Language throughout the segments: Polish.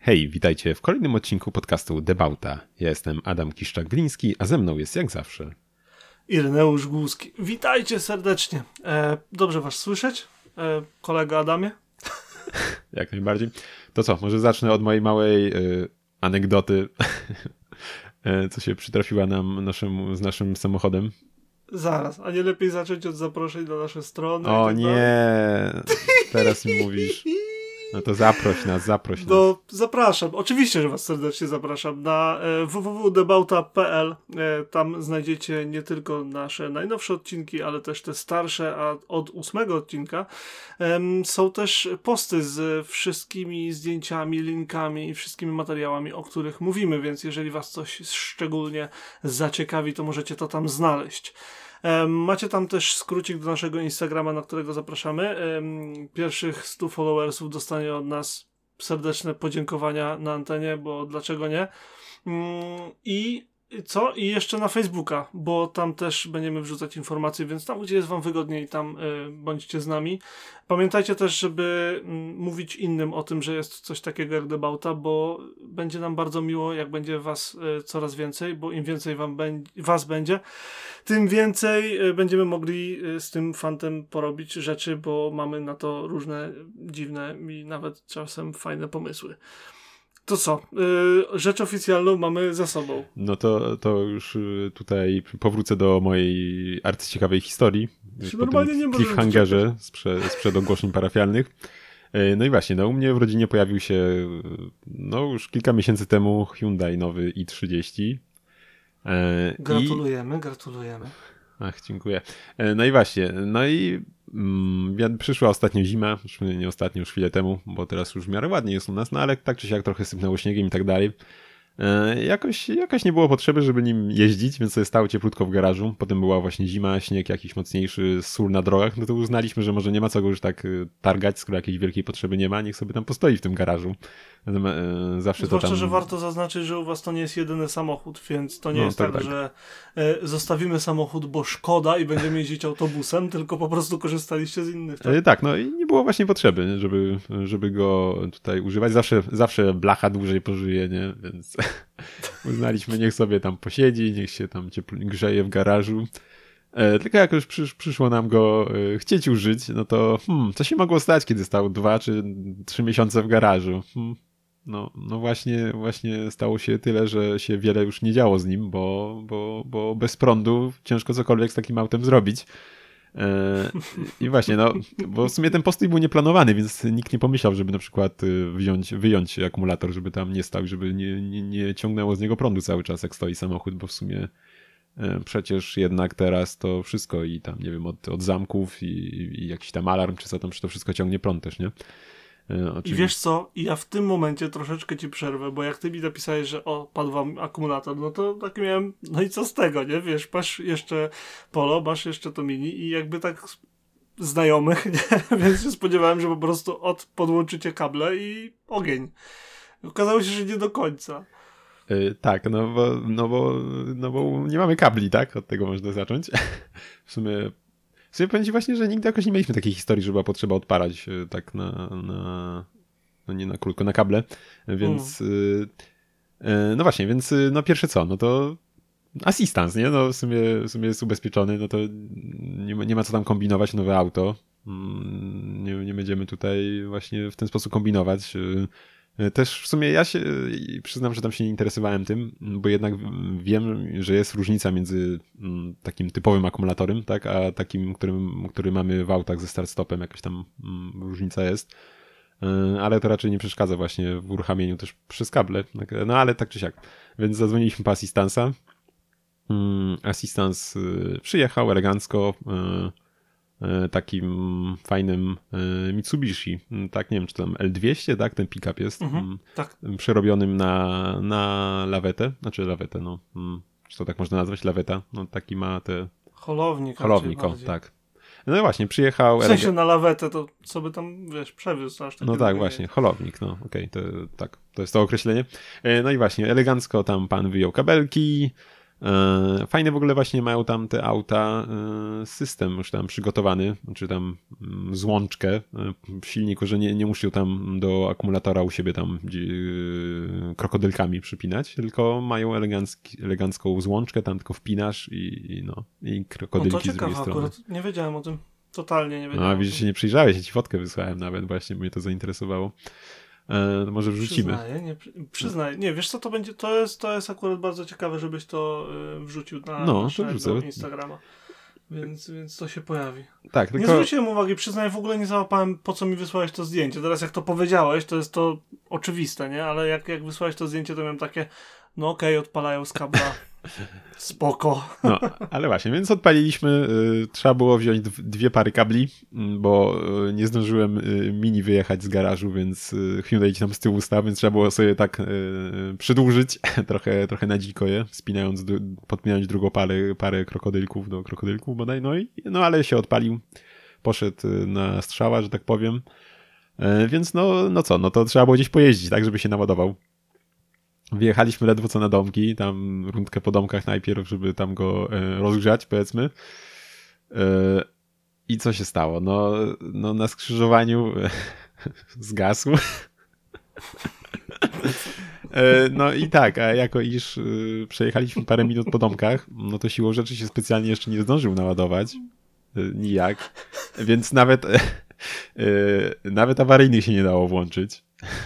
Hej, witajcie w kolejnym odcinku podcastu Debauta. Ja jestem Adam Kiszczak-Gliński, a ze mną jest jak zawsze Ireneusz Głuski. Witajcie serdecznie. Dobrze was słyszeć, kolego Adamie? Jak najbardziej. To co, może zacznę od mojej małej anegdoty, co się przytrafiła nam z naszym samochodem. Zaraz, a nie lepiej zacząć od zaproszeń do naszej strony? O tak nie, teraz mi mówisz. No to zaproś nas. Zapraszam, oczywiście, że was serdecznie zapraszam na www.debauta.pl. Tam znajdziecie nie tylko nasze najnowsze odcinki, ale też te starsze, a od 8 odcinka są też posty z wszystkimi zdjęciami, linkami i wszystkimi materiałami, o których mówimy, więc jeżeli was coś szczególnie zaciekawi, to możecie to tam znaleźć. Macie tam też skrócik do naszego Instagrama, na którego zapraszamy. Pierwszych 100 followersów dostanie od nas serdeczne podziękowania na antenie, bo dlaczego nie? I jeszcze na Facebooka, bo tam też będziemy wrzucać informacje, więc tam, gdzie jest wam wygodniej, tam bądźcie z nami. Pamiętajcie też, żeby mówić innym o tym, że jest coś takiego jak Debauta, bo będzie nam bardzo miło, jak będzie was coraz więcej, bo im więcej was będzie, tym więcej będziemy mogli z tym fantem porobić rzeczy, bo mamy na to różne dziwne i nawet czasem fajne pomysły. To co? Rzecz oficjalną mamy za sobą. No to już tutaj powrócę do mojej arcyciekawej historii. Normalnie nie możesz cliffhangerze sprzed ogłoszeń parafialnych. No i właśnie, u mnie w rodzinie pojawił się już kilka miesięcy temu Hyundai nowy i30. Gratulujemy. Ach, dziękuję. No i właśnie, przyszła ostatnio zima, nie ostatnio, już chwilę temu, bo teraz już w miarę ładnie jest u nas, no ale tak czy siak trochę sypnęło śniegiem i tak dalej. Jakoś nie było potrzeby, żeby nim jeździć, więc sobie stało cieplutko w garażu. Potem była właśnie zima, śnieg jakiś mocniejszy, sól na drogach, no to uznaliśmy, że może nie ma co go już tak targać, skoro jakiejś wielkiej potrzeby nie ma, niech sobie tam postoi w tym garażu. Zawsze Zwłaszcza, to tam... że warto zaznaczyć, że u was to nie jest jedyny samochód, więc to nie jest tak, że zostawimy samochód, bo szkoda i będziemy jeździć autobusem, tylko po prostu korzystaliście z innych. Tak, tak, i nie było właśnie potrzeby, żeby go tutaj używać. Zawsze blacha dłużej pożyje, nie? Więc uznaliśmy, niech sobie tam posiedzi, niech się tam grzeje w garażu. Tylko jak już przyszło nam go chcieć użyć, no to co się mogło stać, kiedy stał 2 czy 3 miesiące w garażu? No właśnie stało się tyle, że się wiele już nie działo z nim, bo bez prądu ciężko cokolwiek z takim autem zrobić. I właśnie, bo w sumie ten postój był nieplanowany, więc nikt nie pomyślał, żeby na przykład wyjąć akumulator, żeby tam nie stał, żeby nie ciągnęło z niego prądu cały czas, jak stoi samochód, bo w sumie przecież jednak teraz to wszystko i tam, nie wiem, od zamków i jakiś tam alarm, czy co tam, czy to wszystko ciągnie prąd też, nie? I wiesz co, ja w tym momencie troszeczkę ci przerwę, bo jak ty mi napisałeś, że padł wam akumulator, no to tak miałem, no i co z tego, nie? Wiesz, masz jeszcze Polo, masz jeszcze to Mini i jakby tak znajomych, nie? Więc się spodziewałem, że po prostu podłączycie kable i ogień. Okazało się, że nie do końca. Tak, bo nie mamy kabli, tak? Od tego można zacząć. W sumie powiem ci właśnie, że nigdy jakoś nie mieliśmy takiej historii, że była potrzeba odpalać tak nie na krótko, na kable, więc no właśnie, więc pierwsze co, no to asystans, nie? No w sumie jest ubezpieczony, no to nie ma co tam kombinować, nowe auto. Nie będziemy tutaj właśnie w ten sposób kombinować. Też w sumie ja się przyznam, że tam się nie interesowałem tym, bo jednak wiem, że jest różnica między takim typowym akumulatorem, tak, a takim, który mamy w autach ze start-stopem, jakaś tam różnica jest. Ale to raczej nie przeszkadza właśnie w uruchamieniu też przez kable. No ale tak czy siak. Więc zadzwoniliśmy po asystansa. Asystans przyjechał elegancko, takim fajnym Mitsubishi, tak, nie wiem, czy tam L200, tak, ten pick-up jest, tak. Przerobionym na lawetę, czy to tak można nazwać, laweta, no taki ma te... Holownik, tak. No właśnie, przyjechał... W sensie na lawetę to sobie tam, wiesz, przewiózł aż no tak, właśnie, holownik, okej, to jest to określenie. No i właśnie, elegancko tam pan wyjął kabelki, Fajne w ogóle właśnie mają tam te auta system już tam przygotowany, czy tam złączkę w silniku, że nie muszą tam do akumulatora u siebie tam krokodylkami przypinać, tylko mają elegancką złączkę, tam tylko wpinasz i krokodylki z drugiej strony. Akurat nie wiedziałem o tym. Totalnie nie wiedziałem. A widzisz, się nie przyjrzałeś, ja ci fotkę wysłałem nawet właśnie, bo mnie to zainteresowało. Może wrzucimy. Przyznaję. Nie, wiesz co, to będzie, to jest akurat bardzo ciekawe, żebyś to wrzucił na naszego Instagrama. Więc to się pojawi. Tak, tylko... Nie zwróciłem uwagi, przyznaję, w ogóle nie załapałem, po co mi wysłałeś to zdjęcie. Teraz jak to powiedziałeś, to jest to oczywiste, nie? Ale jak wysłałeś to zdjęcie, to miałem takie, no okej, odpalają z kabla. Spoko. No, ale właśnie, więc odpaliliśmy. Trzeba było wziąć 2 pary kabli, bo nie zdążyłem mini wyjechać z garażu, więc Hyundai ci tam z tyłu stał, więc trzeba było sobie tak przydłużyć trochę na dziko je, podpinając drugą parę krokodylków do krokodylków bodaj, no ale się odpalił. Poszedł na strzała, że tak powiem. Więc no to trzeba było gdzieś pojeździć, tak, żeby się naładował. Wjechaliśmy ledwo co na domki, tam rundkę po domkach najpierw, żeby tam go rozgrzać, powiedzmy. I co się stało? No na skrzyżowaniu zgasł. No i tak, a jako iż przejechaliśmy parę minut po domkach, no to siłą rzeczy się specjalnie jeszcze nie zdążył naładować. Nijak. Więc nawet awaryjnych się nie dało włączyć.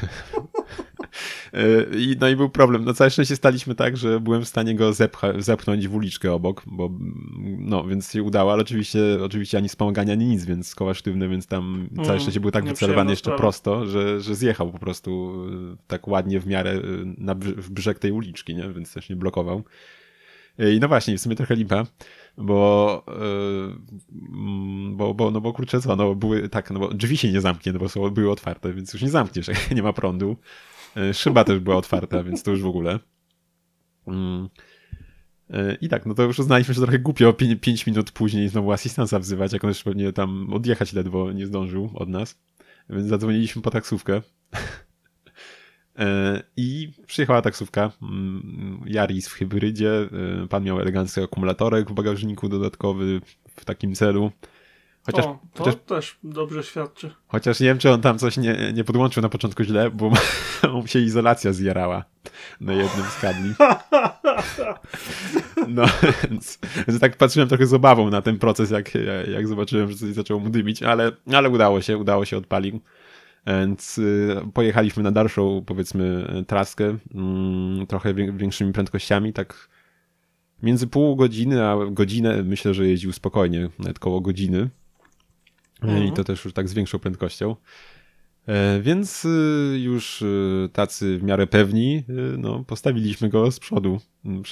No i był problem. No całe szczęście staliśmy tak, że byłem w stanie go zepchnąć w uliczkę obok, bo więc się udało, ale oczywiście ani wspomagania, ani nic, więc koła sztywne, więc tam całe szczęście był tak wycelowany jeszcze prosto, że zjechał po prostu tak ładnie w miarę w brzeg tej uliczki, nie? Więc też nie blokował. I no właśnie, w sumie trochę lipa, bo kurczę co, no były tak, no bo drzwi się nie zamknie, no bo były otwarte, więc już nie zamkniesz, jak nie ma prądu. Szyba też była otwarta, więc to już w ogóle. I tak, no to już uznaliśmy, że trochę głupio 5 minut później znowu asystansa wzywać, jak on już pewnie tam odjechać ledwo nie zdążył od nas. Więc zadzwoniliśmy po taksówkę. I przyjechała taksówka. Yaris w hybrydzie. Pan miał elegancki akumulatorek w bagażniku dodatkowy w takim celu. To też dobrze świadczy. Chociaż nie wiem, czy on tam coś nie podłączył na początku źle, bo mu się izolacja zjarała na jednym z kabli. No więc tak patrzyłem trochę z obawą na ten proces, jak zobaczyłem, że coś zaczęło mu dymić, ale udało się, odpalił. Więc pojechaliśmy na dalszą, powiedzmy, traskę, trochę większymi prędkościami, tak między pół godziny a godzinę myślę, że jeździł spokojnie, nawet koło godziny. I to też już tak z większą prędkością. Więc już tacy w miarę pewni, no, postawiliśmy go z przodu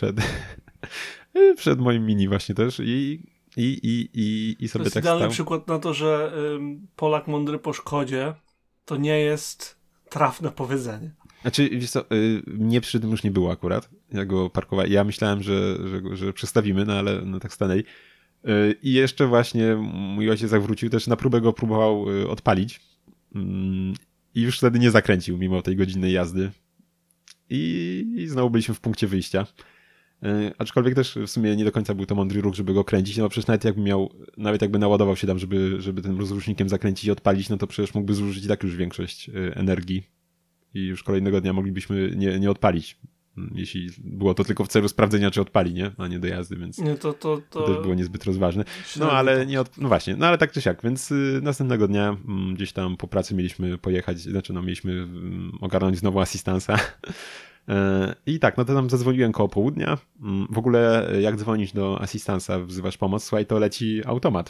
przed moim mini właśnie też i sobie tak stał. To jest idealny przykład na to, że Polak mądry po szkodzie to nie jest trafne powiedzenie. Znaczy, wiesz co, mnie przy tym już nie było akurat. Ja go parkowałem. Ja myślałem, że przestawimy, no ale no tak stanęli. I jeszcze właśnie mój ojciec zawrócił, też na próbę go próbował odpalić i już wtedy nie zakręcił mimo tej godzinnej jazdy i znowu byliśmy w punkcie wyjścia. Aczkolwiek też w sumie nie do końca był to mądry ruch, żeby go kręcić, no bo przecież nawet jakby naładował się tam, żeby tym rozrusznikiem zakręcić i odpalić, no to przecież mógłby zużyć i tak już większość energii i już kolejnego dnia moglibyśmy nie odpalić. Jeśli było to tylko w celu sprawdzenia, czy odpali, nie? A nie do jazdy, więc nie, to też było niezbyt rozważne. No ale no właśnie, no ale tak czy siak, więc następnego dnia gdzieś tam po pracy mieliśmy pojechać, mieliśmy ogarnąć znowu asystansa. I tak, no to tam zadzwoniłem koło południa. W ogóle jak dzwonić do asystansa, wzywasz pomoc, słuchaj, to leci automat.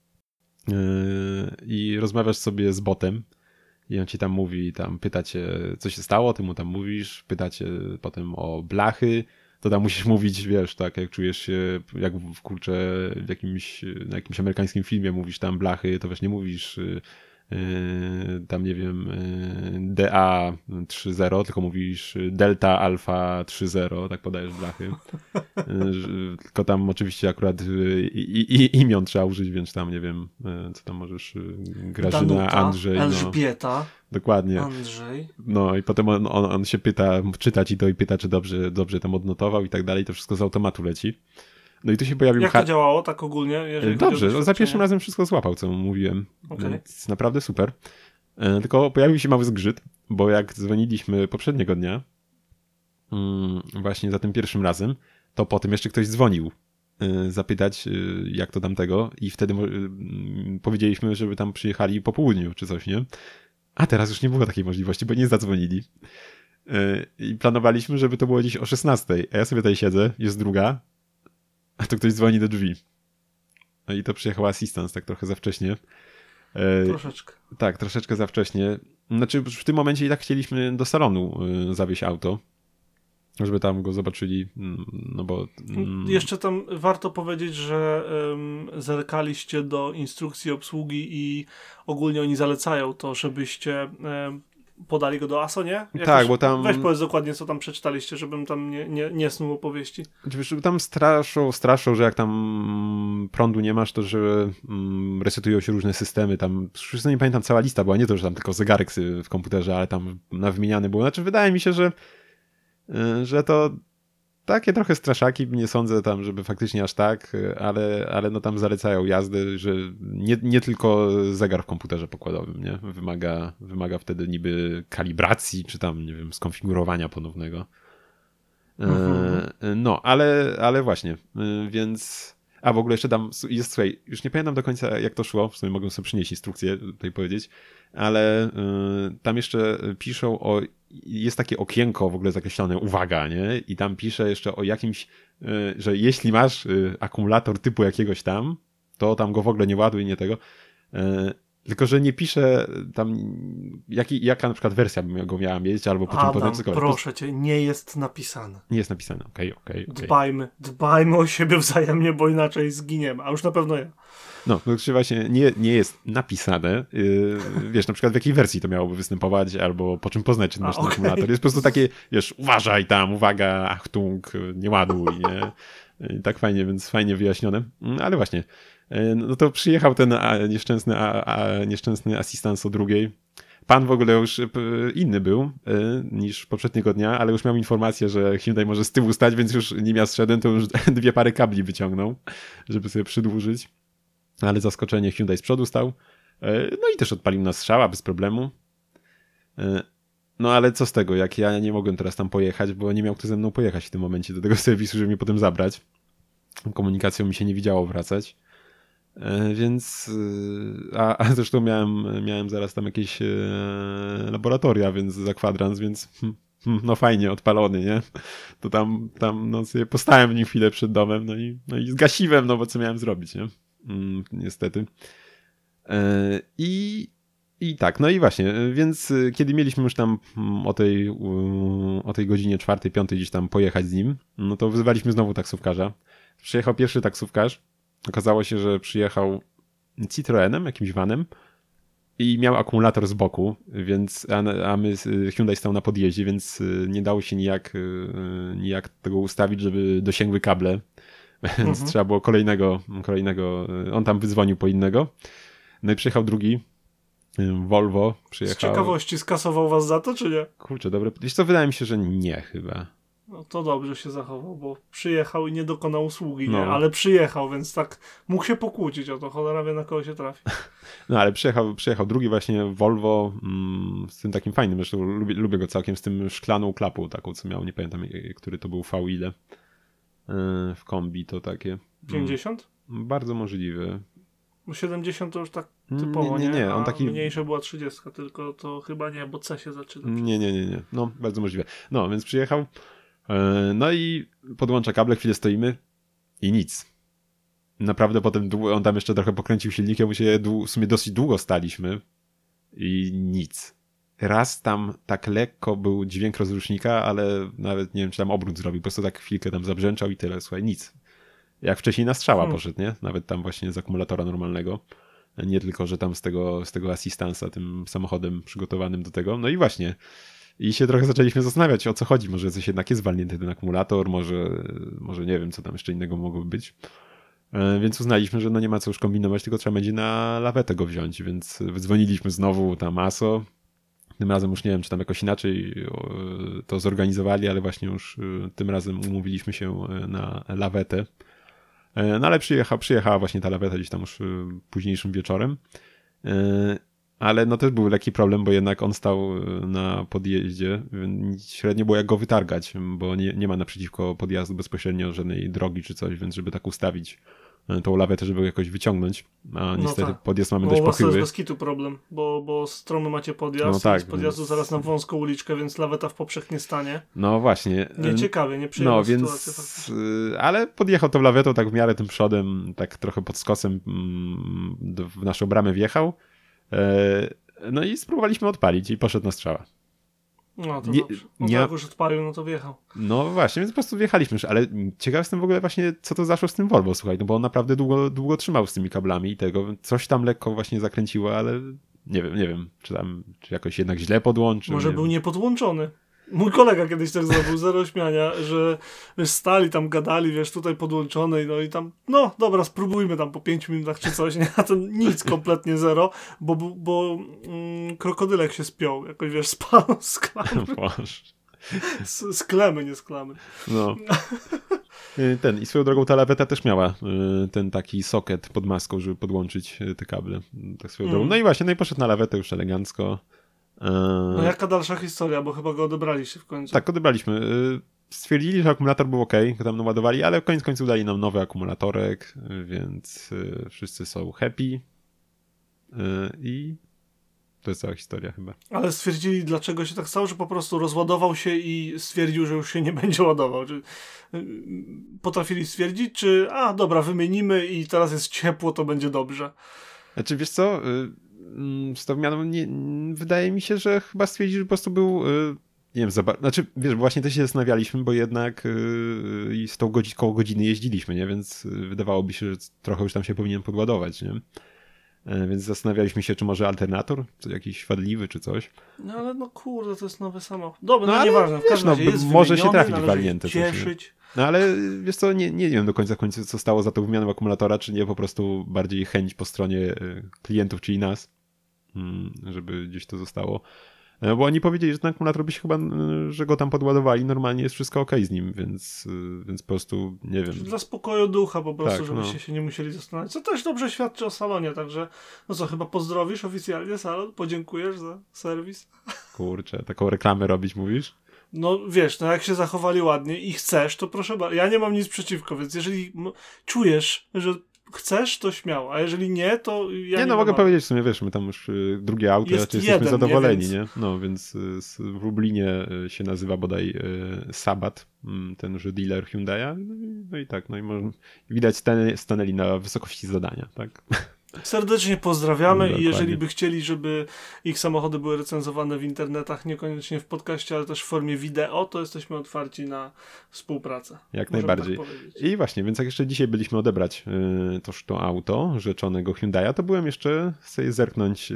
I rozmawiasz sobie z botem. I on ci tam mówi, pyta cię, co się stało, ty mu tam mówisz, pyta cię potem o blachy, to tam musisz mówić, wiesz, tak, jak czujesz się, jak kurczę na jakimś amerykańskim filmie mówisz tam blachy, to wiesz, nie mówisz tam nie wiem, DA 3.0, tylko mówisz Delta Alpha 3.0, tak podajesz blachy. Tylko tam oczywiście akurat imion trzeba użyć, więc tam nie wiem, co tam możesz, Grażyna, Danuta, Andrzej. Elżbieta. Dokładnie. Andrzej. No i potem on się pyta, czyta ci to i pyta, czy dobrze tam odnotował i tak dalej, to wszystko z automatu leci. No i tu się pojawił... Jak to działało tak ogólnie? Dobrze, no za pierwszym razem wszystko złapał, co mówiłem. Okay. Więc naprawdę super. Tylko pojawił się mały zgrzyt, bo jak dzwoniliśmy poprzedniego dnia, właśnie za tym pierwszym razem, to potem jeszcze ktoś dzwonił zapytać, jak to tamtego, i wtedy powiedzieliśmy, żeby tam przyjechali po południu, czy coś, nie? A teraz już nie było takiej możliwości, bo nie zadzwonili. I planowaliśmy, żeby to było dziś o 16:00, a ja sobie tutaj siedzę, jest druga, a to ktoś dzwoni do drzwi. No i to przyjechał asystent tak trochę za wcześnie. Troszeczkę. Tak, troszeczkę za wcześnie. Znaczy w tym momencie i tak chcieliśmy do salonu zawieźć auto, żeby tam go zobaczyli, no bo... Jeszcze tam warto powiedzieć, że zerkaliście do instrukcji obsługi i ogólnie oni zalecają to, żebyście podali go do ASO, nie? Jakoś, tak, bo tam... Weź powiedz dokładnie, co tam przeczytaliście, żebym tam nie snuł opowieści. Wiesz, tam straszą, że jak tam prądu nie masz, to że resetują się różne systemy, tam, wszystko nie pamiętam, cała lista była, nie to, że tam tylko zegarek w komputerze, ale tam wymieniany było. Znaczy wydaje mi się, że to takie trochę straszaki, nie sądzę tam, żeby faktycznie aż tak, ale no tam zalecają jazdy, że nie tylko zegar w komputerze pokładowym, nie? Wymaga wtedy niby kalibracji, czy tam, nie wiem, skonfigurowania ponownego. No, ale właśnie, więc... A w ogóle jeszcze tam jest, słuchaj, już nie pamiętam do końca jak to szło, w sumie mogę sobie przynieść instrukcję tutaj powiedzieć, ale tam jeszcze piszą jest takie okienko w ogóle zakreślone, uwaga, nie? I tam pisze jeszcze o jakimś, że jeśli masz akumulator typu jakiegoś tam, to tam go w ogóle nie ładuj, nie tego. Tylko, że nie pisze tam, jaka na przykład wersja bym go miała mieć, albo po czym potem... Proszę cię, nie jest napisane. Nie jest napisane, okej. Dbajmy o siebie wzajemnie, bo inaczej zginiemy, a już na pewno ja. No, to właśnie nie jest napisane, wiesz, na przykład w jakiej wersji to miałoby występować, albo po czym poznać, czy masz ten akumulator. Jest po prostu takie, wiesz, uważaj tam, uwaga, Achtung, nie ładuj, nie? I tak fajnie, więc fajnie wyjaśnione. Ale właśnie, no to przyjechał ten nieszczęsny asystent o drugiej. Pan w ogóle już inny był niż poprzedniego dnia, ale już miał informację, że Hyundai może z tyłu stać, więc już nim ja zszedłem, to już 2 pary kabli wyciągnął, żeby sobie przydłużyć. Ale zaskoczenie, Hyundai z przodu stał. No i też odpalił nas strzała bez problemu. No ale co z tego, jak ja nie mogłem teraz tam pojechać, bo nie miał kto ze mną pojechać w tym momencie do tego serwisu, żeby mnie potem zabrać. Komunikacją mi się nie widziało wracać. Więc... A zresztą miałem zaraz tam jakieś laboratoria, więc za kwadrans, więc... No fajnie, odpalony, nie? To tam no sobie postałem w nim chwilę przed domem, no i zgasiłem, no bo co miałem zrobić, nie? Niestety. I tak, no i właśnie, więc kiedy mieliśmy już tam o tej godzinie 4, 5 gdzieś tam pojechać z nim, no to wyzwaliśmy znowu taksówkarza. Przyjechał pierwszy taksówkarz, okazało się, że przyjechał Citroenem, jakimś vanem i miał akumulator z boku, więc a Hyundai stał na podjeździe, więc nie dało się nijak tego ustawić, żeby dosięgły kable. Więc trzeba było kolejnego, on tam wydzwonił po innego. No i przyjechał drugi, Volvo przyjechał. Z ciekawości skasował was za to, czy nie? Kurczę, dobre. Wiesz co, wydaje mi się, że nie chyba. No to dobrze się zachował, bo przyjechał i nie dokonał usługi, no. Nie? Ale przyjechał, więc tak mógł się pokłócić o to, cholera wie na kogo się trafi. No ale przyjechał drugi właśnie Volvo z tym takim fajnym, zresztą lubię go całkiem, z tym szklaną klapą taką, co miał, nie pamiętam, który to był V ile. W kombi to takie. 50? Bardzo możliwe. Bo 70 to już tak typowo, nie? On taki... mniejsza była 30, tylko to chyba nie, bo C się zaczyna. Nie. No, bardzo możliwe. No, więc przyjechał. No i podłącza kable, chwilę stoimy i nic. Naprawdę potem on tam jeszcze trochę pokręcił silnikiem, w sumie dosyć długo staliśmy i nic. Raz tam tak lekko był dźwięk rozrusznika, ale nawet nie wiem, czy tam obrót zrobił, po prostu tak chwilkę tam zabrzęczał i tyle, słuchaj, nic. Jak wcześniej na strzała poszedł, nie? Nawet tam właśnie z akumulatora normalnego. Nie tylko, że tam z tego asystansa, tym samochodem przygotowanym do tego. No i właśnie. I się trochę zaczęliśmy zastanawiać, o co chodzi. Może coś jednak jest walnięty ten akumulator, może nie wiem, co tam jeszcze innego mogłoby być. Więc uznaliśmy, że no nie ma co już kombinować, tylko trzeba będzie na lawetę go wziąć, więc wydzwoniliśmy znowu tam ASO. Tym razem już nie wiem, czy tam jakoś inaczej to zorganizowali, ale właśnie już tym razem umówiliśmy się na lawetę. No ale przyjechała właśnie ta laweta gdzieś tam już późniejszym wieczorem. Ale no też był lekki problem, bo jednak on stał na podjeździe. Średnio było jak go wytargać, bo nie ma naprzeciwko podjazdu bezpośrednio żadnej drogi czy coś, więc żeby tak ustawić tą lawetę, żeby jakoś wyciągnąć. A niestety podjazd mamy dość pochyły. To jest bez kitu problem, bo stromy macie podjazd, no tak, z podjazdu więc... zaraz na wąską uliczkę, więc laweta w poprzek nie stanie. No właśnie. Nieciekawie, nieprzyjemna sytuacja. Więc, ale podjechał tą lawetą tak w miarę tym przodem, tak trochę pod skosem w naszą bramę wjechał. No i spróbowaliśmy odpalić i poszedł na strzała. No to dobrze. Jak już odpalił, no to wjechał. No właśnie, więc po prostu wjechaliśmy. Ale ciekaw jestem w ogóle właśnie, co to zaszło z tym Volvo, słuchaj, no bo on naprawdę długo trzymał z tymi kablami i tego. Coś tam lekko właśnie zakręciło, ale nie wiem, czy jakoś jednak źle podłączył. Może był niepodłączony. Mój kolega kiedyś tak zrobił, zero śmiania, że wiesz, stali tam, gadali, wiesz, tutaj podłączonej, no i tam, no dobra, spróbujmy tam po 5 minutach czy coś, nie? A to nic, kompletnie zero, bo krokodylek się spiął, jakoś wiesz, spadł z klamy. Z klemy, nie z klamy. No. I swoją drogą ta laweta też miała ten taki socket pod maską, żeby podłączyć te kable. Tak swoją drogą. No i właśnie, no i poszedł na lawetę już elegancko. No jaka dalsza historia, bo chyba go odebraliście w końcu. Tak, odebraliśmy. Stwierdzili, że akumulator był ok, go tam naładowali, ale w końcu dali nam nowy akumulatorek, więc wszyscy są happy i to jest cała historia chyba. Ale stwierdzili, dlaczego się tak stało, że po prostu rozładował się i stwierdził, że już się nie będzie ładował. Czy potrafili stwierdzić, czy dobra, wymienimy i teraz jest ciepło, to będzie dobrze. Znaczy, wiesz co, z tą zmianą wydaje mi się, że chyba stwierdzili, że po prostu był, nie wiem, znaczy, wiesz, właśnie też się zastanawialiśmy, bo jednak z tą koło godziny jeździliśmy, nie, więc wydawałoby się, że trochę już tam się powinien podładować, nie. Więc zastanawialiśmy się, czy może alternator, jakiś wadliwy, czy coś. No ale no kurde, to jest nowy samochód. Dobra, no nieważne, w każdym razie jest może się trafić walnięte. Cieszyć. No ale wiesz co, nie wiem do końca co stało za tą wymianą akumulatora, czy nie po prostu bardziej chęć po stronie klientów, czyli nas, żeby gdzieś to zostało. Bo oni powiedzieli, że ten akumulator by się chyba, że go tam podładowali, normalnie jest wszystko okej z nim, więc po prostu, nie wiem. Dla spokoju ducha po prostu, tak, żebyście się nie musieli zastanawiać, co też dobrze świadczy o salonie, także no co, chyba pozdrowisz oficjalnie salon, podziękujesz za serwis? Kurczę, taką reklamę robić mówisz? No wiesz, no jak się zachowali ładnie i chcesz, to proszę bardzo, ja nie mam nic przeciwko, więc jeżeli czujesz, że chcesz, to śmiało, a jeżeli nie, to ja nie mogę powiedzieć w sumie, wiesz, my tam już drugie auto, jesteśmy zadowoleni, więc... nie? No, więc w Lublinie się nazywa bodaj Sabat, tenże dealer Hyundai'a, no i tak, no i widać stanęli na wysokości zadania, tak? Serdecznie pozdrawiamy i jeżeli by chcieli, żeby ich samochody były recenzowane w internetach, niekoniecznie w podcaście, ale też w formie wideo, to jesteśmy otwarci na współpracę. Jak najbardziej. Tak i właśnie, więc jak jeszcze dzisiaj byliśmy odebrać to auto rzeczonego Hyundai'a, to byłem jeszcze sobie zerknąć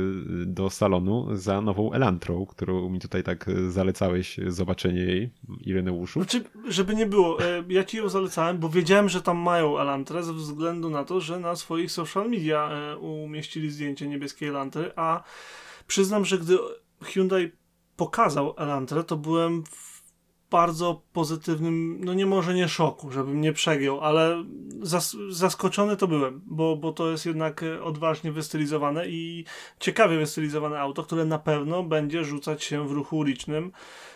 do salonu za nową Elantrą, którą mi tutaj tak zalecałeś zobaczenie jej, Ireneuszu. Znaczy, żeby nie było, ja ci ją zalecałem, bo wiedziałem, że tam mają Elantrę ze względu na to, że na swoich social media umieścili zdjęcie niebieskiej Elantry, a przyznam, że gdy Hyundai pokazał Elantrę, to byłem w bardzo pozytywnym, no nie może nie szoku, żebym nie przegiął, ale zaskoczony to byłem, bo to jest jednak odważnie wystylizowane i ciekawie wystylizowane auto, które na pewno będzie rzucać się w ruchu ulicznym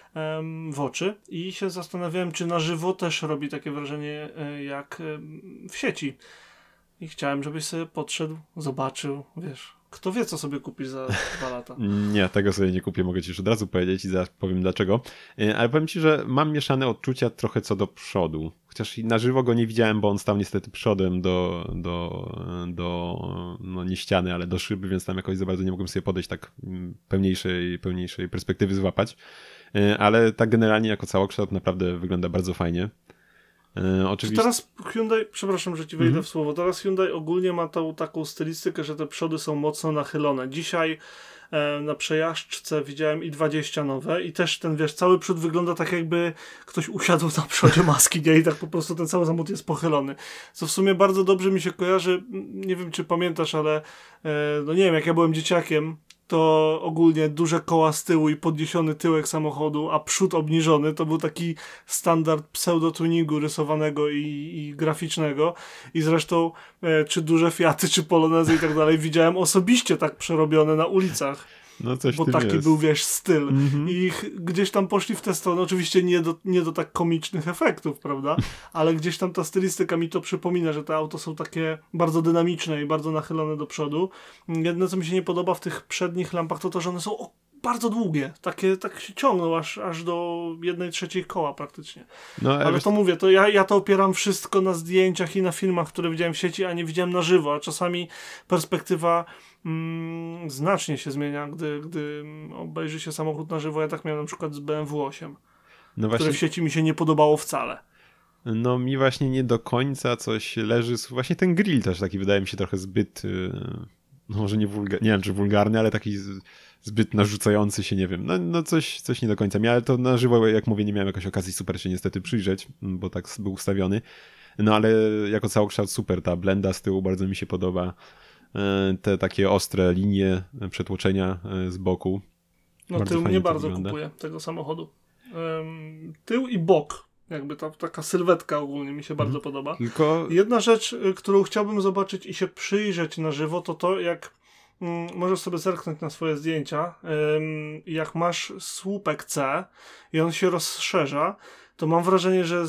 w oczy i się zastanawiałem, czy na żywo też robi takie wrażenie jak w sieci. I chciałem, żebyś sobie podszedł, zobaczył, wiesz, kto wie, co sobie kupisz za 2 lata. Nie, tego sobie nie kupię, mogę ci już od razu powiedzieć i zaraz powiem dlaczego. Ale powiem ci, że mam mieszane odczucia trochę co do przodu. Chociaż na żywo go nie widziałem, bo on stał niestety przodem no nie ściany, ale do szyby, więc tam jakoś za bardzo nie mogłem sobie podejść tak pełniejszej perspektywy złapać. Ale tak generalnie jako całokształt naprawdę wygląda bardzo fajnie. Oczywiście. Teraz Hyundai, przepraszam, że ci wejdę w słowo, teraz Hyundai ogólnie ma tą taką stylistykę, że te przody są mocno nachylone. Dzisiaj na przejażdżce widziałem i20 nowe i też ten, wiesz, cały przód wygląda tak, jakby ktoś usiadł na przodzie maski, nie? I tak po prostu ten cały samochód jest pochylony. Co w sumie bardzo dobrze mi się kojarzy, nie wiem czy pamiętasz, ale no nie wiem, jak ja byłem dzieciakiem, to ogólnie duże koła z tyłu i podniesiony tyłek samochodu, a przód obniżony, to był taki standard pseudo-tuningu rysowanego i graficznego. I zresztą czy duże Fiaty, czy Polonezy i tak dalej widziałem osobiście tak przerobione na ulicach. No coś Bo tym taki jest. był, wiesz, styl. I gdzieś tam poszli w tę stronę, oczywiście nie do tak komicznych efektów, prawda? Ale gdzieś tam ta stylistyka mi to przypomina, że te auto są takie bardzo dynamiczne i bardzo nachylone do przodu. Jedyne, co mi się nie podoba w tych przednich lampach, to to, że one są bardzo długie. Tak się ciągną aż do 1/3 koła praktycznie. No, ale to mówię, to ja to opieram wszystko na zdjęciach i na filmach, które widziałem w sieci, a nie widziałem na żywo, a czasami perspektywa znacznie się zmienia, gdy obejrzy się samochód na żywo. Ja tak miałem na przykład z BMW 8, no właśnie, które w sieci mi się nie podobało wcale. No mi właśnie nie do końca coś leży. Właśnie ten grill też taki wydaje mi się trochę zbyt, no może nie wiem czy wulgarny, ale taki zbyt narzucający się, nie wiem. No coś nie do końca miałem, ale to na żywo, jak mówię, nie miałem jakoś okazji super się niestety przyjrzeć, bo tak był ustawiony. No ale jako całokształt super, ta blenda z tyłu bardzo mi się podoba. Te takie ostre linie przetłoczenia z boku. No bardzo tył fajnie nie to bardzo wygląda. kupuję tego samochodu. Tył i bok. Jakby taka sylwetka ogólnie mi się bardzo podoba. Tylko Jedna rzecz, którą chciałbym zobaczyć i się przyjrzeć na żywo, to jak możesz sobie zerknąć na swoje zdjęcia, jak masz słupek C i on się rozszerza, to mam wrażenie, że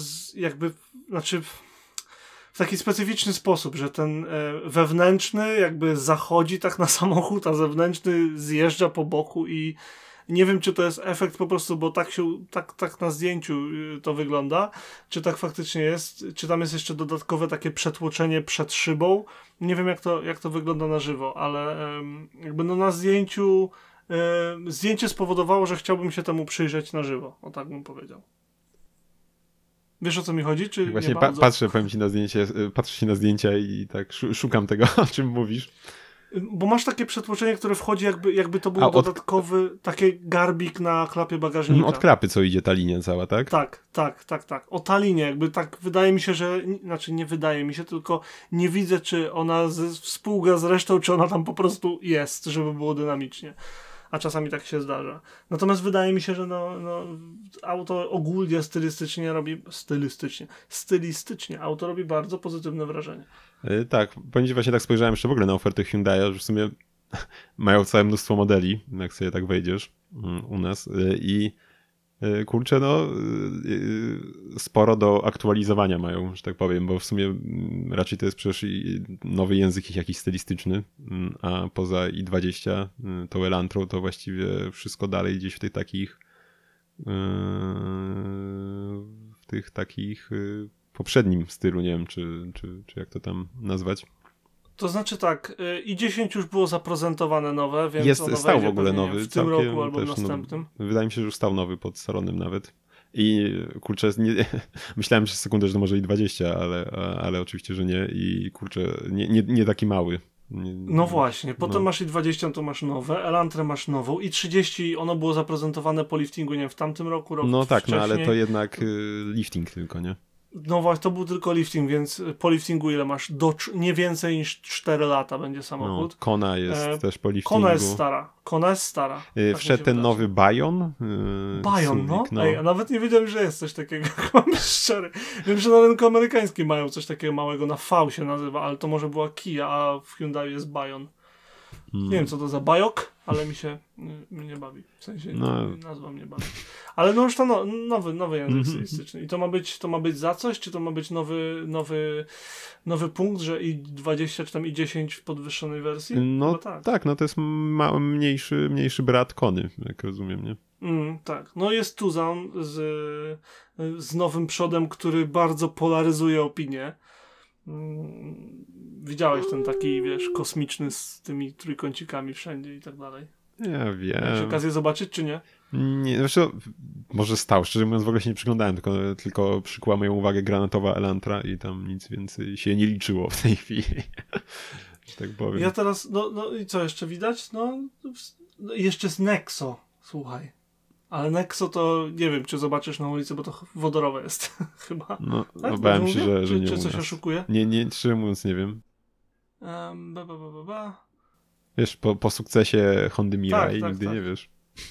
w taki specyficzny sposób, że ten wewnętrzny jakby zachodzi tak na samochód, a zewnętrzny zjeżdża po boku i nie wiem, czy to jest efekt po prostu, bo tak na zdjęciu to wygląda, czy tak faktycznie jest, czy tam jest jeszcze dodatkowe takie przetłoczenie przed szybą. Nie wiem, jak to wygląda na żywo, ale jakby no na zdjęciu zdjęcie spowodowało, że chciałbym się temu przyjrzeć na żywo. O tak bym powiedział. Wiesz, o co mi chodzi, czy właśnie nie bardzo? powiem ci na zdjęcie, patrzę się na zdjęcia i tak szukam tego, o czym mówisz. Bo masz takie przetłoczenie, które wchodzi jakby to był dodatkowy taki garbik na klapie bagażnika. Od klapy co idzie ta linia cała, tak? Tak. O ta linia, jakby tak wydaje mi się, że, znaczy nie wydaje mi się, tylko nie widzę, czy ona współgra z resztą, czy ona tam po prostu jest, żeby było dynamicznie. A czasami tak się zdarza. Natomiast wydaje mi się, że auto ogólnie stylistycznie auto robi bardzo pozytywne wrażenie. Tak, powiem ci, właśnie tak spojrzałem jeszcze w ogóle na ofertę Hyundai, że w sumie mają całe mnóstwo modeli, jak sobie tak wejdziesz u nas i kurczę, no sporo do aktualizowania mają, że tak powiem, bo w sumie raczej to jest przecież nowy język jakiś stylistyczny, a poza i20 tą Elantrą to właściwie wszystko dalej gdzieś w tych takich poprzednim stylu, nie wiem, czy jak to tam nazwać. To znaczy tak, i10 już było zaprezentowane nowe, więc stał w ogóle nowy. W tym roku albo w następnym. Wydaje mi się, że już stał nowy pod salonem nawet. I kurczę, myślałem przez sekundę, że to może i 20, ale oczywiście, że nie. I kurczę, nie taki mały. No właśnie, potem masz i20, to masz nowe, Elantrę masz nową, i30 ono było zaprezentowane po liftingu, nie wiem, w tamtym roku no tak, wcześniej. no ale to jednak lifting tylko, nie? No właśnie, to był tylko lifting, więc po liftingu ile masz? Nie więcej niż 4 lata będzie samochód. No, Kona jest też po liftingu. Kona jest stara. Wszedł ten nowy Bayon. Bayon, no. Ej, a nawet nie wiedziałem, że jest coś takiego, jak szczery. Wiem, że na rynku amerykańskim mają coś takiego małego, na V się nazywa, ale to może była Kia, a w Hyundai jest Bayon. Nie wiem, co to za bajok, ale mnie bawi. W sensie nazwa mnie bawi. Ale no już to nowy język stylistyczny. I to ma być za coś, czy to ma być nowy punkt, że i20 czy tam i10 w podwyższonej wersji? No tak, no to jest mniejszy brat Kony, jak rozumiem, nie? Tak. No jest Tucson z nowym przodem, który bardzo polaryzuje opinię. Widziałeś ten taki, wiesz, kosmiczny z tymi trójkącikami wszędzie i tak dalej. Ja wiem. Masz okazję zobaczyć, czy nie? Nie, zresztą Może stał. Szczerze mówiąc w ogóle się nie przyglądałem, tylko przykuła moją uwagę granatowa Elantra i tam nic więcej się nie liczyło w tej chwili. Że tak powiem. Ja teraz, no i co jeszcze widać? No, jeszcze z Nexo, słuchaj. Ale Nexo to nie wiem, czy zobaczysz na ulicy, bo to wodorowe jest chyba. No, tak? Obawiam się, że nie. Czy coś oszukuje? Nie, szczerze mówiąc nie wiem. Ba, ba, ba, ba, ba. Wiesz, po sukcesie Hondy Mirai nigdy tak. nie wiesz.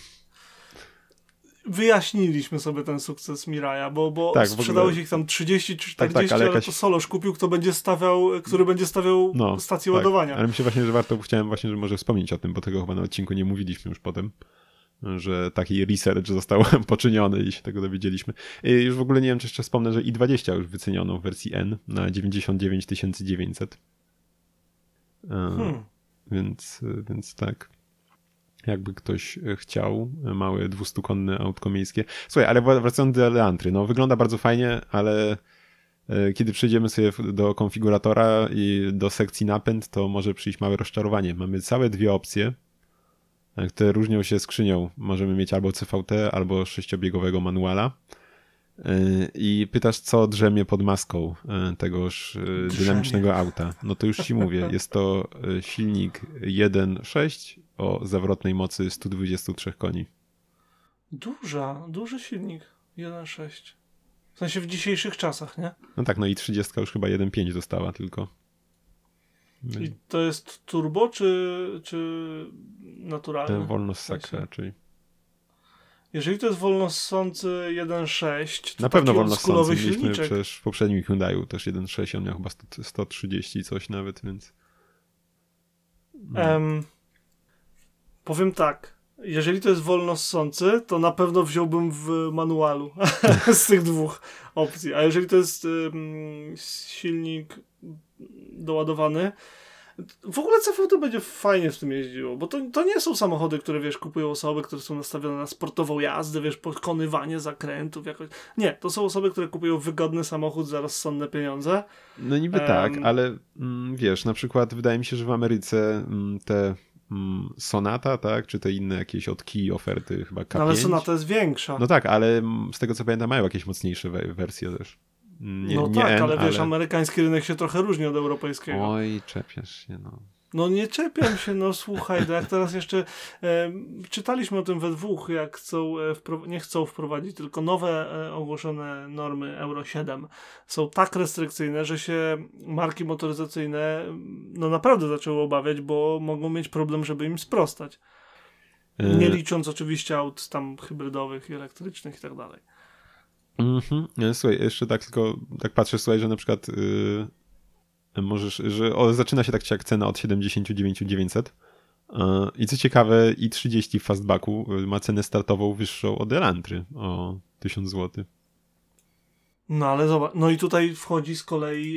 Wyjaśniliśmy sobie ten sukces Miraya, bo tak, sprzedałeś ich tam 30 czy 40, ale jakaś... to Solosz kupił, który będzie stawiał stację ładowania. Ale myślę właśnie, że chciałem właśnie, że może wspomnieć o tym, bo tego chyba na odcinku nie mówiliśmy już potem, że taki research został poczyniony i się tego dowiedzieliśmy. I już w ogóle nie wiem, czy jeszcze wspomnę, że i20 już wyceniono w wersji N na 99 900. Więc tak. Jakby ktoś chciał, małe 200-konne autko miejskie. Słuchaj, ale wracając do Elantry, no wygląda bardzo fajnie, ale kiedy przejdziemy sobie do konfiguratora i do sekcji napęd, to może przyjść małe rozczarowanie. Mamy całe dwie opcje, które różnią się skrzynią. Możemy mieć albo CVT, albo 6-biegowego manuala. I pytasz, co drzemie pod maską tegoż dynamicznego auta. No to już ci mówię, jest to silnik 1.6 o zawrotnej mocy 123 koni. Duży silnik 1.6. W sensie w dzisiejszych czasach, nie? No tak, no i 30 już chyba 1.5 dostała tylko. I to jest turbo czy naturalny? Wolnossaka raczej. Jeżeli to jest wolnossący 1.6, to na pewno wolnossący mieliśmy przecież w poprzednim Hyundai'u też 1.6, on miał chyba 130 coś nawet, więc... Powiem tak, jeżeli to jest wolnossący, to na pewno wziąłbym w manualu z tych dwóch opcji, a jeżeli to jest silnik doładowany, w ogóle CVT będzie fajnie w tym jeździło, bo to nie są samochody, które wiesz, kupują osoby, które są nastawione na sportową jazdę, wiesz, pokonywanie zakrętów jakoś. Nie, to są osoby, które kupują wygodny samochód za rozsądne pieniądze. No niby tak, ale wiesz, na przykład wydaje mi się, że w Ameryce te Sonata, tak, czy te inne jakieś od Kia oferty, chyba K5. No ale Sonata jest większa. No tak, ale z tego co pamiętam mają jakieś mocniejsze wersje też. Ale wiesz, amerykański rynek się trochę różni od europejskiego. Oj, czepiasz się, no. No nie czepiam się, no słuchaj, jak teraz jeszcze czytaliśmy o tym we dwóch, jak chcą wprowadzić, tylko nowe ogłoszone normy Euro 7 są tak restrykcyjne, że się marki motoryzacyjne no naprawdę zaczęły obawiać, bo mogą mieć problem, żeby im sprostać. Nie licząc oczywiście aut tam hybrydowych, elektrycznych i tak dalej. Słuchaj, jeszcze tak tylko tak patrzę, słuchaj, że na przykład zaczyna się tak czy jak cena od 79 900 i co ciekawe i30 w fastbacku ma cenę startową wyższą od Elantry o 1000 zł. No ale zobacz, no i tutaj wchodzi z kolei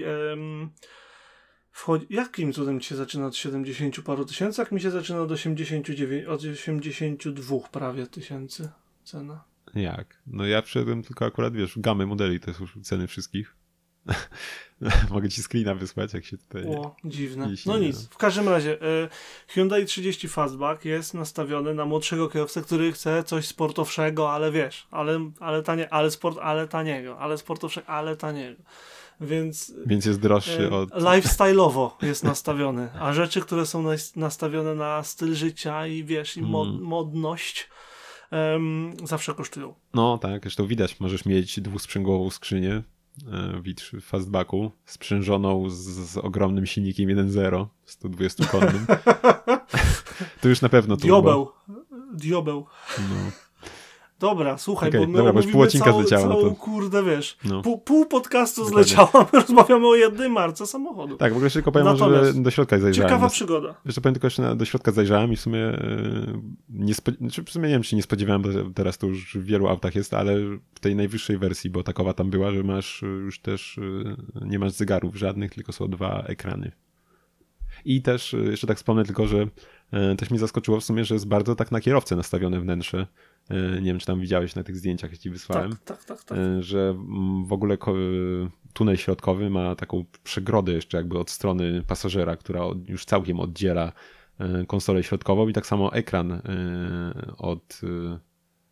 jakim cudem ci się zaczyna od 70 paru tysięcy, jak mi się zaczyna od 89, od 82 prawie tysięcy cena. Jak? No ja przyszedłem tylko akurat, wiesz, gamę modeli, to są ceny wszystkich. Mogę ci screena wysłać, jak się tutaj... dziwne. No nic, w każdym razie Hyundai 30 Fastback jest nastawiony na młodszego kierowcę, który chce coś sportowszego, ale wiesz, ale taniego, ale sportowszego, ale taniego. Więc jest droższy od... Lifestyle'owo jest nastawiony, a rzeczy, które są nastawione na styl życia i wiesz, i modność zawsze kosztują. No tak, zresztą widać, możesz mieć dwusprzęgłową skrzynię w fastbacku, sprzężoną z ogromnym silnikiem 1.0, 120-konnym. To już na pewno turbo. Diobeł. No. Dobra, słuchaj, bo my już pół odcinka zleciało. Całą, kurde, wiesz, pół podcastu zleciało, my rozmawiamy o jednej marce samochodu. Tak, w ogóle jeszcze tylko powiem, że do środka zajrzałem. Ciekawa przygoda. Jeszcze powiem tylko, że do środka zajrzałem i w sumie w sumie nie wiem, czy nie spodziewałem, bo teraz to już w wielu autach jest, ale w tej najwyższej wersji, bo takowa tam była, że masz już też, nie masz zegarów żadnych, tylko są 2 ekrany. I też, jeszcze tak wspomnę tylko, że też mnie zaskoczyło w sumie, że jest bardzo tak na kierowcę nastawione wnętrze. Nie wiem, czy tam widziałeś na tych zdjęciach, jak ci wysłałem. Tak. Że w ogóle tunel środkowy ma taką przegrodę jeszcze jakby od strony pasażera, która już całkiem oddziela konsolę środkową i tak samo ekran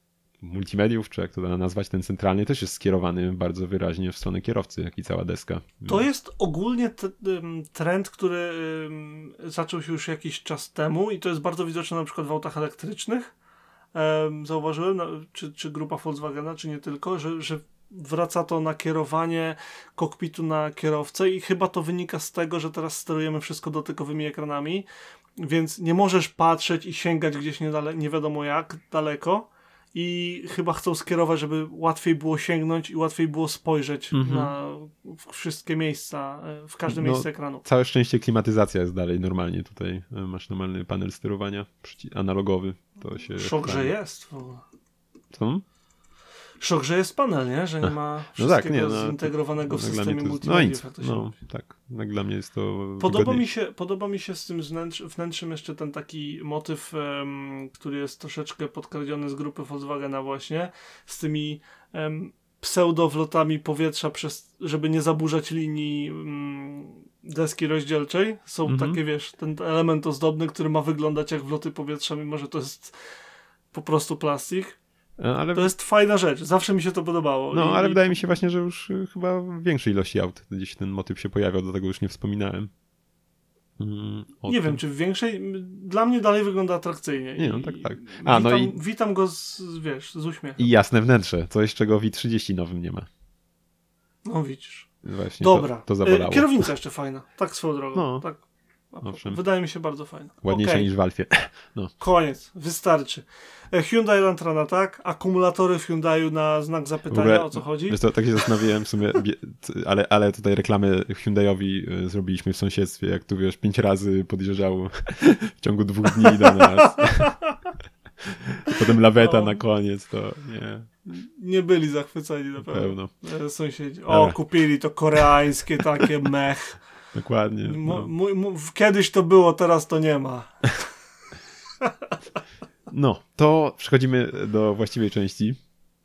multimediów, czy jak to nazwać, ten centralny też jest skierowany bardzo wyraźnie w stronę kierowcy, jak i cała deska. To jest ogólnie trend, który zaczął się już jakiś czas temu i to jest bardzo widoczne na przykład w autach elektrycznych. Zauważyłem, czy grupa Volkswagena, czy nie tylko, że wraca to na kierowanie kokpitu na kierowcę i chyba to wynika z tego, że teraz sterujemy wszystko dotykowymi ekranami, więc nie możesz patrzeć i sięgać gdzieś nie wiadomo jak daleko i chyba chcą skierować, żeby łatwiej było sięgnąć i łatwiej było spojrzeć na wszystkie miejsca, w każde miejsce ekranu. Całe szczęście klimatyzacja jest dalej normalnie tutaj. Masz normalny panel sterowania analogowy. To się Szok, że jest w ogóle. Co? Szok, że jest panel, nie? Że nie ma wszystkiego zintegrowanego w systemie multimediów. Tak. Tak dla mnie jest to Podoba mi się z tym wnętrzem jeszcze ten taki motyw, który jest troszeczkę podkradziony z grupy Volkswagena właśnie, z tymi pseudowlotami powietrza, żeby nie zaburzać linii deski rozdzielczej. Są takie, wiesz, ten element ozdobny, który ma wyglądać jak wloty powietrza, mimo że to jest po prostu plastik. To jest fajna rzecz. Zawsze mi się to podobało. Ale wydaje mi się właśnie, że już chyba w większej ilości aut gdzieś ten motyw się pojawiał, do tego już nie wspominałem. Nie wiem, czy w większej... Dla mnie dalej wygląda atrakcyjnie. Nie, tak. Witam go z uśmiechem. I jasne wnętrze. Coś, czego w i30 nowym nie ma. No widzisz. Właśnie dobra. To zabolało. Kierownica jeszcze fajna. Tak swoją drogą. No. Tak. Wydaje mi się bardzo fajna. Ładniejsza niż w Alfie. No. Koniec. Wystarczy. Hyundai Lantrana, tak? Akumulatory w Hyundaiu na znak zapytania. W ogóle, o co chodzi? Wiesz co, tak się zastanawiałem w sumie, ale tutaj reklamę Hyundaiowi zrobiliśmy w sąsiedztwie, jak tu wiesz, 5 razy podjeżdżał w ciągu 2 dni do nas. Potem laweta na koniec, to nie. Nie byli zachwyceni na pewno. Sąsiedzi. Dobra. Kupili to koreańskie takie mech. Dokładnie. Kiedyś to było, teraz to nie ma. No, to przechodzimy do właściwej części.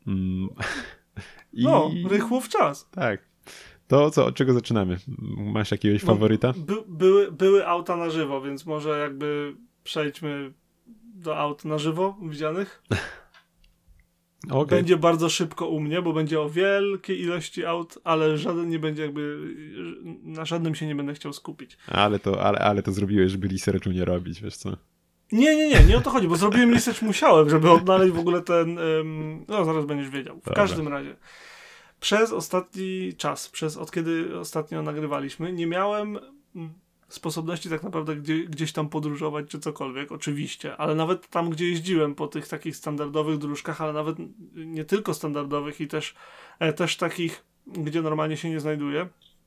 Rychło w czas. Tak. To co, od czego zaczynamy? Masz jakiegoś faworyta? Były auta na żywo, więc może jakby przejdźmy do aut na żywo widzianych. Okay. Będzie bardzo szybko u mnie, bo będzie o wielkiej ilości aut, ale żaden nie będzie na żadnym się nie będę chciał skupić. Ale to zrobiłeś, żeby researchu nie robić, wiesz co? Nie o to chodzi, bo zrobiłem research, musiałem, żeby odnaleźć w ogóle ten... zaraz będziesz wiedział. W każdym razie. Przez ostatni czas, od kiedy ostatnio nagrywaliśmy, nie miałem sposobności tak naprawdę gdzieś tam podróżować czy cokolwiek, oczywiście, ale nawet tam, gdzie jeździłem po tych takich standardowych dróżkach, ale nawet nie tylko standardowych i też takich, gdzie normalnie się nie znajduję,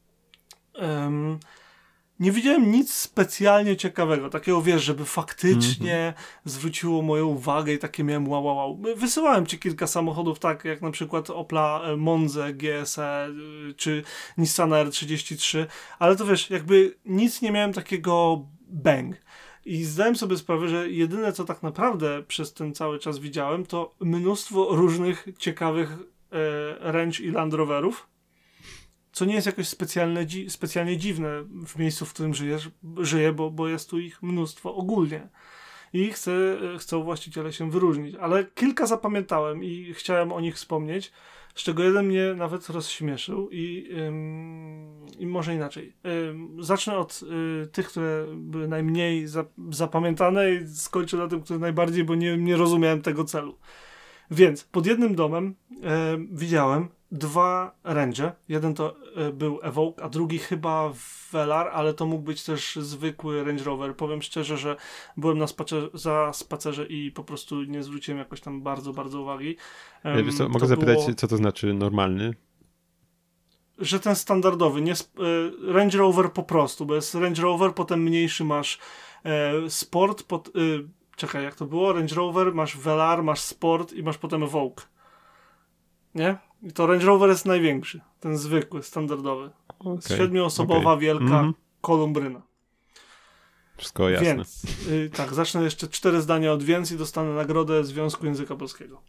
nie widziałem nic specjalnie ciekawego, takiego wiesz, żeby faktycznie zwróciło moją uwagę i takie miałem wow. Wysyłałem ci kilka samochodów, tak jak na przykład Opla Monza GSE czy Nissana R33, ale to wiesz, jakby nic nie miałem takiego bang. I zdałem sobie sprawę, że jedyne co tak naprawdę przez ten cały czas widziałem, to mnóstwo różnych ciekawych Range i Land Roverów, co nie jest jakoś specjalnie dziwne w miejscu, w którym żyję, bo jest tu ich mnóstwo ogólnie. I chcą właściciele się wyróżnić. Ale kilka zapamiętałem i chciałem o nich wspomnieć, z czego jeden mnie nawet rozśmieszył i może inaczej. Zacznę od tych, które były najmniej zapamiętane i skończę na tym, który najbardziej, bo nie rozumiałem tego celu. Więc pod jednym domem widziałem 2 Range. Jeden to był Evoque, a drugi chyba Velar, ale to mógł być też zwykły Range Rover. Powiem szczerze, że byłem na spacerze i po prostu nie zwróciłem jakoś tam bardzo, bardzo uwagi. Wiesz co, mogę zapytać, co to znaczy normalny? Że ten standardowy, nie Range Rover po prostu, bo jest Range Rover, potem mniejszy masz Sport, czekaj, jak to było? Range Rover, masz Velar, masz Sport i masz potem Evoque. Nie? I to Range Rover jest największy. Ten zwykły, standardowy. Okay. 7-osobowa, wielka kolumbryna. Wszystko jasne. Więc, tak, zacznę jeszcze 4 zdania od więc i dostanę nagrodę Związku Języka Polskiego.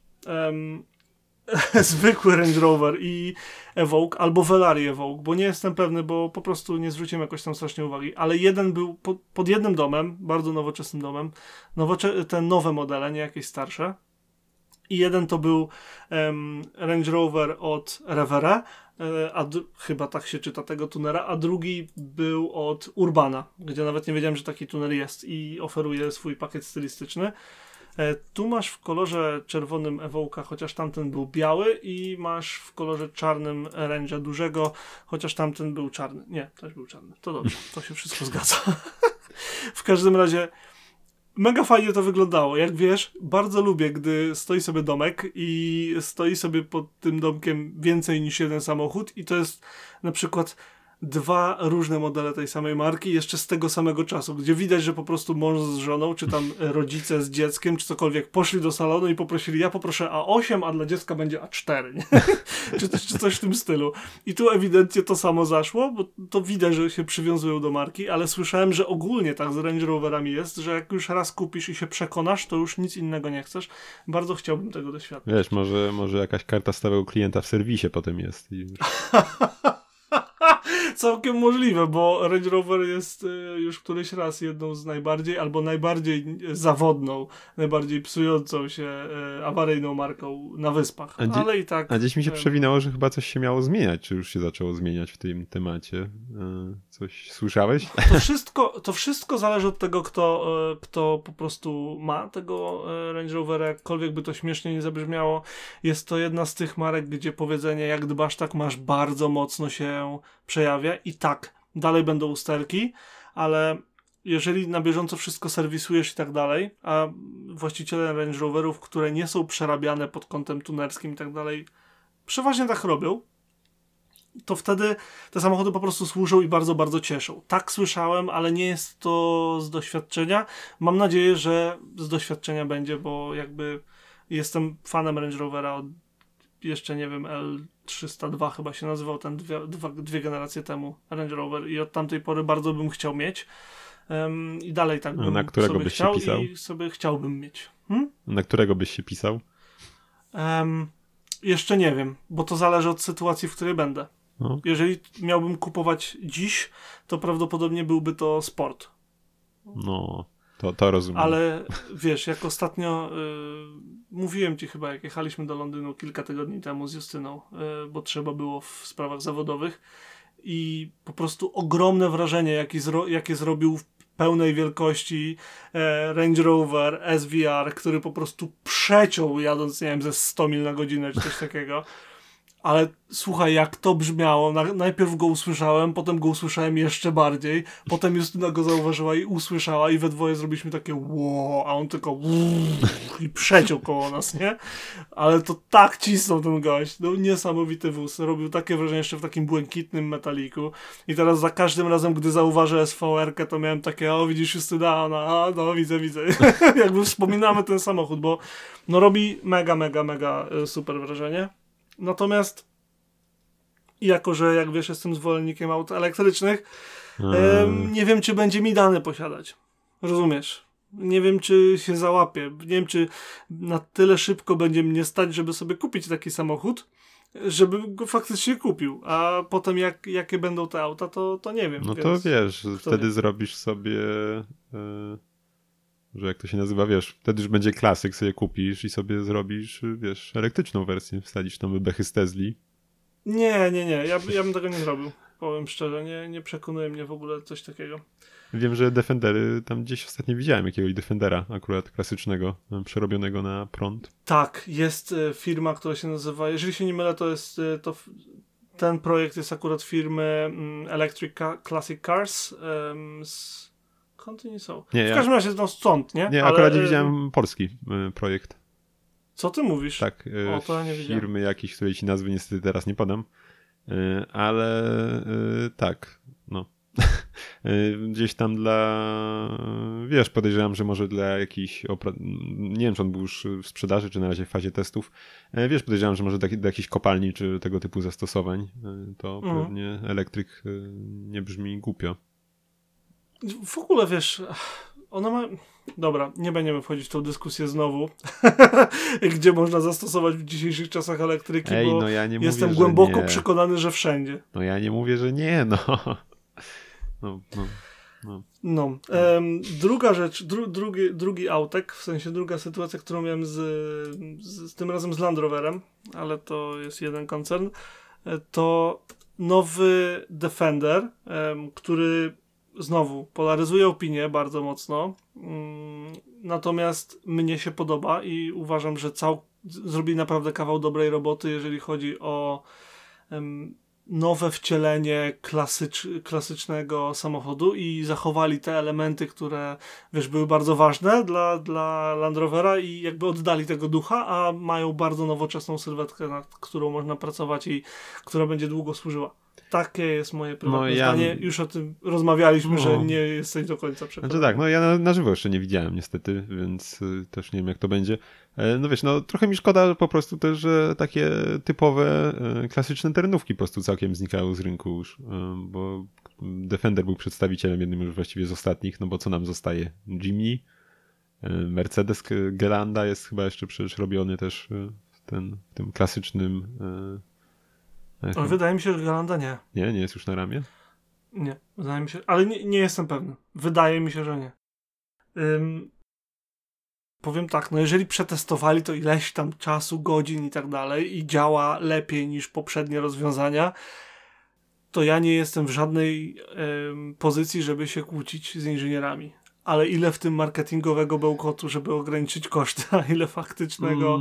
Zwykły Range Rover i Evoque, albo Velar i Evoque, bo nie jestem pewny, bo po prostu nie zwróciłem jakoś tam strasznie uwagi, ale jeden był pod jednym domem, bardzo nowoczesnym domem, te nowe modele, nie jakieś starsze, I jeden to był Range Rover od Revere, chyba tak się czyta tego tunera, a drugi był od Urbana, gdzie nawet nie wiedziałem, że taki tuner jest i oferuje swój pakiet stylistyczny. Tu masz w kolorze czerwonym Evoque'a, chociaż tamten był biały, i masz w kolorze czarnym Range'a dużego, chociaż tamten był czarny. Nie, też był czarny. To dobrze, to się wszystko zgadza. W każdym razie mega fajnie to wyglądało. Jak wiesz, bardzo lubię, gdy stoi sobie domek i stoi sobie pod tym domkiem więcej niż jeden samochód i to jest na przykład 2 różne modele tej samej marki, jeszcze z tego samego czasu, gdzie widać, że po prostu mąż z żoną, czy tam rodzice z dzieckiem, czy cokolwiek, poszli do salonu i poprosili, ja poproszę A8, a dla dziecka będzie A4, nie? czy coś w tym stylu. I tu ewidentnie to samo zaszło, bo to widać, że się przywiązują do marki, ale słyszałem, że ogólnie tak z Range Roverami jest, że jak już raz kupisz i się przekonasz, to już nic innego nie chcesz. Bardzo chciałbym tego doświadczyć. Wiesz, może jakaś karta stałego klienta w serwisie potem jest. I już... Całkiem możliwe, bo Range Rover jest już któryś raz jedną z najbardziej, albo najbardziej zawodną, najbardziej psującą się awaryjną marką na Wyspach. Ale i tak... A gdzieś mi się przewinęło, że chyba coś się miało zmieniać. Czy już się zaczęło zmieniać w tym temacie? Coś słyszałeś? To wszystko zależy od tego, kto po prostu ma tego Range Rovera, jakkolwiek by to śmiesznie nie zabrzmiało. Jest to jedna z tych marek, gdzie powiedzenie jak dbasz, tak masz bardzo mocno się przejawia i tak, dalej będą usterki, ale jeżeli na bieżąco wszystko serwisujesz i tak dalej, a właściciele Range Roverów, które nie są przerabiane pod kątem tunerskim i tak dalej, przeważnie tak robią, to wtedy te samochody po prostu służą i bardzo, bardzo cieszą. Tak słyszałem, ale nie jest to z doświadczenia. Mam nadzieję, że z doświadczenia będzie, bo jakby jestem fanem Range Rovera od jeszcze nie wiem, L302 chyba się nazywał ten dwie generacje temu Range Rover i od tamtej pory bardzo bym chciał mieć i dalej tak bym na którego sobie byś chciał się pisał? I sobie chciałbym mieć. Na którego byś się pisał? Jeszcze nie wiem, bo to zależy od sytuacji, w której będę. No. Jeżeli miałbym kupować dziś, to prawdopodobnie byłby to Sport. No, to rozumiem. Ale wiesz, jak ostatnio mówiłem ci chyba, jak jechaliśmy do Londynu kilka tygodni temu z Justyną, bo trzeba było w sprawach zawodowych i po prostu ogromne wrażenie, jakie zrobił w pełnej wielkości Range Rover SVR, który po prostu przeciął jadąc, nie wiem, ze 100 mil na godzinę czy coś takiego. Ale słuchaj, jak to brzmiało. Najpierw go usłyszałem, potem go usłyszałem jeszcze bardziej, potem Justyna go zauważyła i usłyszała i we dwoje zrobiliśmy takie wow, a on tylko i przeciął koło nas, nie? Ale to tak cisnął ten gość. No, niesamowity wóz. Robił takie wrażenie jeszcze w takim błękitnym metaliku. I teraz za każdym razem, gdy zauważę SVR-kę, to miałem takie, o widzisz Justyna, ona, no widzę. Jakby wspominamy ten samochód, bo no robi mega super wrażenie. Natomiast jako, że jak wiesz, jestem zwolennikiem aut elektrycznych, nie wiem, czy będzie mi dane posiadać. Rozumiesz? Nie wiem, czy się załapię. Nie wiem, czy na tyle szybko będzie mnie stać, żeby sobie kupić taki samochód, żebym go faktycznie kupił. A potem jakie będą te auta, to nie wiem. No to wiesz, wtedy zrobisz sobie... że jak to się nazywa, wiesz, wtedy już będzie klasyk, sobie kupisz i sobie zrobisz, wiesz, elektryczną wersję, wsadzisz tam bechy z Tesli. Nie, ja bym tego nie zrobił, powiem szczerze, nie przekonuje mnie w ogóle coś takiego. Wiem, że Defendery, tam gdzieś ostatnio widziałem jakiegoś Defendera akurat klasycznego, przerobionego na prąd. Tak, jest firma, która się nazywa, jeżeli się nie mylę, ten projekt jest akurat firmy Electric Classic Cars skąd oni są? W każdym razie no stąd, nie? Nie, akurat widziałem polski projekt. Co ty mówisz? Tak, to nie firmy jakiejś, której ci nazwy niestety teraz nie podam, ale tak, no. Gdzieś tam wiesz, podejrzewam, że może dla jakichś, nie wiem, czy on był już w sprzedaży, czy na razie w fazie testów, wiesz, podejrzewam, że może do jakichś kopalni, czy tego typu zastosowań, to pewnie elektryk nie brzmi głupio. W ogóle, wiesz, ona ma... Dobra, nie będziemy wchodzić w tą dyskusję znowu, gdzie można zastosować w dzisiejszych czasach elektryki, bo no ja nie jestem mówię, głęboko przekonany, że wszędzie. No ja nie mówię, że nie, no. Druga rzecz, drugi autek, w sensie druga sytuacja, którą miałem z tym razem z Land Roverem, ale to jest jeden koncern, to nowy Defender, który znowu polaryzuje opinię bardzo mocno, natomiast mnie się podoba i uważam, że zrobili naprawdę kawał dobrej roboty, jeżeli chodzi o nowe wcielenie klasycznego samochodu i zachowali te elementy, które były bardzo ważne dla Land Rovera i jakby oddali tego ducha, a mają bardzo nowoczesną sylwetkę, nad którą można pracować i która będzie długo służyła. Takie jest moje prywatne zdanie. Już o tym rozmawialiśmy, że nie jesteś do końca przekonany. Znaczy tak, ja na żywo jeszcze nie widziałem niestety, więc też nie wiem jak to będzie. No wiesz, trochę mi szkoda po prostu też, że takie typowe, klasyczne terenówki po prostu całkiem znikały z rynku już, bo Defender był przedstawicielem jednym już właściwie z ostatnich, no bo co nam zostaje? Jimny, Mercedes Gelanda jest chyba jeszcze przecież robiony też w tym klasycznym... Wydaje mi się, że Gelanda nie. Nie jest już na ramię? Nie, wydaje mi się, ale nie jestem pewny. Wydaje mi się, że nie. Powiem tak, jeżeli przetestowali to ileś tam czasu, godzin i tak dalej i działa lepiej niż poprzednie rozwiązania, to ja nie jestem w żadnej pozycji, żeby się kłócić z inżynierami. Ale ile w tym marketingowego bełkotu, żeby ograniczyć koszty, a ile faktycznego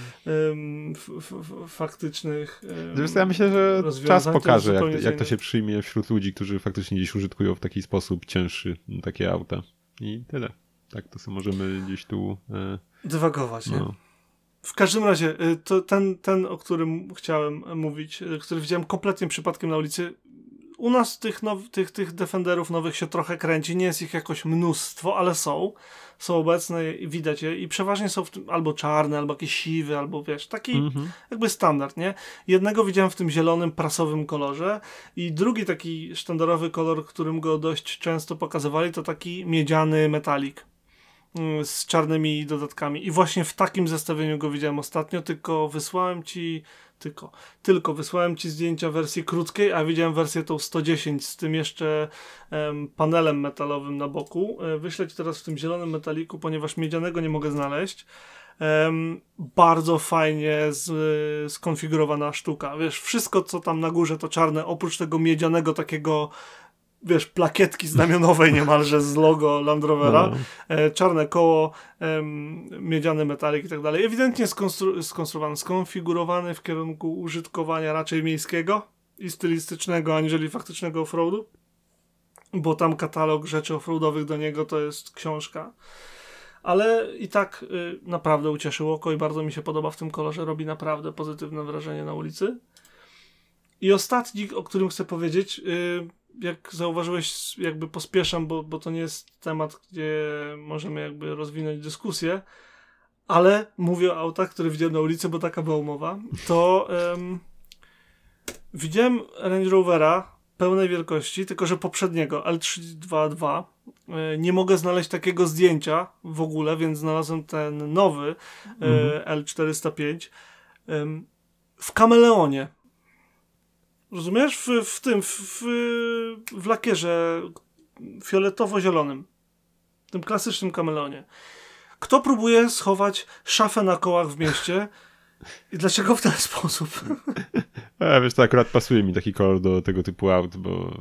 faktycznych ja myślę, że czas pokaże, jak to się przyjmie wśród ludzi, którzy faktycznie gdzieś użytkują w taki sposób cięższy takie auta. I tyle. Tak, to sobie możemy gdzieś tu... dywagować, nie? W każdym razie, to ten, o którym chciałem mówić, który widziałem kompletnie przypadkiem na ulicy, u nas tych Defenderów nowych się trochę kręci, nie jest ich jakoś mnóstwo, ale są obecne i widać je i przeważnie są w tym albo czarne, albo jakieś siwy, albo taki jakby standard, nie? Jednego widziałem w tym zielonym, prasowym kolorze i drugi taki sztandarowy kolor, którym go dość często pokazywali, to taki miedziany metalik z czarnymi dodatkami i właśnie w takim zestawieniu go widziałem ostatnio, tylko wysłałem ci zdjęcia wersji krótkiej, a widziałem wersję tą 110 z tym jeszcze panelem metalowym na boku. Wyślę ci teraz w tym zielonym metaliku, ponieważ miedzianego nie mogę znaleźć. Bardzo fajnie skonfigurowana sztuka. Wiesz, wszystko co tam na górze to czarne, oprócz tego miedzianego takiego plakietki znamionowej niemalże z logo Land Rovera, czarne koło, miedziany metalik i tak dalej. Ewidentnie skonfigurowany w kierunku użytkowania raczej miejskiego i stylistycznego, aniżeli faktycznego offroadu, bo tam katalog rzeczy offroadowych do niego to jest książka. Ale i tak naprawdę ucieszyło oko i bardzo mi się podoba w tym kolorze, robi naprawdę pozytywne wrażenie na ulicy. I ostatni, o którym chcę powiedzieć, jak zauważyłeś, jakby pospieszam, bo to nie jest temat, gdzie możemy jakby rozwinąć dyskusję, ale mówię o autach, które widziałem na ulicy, bo taka była umowa, to widziałem Range Rovera pełnej wielkości, tylko że poprzedniego, L322. Nie mogę znaleźć takiego zdjęcia w ogóle, więc znalazłem ten nowy L405 w kameleonie. Rozumiesz? W lakierze fioletowo-zielonym. W tym klasycznym kameleonie. Kto próbuje schować szafę na kołach w mieście i dlaczego w ten sposób? Wiesz, to akurat pasuje mi taki kolor do tego typu aut, bo...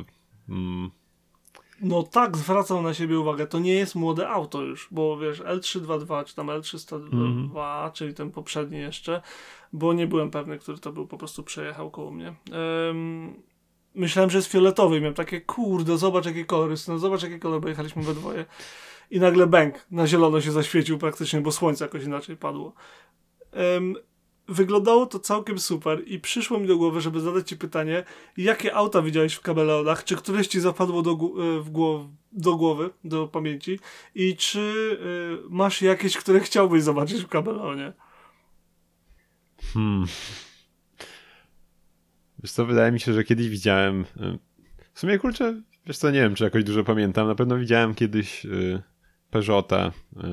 No tak, zwracał na siebie uwagę. To nie jest młode auto już, bo wiesz, L322 czy tam L302, czyli ten poprzedni jeszcze, bo nie byłem pewny, który to był, po prostu przejechał koło mnie. Myślałem, że jest fioletowy i miałem takie, kurde, zobacz jaki kolor jest, zobacz jaki kolor, bo jechaliśmy we dwoje. I nagle bęk, na zielono się zaświecił praktycznie, bo słońce jakoś inaczej padło. Wyglądało to całkiem super i przyszło mi do głowy, żeby zadać ci pytanie, jakie auta widziałeś w kameleonach, czy któreś ci zapadło do głowy, do pamięci i czy masz jakieś, które chciałbyś zobaczyć w kameleonie? Wiesz co, wydaje mi się, że kiedyś widziałem, w sumie kurczę, wiesz co, nie wiem, czy jakoś dużo pamiętam, na pewno widziałem kiedyś Peugeota,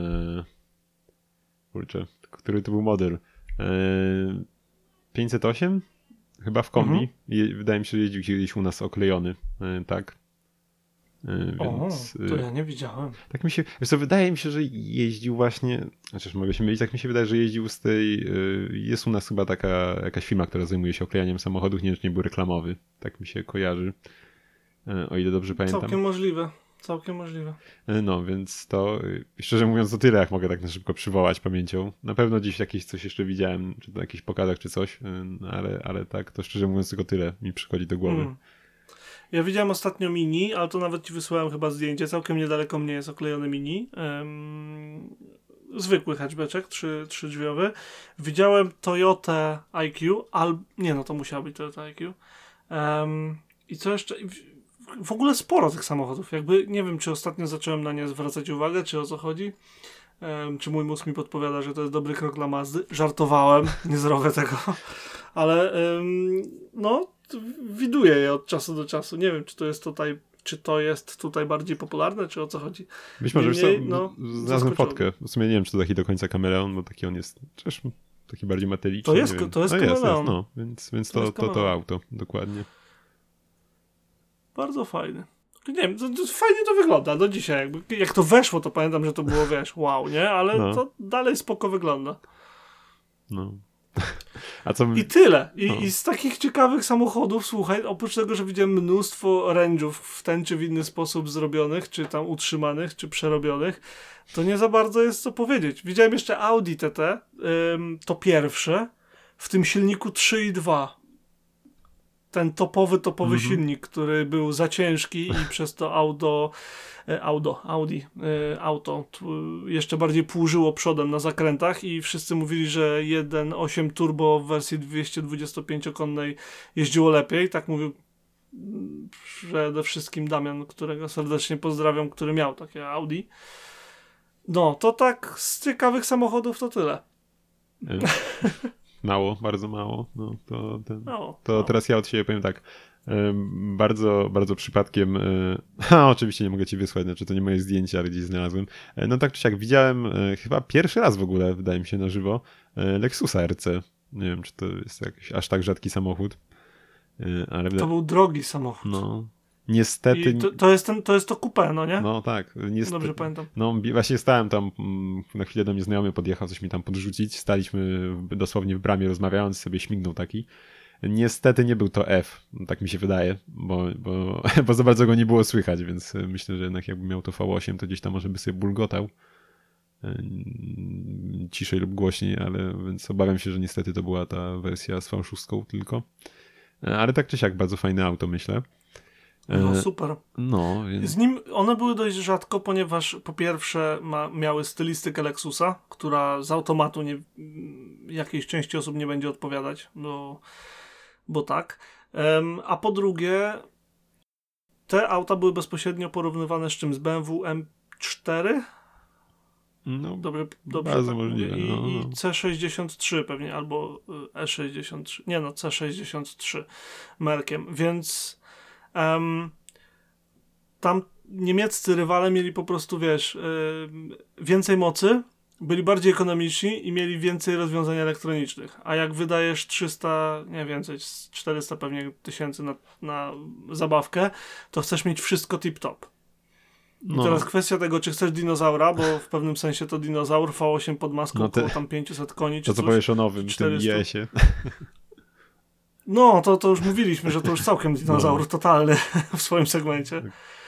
kurczę, który to był model, 508? Chyba w kombi. Wydaje mi się, że jeździł kiedyś u nas oklejony, tak? Więc, to ja nie widziałem. Tak mi się, wiesz co, wydaje mi się, że jeździł właśnie, chociaż mogę się mylić, tak mi się wydaje, że jeździł z tej, jest u nas chyba taka jakaś firma, która zajmuje się oklejaniem samochodów, nie wiem, czy nie był reklamowy, tak mi się kojarzy, o ile dobrze pamiętam. Całkiem możliwe. No, więc to, szczerze mówiąc, to tyle, jak mogę tak na szybko przywołać pamięcią. Na pewno gdzieś jakieś coś jeszcze widziałem, czy to na jakichś pokazach, czy coś, ale tak, to szczerze mówiąc tylko tyle mi przychodzi do głowy. Ja widziałem ostatnio Mini, ale to nawet ci wysłałem chyba zdjęcie. Całkiem niedaleko mnie jest oklejony Mini. Zwykły hatchback, trzydrzwiowy. Widziałem Toyota IQ, nie, no to musiała być Toyota IQ. I co jeszcze? W ogóle sporo tych samochodów. Jakby nie wiem, czy ostatnio zacząłem na nie zwracać uwagę, czy o co chodzi. Czy mój mózg mi podpowiada, że to jest dobry krok dla Mazdy. Żartowałem, nie zrobię tego. Ale no, widuję je od czasu do czasu. Nie wiem, czy to jest tutaj bardziej popularne, czy o co chodzi. Być może, znalazłem fotkę. W sumie nie wiem, czy to taki do końca kameleon, bo taki on jest przecież taki bardziej metaliczny. To jest kameleon. No, więc to auto, dokładnie. Bardzo fajny. Nie wiem, to fajnie to wygląda do dzisiaj. Jak to weszło, to pamiętam, że to było, wow, nie? Ale to dalej spoko wygląda. No. A co... I tyle. I z takich ciekawych samochodów, słuchaj, oprócz tego, że widziałem mnóstwo range'ów w ten czy w inny sposób zrobionych, czy tam utrzymanych, czy przerobionych, to nie za bardzo jest co powiedzieć. Widziałem jeszcze Audi TT, to pierwsze, w tym silniku 3.2. Ten topowy silnik, który był za ciężki i przez to Audi auto jeszcze bardziej płużyło przodem na zakrętach i wszyscy mówili, że 1.8 turbo w wersji 225-konnej jeździło lepiej. Tak mówił przede wszystkim Damian, którego serdecznie pozdrawiam, który miał takie Audi. No, to tak z ciekawych samochodów to tyle. Mało, bardzo mało. No, to teraz ja od siebie powiem tak. Bardzo, bardzo przypadkiem. Oczywiście nie mogę ci wysłać, znaczy to nie moje zdjęcie, ale gdzieś znalazłem. No tak czy siak widziałem chyba pierwszy raz w ogóle, wydaje mi się, na żywo Lexusa RC. Nie wiem, czy to jest jakiś aż tak rzadki samochód. Ale to był drogi samochód. No. Niestety... To jest to coupé, no nie? No tak. Dobrze pamiętam. No właśnie stałem tam, na chwilę do mnie znajomy podjechał coś mi tam podrzucić, staliśmy dosłownie w bramie rozmawiając, sobie śmignął taki. Niestety nie był to F, tak mi się wydaje, bo za bardzo go nie było słychać, więc myślę, że jednak jakby miał to V8, to gdzieś tam może by sobie bulgotał ciszej lub głośniej, ale więc obawiam się, że niestety to była ta wersja z V6 tylko. Ale tak czy siak bardzo fajne auto, myślę. No super. No, więc... Z nim one były dość rzadko, ponieważ po pierwsze miały stylistykę Lexusa, która z automatu jakiejś części osób nie będzie odpowiadać, bo tak. A po drugie te auta były bezpośrednio porównywane z czym? Z BMW M4? No, dobrze bardzo tak możliwe. I C63 pewnie, albo E63. Nie no, C63 Merkiem, więc tam niemieccy rywale mieli po prostu, więcej mocy, byli bardziej ekonomiczni i mieli więcej rozwiązań elektronicznych. A jak wydajesz 300, nie więcej, 400 pewnie tysięcy na zabawkę, to chcesz mieć wszystko tip-top. I teraz kwestia tego, czy chcesz dinozaura, bo w pewnym sensie to dinozaur V8 pod maską około tam 500 koni, czy to co powiesz o nowym, 400. Tym IS-ie. No, to już mówiliśmy, że to już całkiem dinozaur totalny w swoim segmencie.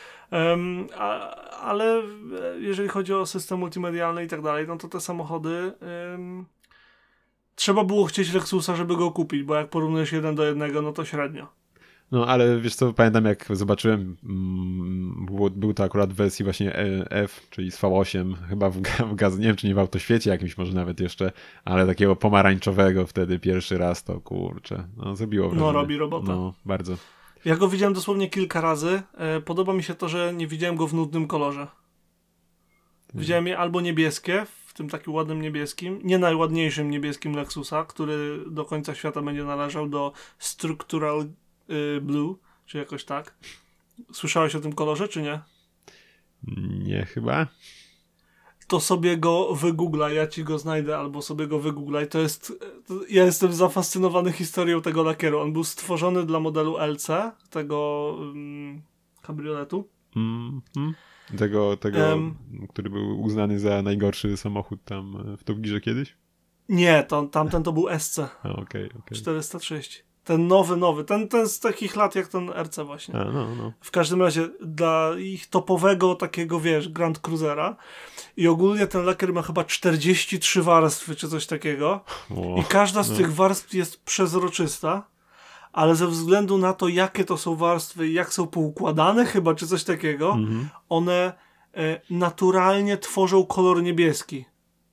Ale jeżeli chodzi o system multimedialny i tak dalej, no to te samochody trzeba było chcieć Lexusa, żeby go kupić, bo jak porównujesz 1:1, no to średnio. No, ale wiesz co, pamiętam jak zobaczyłem, był to akurat w wersji właśnie F, czyli z V8, chyba w gaz, nie wiem czy nie w autoświecie jakimś może nawet jeszcze, ale takiego pomarańczowego wtedy pierwszy raz to kurczę, no zrobiło wrażenie. No robi robotę. No, bardzo. Ja go widziałem dosłownie kilka razy, podoba mi się to, że nie widziałem go w nudnym kolorze. Widziałem je albo niebieskie, w tym takim ładnym niebieskim, nie najładniejszym niebieskim Lexusa, który do końca świata będzie należał do Structural Blue, czy jakoś tak. Słyszałeś o tym kolorze, czy nie? Nie, chyba. To sobie go wygooglaj, ja ci go znajdę, albo sobie go wygooglaj. Ja jestem zafascynowany historią tego lakieru. On był stworzony dla modelu LC, tego kabrioletu. Tego który był uznany za najgorszy samochód tam w Top Gearze kiedyś? Nie, tamten to był SC. Okay. 430. Ten nowy. Ten z takich lat jak ten RC właśnie. No. W każdym razie dla ich topowego takiego, wiesz, Grand Cruisera. I ogólnie ten lakier ma chyba 43 warstwy, czy coś takiego. I każda z tych warstw jest przezroczysta, ale ze względu na to, jakie to są warstwy i jak są poukładane chyba, czy coś takiego, one naturalnie tworzą kolor niebieski.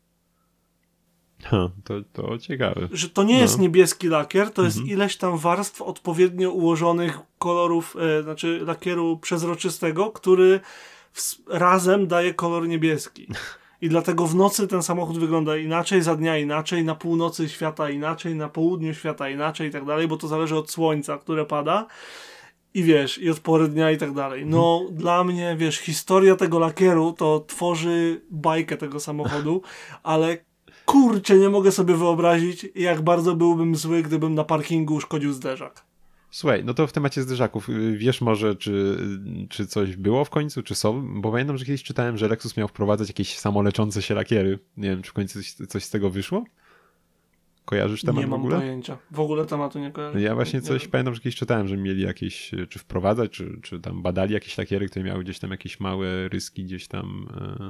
To ciekawe. Że to nie jest niebieski lakier, to jest ileś tam warstw odpowiednio ułożonych kolorów, znaczy lakieru przezroczystego, który razem daje kolor niebieski. I dlatego w nocy ten samochód wygląda inaczej, za dnia inaczej, na północy świata inaczej, na południu świata inaczej i tak dalej, bo to zależy od słońca, które pada i wiesz, i od pory dnia i tak dalej. No, dla mnie, wiesz, historia tego lakieru to tworzy bajkę tego samochodu, ale kurczę, nie mogę sobie wyobrazić, jak bardzo byłbym zły, gdybym na parkingu uszkodził zderzak. Słuchaj, no to w temacie zderzaków, wiesz może, czy coś było w końcu, czy są? Bo pamiętam, że kiedyś czytałem, że Lexus miał wprowadzać jakieś samoleczące się lakiery. Nie wiem, czy w końcu coś z tego wyszło? Kojarzysz temat w ogóle? Nie mam pojęcia. W ogóle tematu nie kojarzę. Ja właśnie pamiętam, że kiedyś czytałem, że mieli jakieś, czy wprowadzać, czy tam badali jakieś lakiery, które miały gdzieś tam jakieś małe ryski, gdzieś tam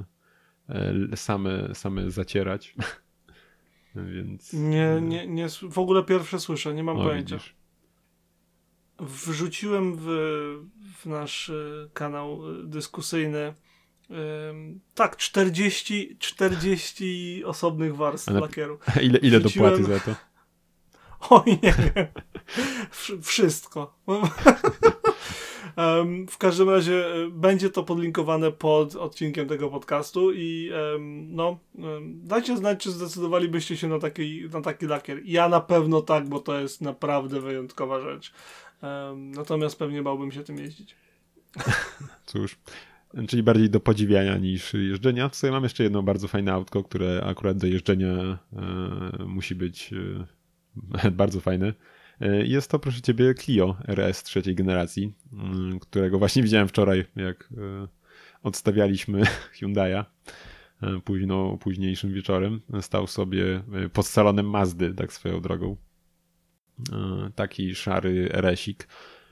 same zacierać. Więc... Nie, w ogóle pierwsze słyszę, nie mam pojęcia. Widzisz. Wrzuciłem w nasz kanał dyskusyjny 40 osobnych warstw lakieru. A ile dopłaty za to? Oj, nie wiem. Wszystko. W każdym razie będzie to podlinkowane pod odcinkiem tego podcastu i dajcie znać, czy zdecydowalibyście się na taki lakier. Ja na pewno tak, bo to jest naprawdę wyjątkowa rzecz. Natomiast pewnie bałbym się tym jeździć. Cóż, czyli bardziej do podziwiania niż jeżdżenia. W sumie mam jeszcze jedno bardzo fajne autko, które akurat do jeżdżenia musi być bardzo fajne. Jest to, proszę ciebie, Clio RS trzeciej generacji, którego właśnie widziałem wczoraj, jak odstawialiśmy Hyundai'a późniejszym wieczorem. Stał sobie pod salonem Mazdy, tak swoją drogą. Taki szary RS-ik.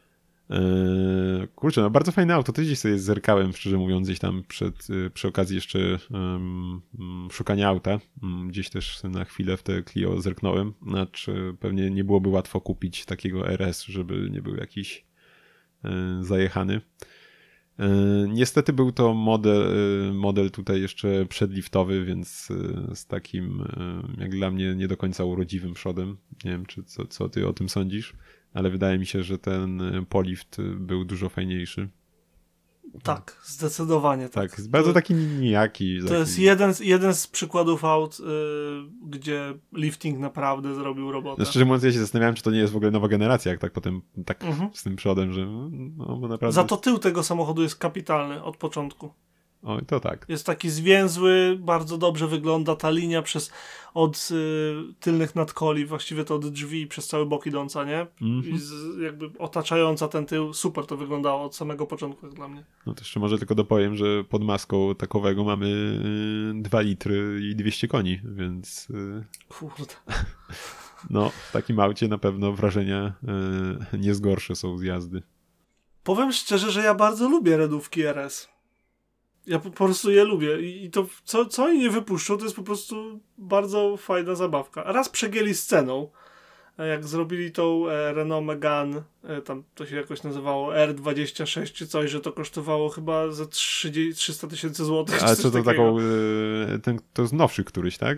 Kurczę, no bardzo fajne auto. Tydzień sobie zerkałem, szczerze mówiąc, gdzieś tam przy okazji jeszcze szukania auta. Gdzieś też na chwilę w te Clio zerknąłem. Znaczy pewnie nie byłoby łatwo kupić takiego RS, żeby nie był jakiś zajechany. Niestety był to model tutaj jeszcze przedliftowy, więc z takim jak dla mnie nie do końca urodziwym przodem. Nie wiem, co ty o tym sądzisz, ale wydaje mi się, że ten polift był dużo fajniejszy. Tak, zdecydowanie tak. Tak, bardzo taki nijaki. To jest jeden z przykładów aut, gdzie lifting naprawdę zrobił robotę. No, szczerze mówiąc, ja się zastanawiałem, czy to nie jest w ogóle nowa generacja, jak tak potem z tym przodem, że bo naprawdę... Za to tył tego samochodu jest kapitalny od początku. Oj, to tak. Jest taki zwięzły, bardzo dobrze wygląda ta linia od tylnych nadkoli, właściwie to od drzwi przez cały bok idąca, nie? I jakby otaczająca ten tył, super to wyglądało od samego początku jak dla mnie. No to jeszcze może tylko dopowiem, że pod maską takowego mamy 2 litry i 200 koni, więc kurde. No, w takim aucie na pewno wrażenia nie zgorsze są z jazdy. Powiem szczerze, że ja bardzo lubię redówki RS. Ja po prostu je lubię i to co oni nie wypuszczą, to jest po prostu bardzo fajna zabawka. Raz przegięli z ceną, jak zrobili tą Renault Megane, tam to się jakoś nazywało R26 czy coś, że to kosztowało chyba za 300 000 złotych. Ale co to taką, to jest nowszy któryś, tak?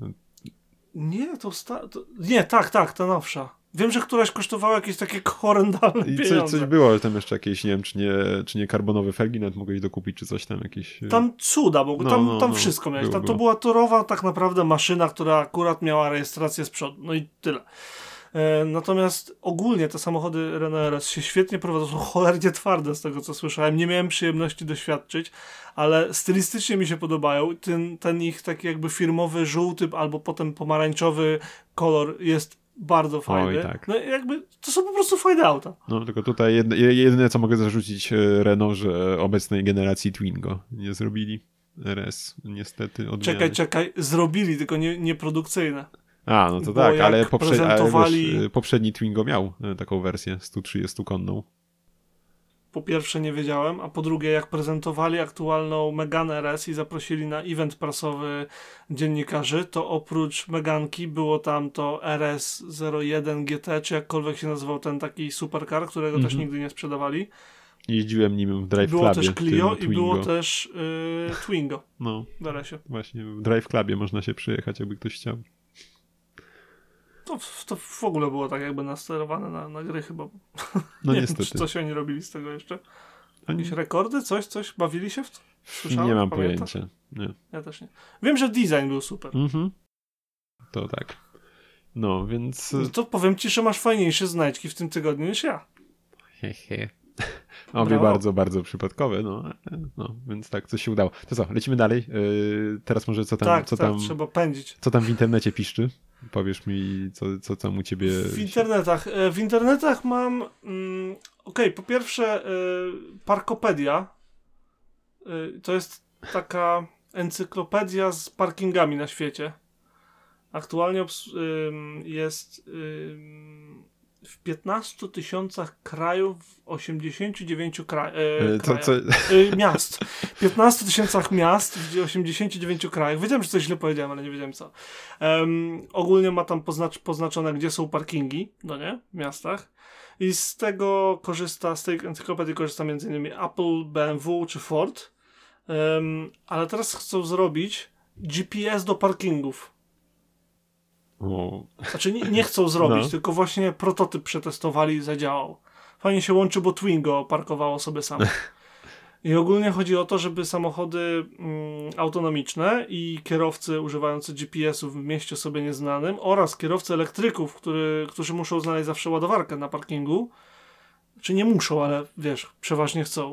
Nie, nie, tak, ta nowsza. Wiem, że któraś kosztowała jakieś takie horrendalne pieniądze. I coś było, że tam jeszcze jakieś, nie wiem, czy nie karbonowe felgi nawet mogłeś dokupić, czy coś tam jakieś... Tam cuda, bo tam wszystko miałeś. To była torowa tak naprawdę maszyna, która akurat miała rejestrację z przodu. No i tyle. Natomiast ogólnie te samochody Renault RS się świetnie prowadzą, są cholernie twarde z tego co słyszałem, nie miałem przyjemności doświadczyć, ale stylistycznie mi się podobają, ten ich taki jakby firmowy żółty albo potem pomarańczowy kolor jest bardzo fajny. Oj, tak. No jakby to są po prostu fajne auta. No tylko tutaj jedyne co mogę zarzucić Renault, że obecnej generacji Twingo nie zrobili. RS niestety odmiany. Czekaj, zrobili, tylko nieprodukcyjne. A, no to Bo tak, ale, prezentowali... ale wiesz, poprzedni Twingo miał taką wersję 130-konną. Po pierwsze nie wiedziałem, a po drugie jak prezentowali aktualną Megane RS i zaprosili na event prasowy dziennikarzy, to oprócz Meganki było tam to RS01 GT, czy jakkolwiek się nazywał ten taki supercar, którego też nigdy nie sprzedawali. Jeździłem nim w Drive Było Clubie. też Clio i było też Twingo no, w RS-ie. Właśnie w Drive Clubie można się przyjechać, jakby ktoś chciał. To w ogóle było tak jakby nasterowane na gry chyba. No nie niestety. wiem, czy coś oni robili z tego jeszcze. Jakieś rekordy? Coś? Bawili się w to? Słyszałem? Nie mam Pamiętasz? pojęcia. Nie. Ja też nie. Wiem, że design był super. To tak. No, więc... No to powiem ci, że masz fajniejsze znajdźki w tym tygodniu niż ja. Hehe. Obie bardzo, bardzo przypadkowe, no, więc tak, coś się udało. To co, lecimy dalej? Teraz może co tam... Tak, trzeba pędzić. Co tam w internecie piszczy? Powiesz mi, co tam u ciebie... W internetach mam... po pierwsze Parkopedia. To jest taka encyklopedia z parkingami na świecie. Aktualnie jest w 15 000 krajów, w 89 miast. 15 000 miast w 89 krajach. Wiedziałem, że coś źle powiedziałem, ale nie wiedziałem co. Ogólnie ma tam poznaczone, gdzie są parkingi, no nie? W miastach. I z tej encyklopedii korzysta m.in. Apple, BMW czy Ford. Ale teraz chcą zrobić GPS do parkingów. Znaczy nie chcą zrobić, tylko właśnie prototyp przetestowali i zadziałał. Fajnie się łączy, bo Twingo parkowało sobie samo. I ogólnie chodzi o to, żeby samochody autonomiczne i kierowcy używający GPS-ów w mieście sobie nieznanym oraz kierowcy elektryków, którzy muszą znaleźć zawsze ładowarkę na parkingu, czy nie muszą, ale wiesz, przeważnie chcą,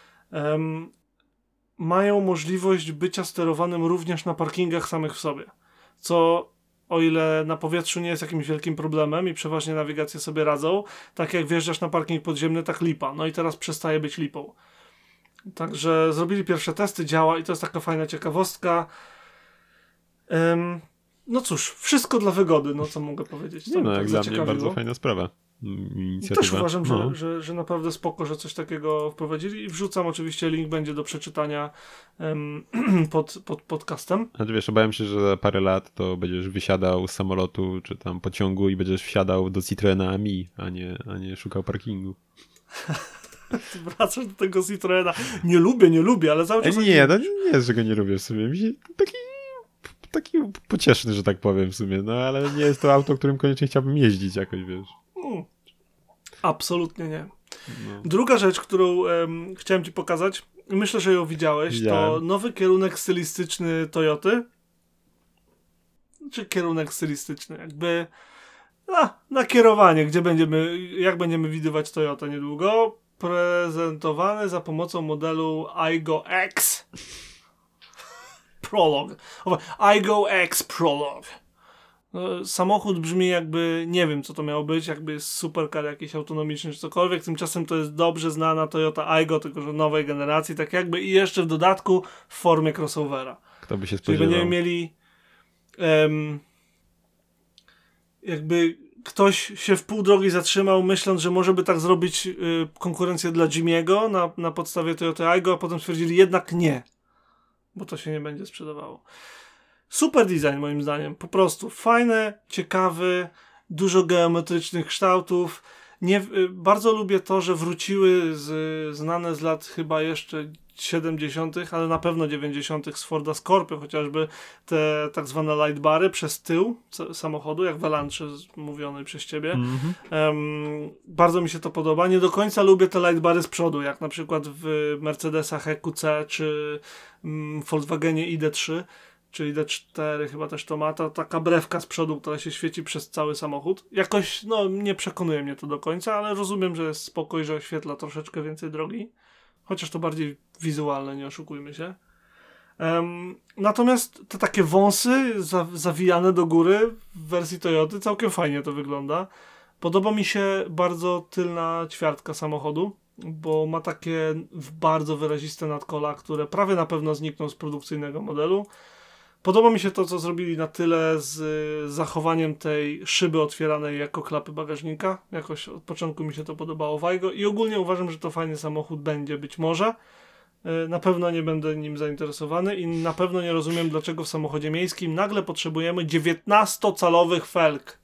mają możliwość bycia sterowanym również na parkingach samych w sobie. Co o ile na powietrzu nie jest jakimś wielkim problemem i przeważnie nawigacje sobie radzą, tak jak wjeżdżasz na parking podziemny, tak lipa. No i teraz przestaje być lipą. Także zrobili pierwsze testy, działa i to jest taka fajna ciekawostka. No cóż, wszystko dla wygody, no co mogę powiedzieć. To jak dla mnie bardzo fajna sprawa. Też uważam, że naprawdę spoko, że coś takiego wprowadzili i wrzucam oczywiście link, będzie do przeczytania pod podcastem. A ty wiesz, obawiam się, że za parę lat to będziesz wysiadał z samolotu czy tam pociągu i będziesz wsiadał do Citroena Ami, a nie szukał parkingu. Wracasz do tego Citroena. Nie lubię, ale cały czas... Nie, to nie jest, że go nie lubię w sumie. Mi się taki pocieszny, że tak powiem w sumie, no ale nie jest to auto, którym koniecznie chciałbym jeździć jakoś, wiesz. Absolutnie nie. No. Druga rzecz, którą chciałem ci pokazać, myślę, że ją widziałeś, to nowy kierunek stylistyczny Toyoty. Czy kierunek stylistyczny? Jakby nakierowanie, jak będziemy widywać Toyotę niedługo. Prezentowany za pomocą modelu Aygo X Prologue. Aygo X Prologue. Samochód brzmi jakby, nie wiem co to miało być, jakby jest supercar jakiś autonomiczny czy cokolwiek, tymczasem to jest dobrze znana Toyota Aygo, tylko że nowej generacji, tak jakby i jeszcze w dodatku w formie crossovera. Kto by się spodziewał? Czyli będziemy mieli jakby ktoś się w pół drogi zatrzymał, myśląc, że może by tak zrobić konkurencję dla Jimiego na podstawie Toyota Aygo, a potem stwierdzili jednak nie, bo to się nie będzie sprzedawało. Super design moim zdaniem, po prostu fajny, ciekawy, dużo geometrycznych kształtów. Bardzo lubię to, że wróciły znane z lat chyba jeszcze 70., ale na pewno 90. z Forda Scorpio, chociażby te tak zwane lightbary przez tył samochodu, jak w Elantrze mówiony przez ciebie. Bardzo mi się to podoba. Nie do końca lubię te lightbary z przodu, jak na przykład w Mercedesach EQC czy Volkswagenie ID3. Czyli D4 chyba też to ma, taka brewka z przodu, która się świeci przez cały samochód. Jakoś, nie przekonuje mnie to do końca, ale rozumiem, że jest spokój, że oświetla troszeczkę więcej drogi. Chociaż to bardziej wizualne, nie oszukujmy się. Natomiast te takie wąsy zawijane do góry w wersji Toyoty całkiem fajnie to wygląda. Podoba mi się bardzo tylna ćwiartka samochodu, bo ma takie bardzo wyraziste nadkola, które prawie na pewno znikną z produkcyjnego modelu. Podoba mi się to, co zrobili na tyle z zachowaniem tej szyby otwieranej jako klapy bagażnika. Jakoś od początku mi się to podobało Wajgo i ogólnie uważam, że to fajny samochód będzie być może. Na pewno nie będę nim zainteresowany i na pewno nie rozumiem, dlaczego w samochodzie miejskim nagle potrzebujemy 19-calowych felg.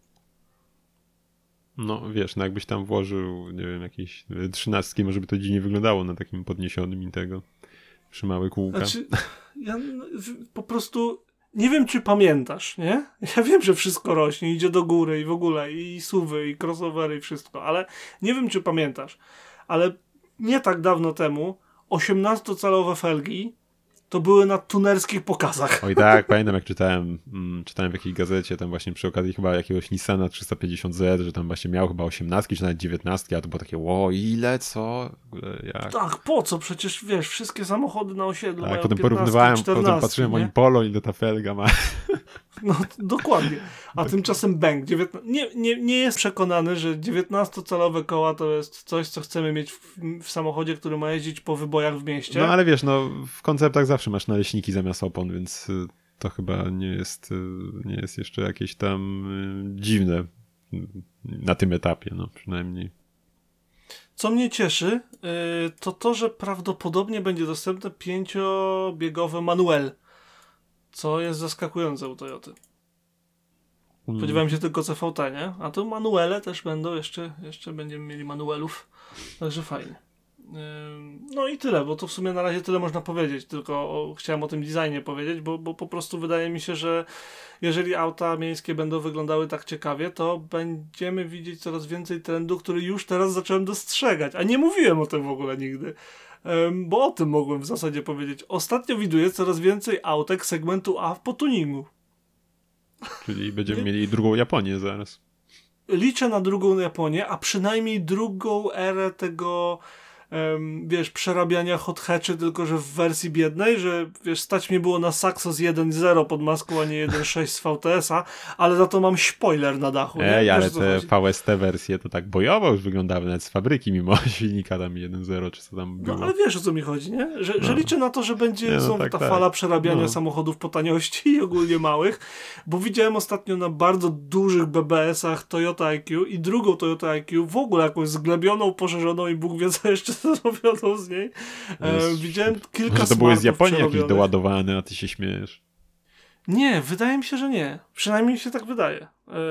No wiesz, no jakbyś tam włożył, nie wiem, jakieś 13, może by to dziwnie wyglądało na takim podniesionym i tego przy małe kółka. Znaczy, ja po prostu nie wiem, czy pamiętasz, nie? Ja wiem, że wszystko rośnie, idzie do góry i w ogóle, i SUV-y, i crossovery, i wszystko, ale nie wiem, czy pamiętasz, ale nie tak dawno temu 18-calowe felgi to były na tunerskich pokazach. Oj tak, pamiętam jak czytałem w jakiejś gazecie, tam właśnie przy okazji chyba jakiegoś Nissana 350Z, że tam właśnie miał chyba 18 czy nawet 19, a to było takie, ile, co? W ogóle jak? Tak, po co? Przecież wiesz, wszystkie samochody na osiedlu Tak, mają potem 15, porównywałem, 14, potem patrzyłem, oni Polo, ile ta felga ma. No, dokładnie. A tymczasem bęk. Nie jest przekonany, że 19-calowe koła to jest coś, co chcemy mieć w samochodzie, który ma jeździć po wybojach w mieście. No ale wiesz, no w konceptach zawsze masz naleśniki zamiast opon, więc to chyba nie jest jeszcze jakieś tam dziwne na tym etapie, no przynajmniej. Co mnie cieszy, to, że prawdopodobnie będzie dostępne 5-biegowe manuel, co jest zaskakujące u Toyoty. Spodziewałem się tylko CVT, nie? A tu manuele też będą, jeszcze będziemy mieli manuelów, także fajnie. No i tyle, bo to w sumie na razie tyle można powiedzieć, tylko chciałem o tym designie powiedzieć, bo po prostu wydaje mi się, że jeżeli auta miejskie będą wyglądały tak ciekawie, to będziemy widzieć coraz więcej trendu, który już teraz zacząłem dostrzegać, a nie mówiłem o tym w ogóle nigdy, bo o tym mogłem w zasadzie powiedzieć. Ostatnio widuję coraz więcej autek segmentu A po tuningu. Czyli będziemy mieli drugą Japonię zaraz. Liczę na drugą Japonię, a przynajmniej drugą erę tego przerabiania hot hatchy, tylko że w wersji biednej, że stać mnie było na Saxo z 1.0 pod maską, a nie 1.6 z VTS-a, ale za to mam spoiler na dachu. Ale te VST wersje to tak bojowo już wyglądały, nawet z fabryki, mimo silnika tam 1.0 czy co tam było. No ale wiesz, o co mi chodzi, nie? Że liczę na to, że będzie znowu ta fala przerabiania samochodów po taniości i ogólnie małych, bo widziałem ostatnio na bardzo dużych BBS-ach Toyota IQ i drugą Toyota IQ, w ogóle jakąś zglebioną, poszerzoną i Bóg wie co jeszcze zrobioną z niej. Widziałem kilka może to były z Japonii jakieś doładowane, a ty się śmiejesz. Nie, wydaje mi się, że nie. Przynajmniej mi się tak wydaje.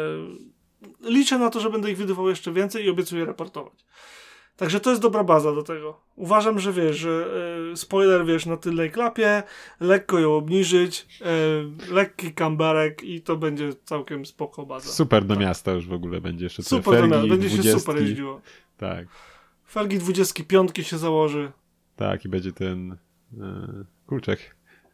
Liczę na to, że będę ich wydawał jeszcze więcej i obiecuję raportować. Także to jest dobra baza do tego. Uważam, że wiesz, że spoiler na tylnej klapie, lekko ją obniżyć, lekki kamberek i to będzie całkiem spoko baza. Super do miasta już w ogóle będzie jeszcze. Super do miasta, będzie 20. się super jeździło. Tak. Felgi 25 się założy. Tak, i będzie ten kurczak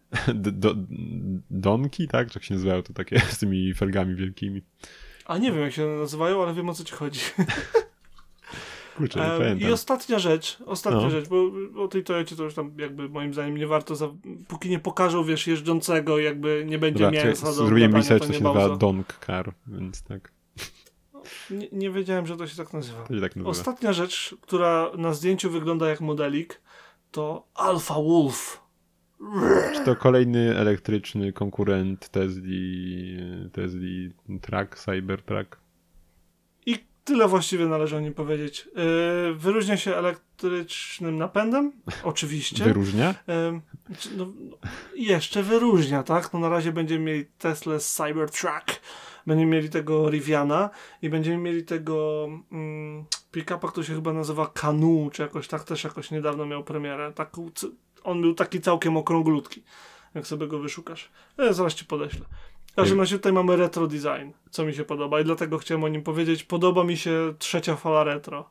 Donki, tak? Czy jak się nazywało to takie z tymi felgami wielkimi? A nie wiem jak się nazywają, ale wiem o co ci chodzi. Kurczę, nie pamiętam. I ostatnia rzecz, bo o tej Toyocie to już tam jakby moim zdaniem nie warto, póki nie pokażą, jeżdżącego, jakby nie będzie mięsa do zrobiłem research, to się nazywa Donk Car, więc tak. Nie wiedziałem, że to się tak nazywa. To się tak nazywa. Ostatnia rzecz, która na zdjęciu wygląda jak modelik, to Alfa Wolf. Czy to kolejny elektryczny konkurent Tesli Cybertruck? I tyle właściwie należy o nim powiedzieć. Wyróżnia się elektrycznym napędem, oczywiście. Wyróżnia? Jeszcze wyróżnia, tak? No na razie będziemy mieli Tesla Cybertruck, będziemy mieli tego Riviana i będziemy mieli tego pick-upa, który się chyba nazywa Kanu, czy jakoś tak, też jakoś niedawno miał premierę. On był taki całkiem okrąglutki, jak sobie go wyszukasz. Zaraz ci podeślę. W każdym razie tutaj mamy retro design, co mi się podoba i dlatego chciałem o nim powiedzieć. Podoba mi się trzecia fala retro.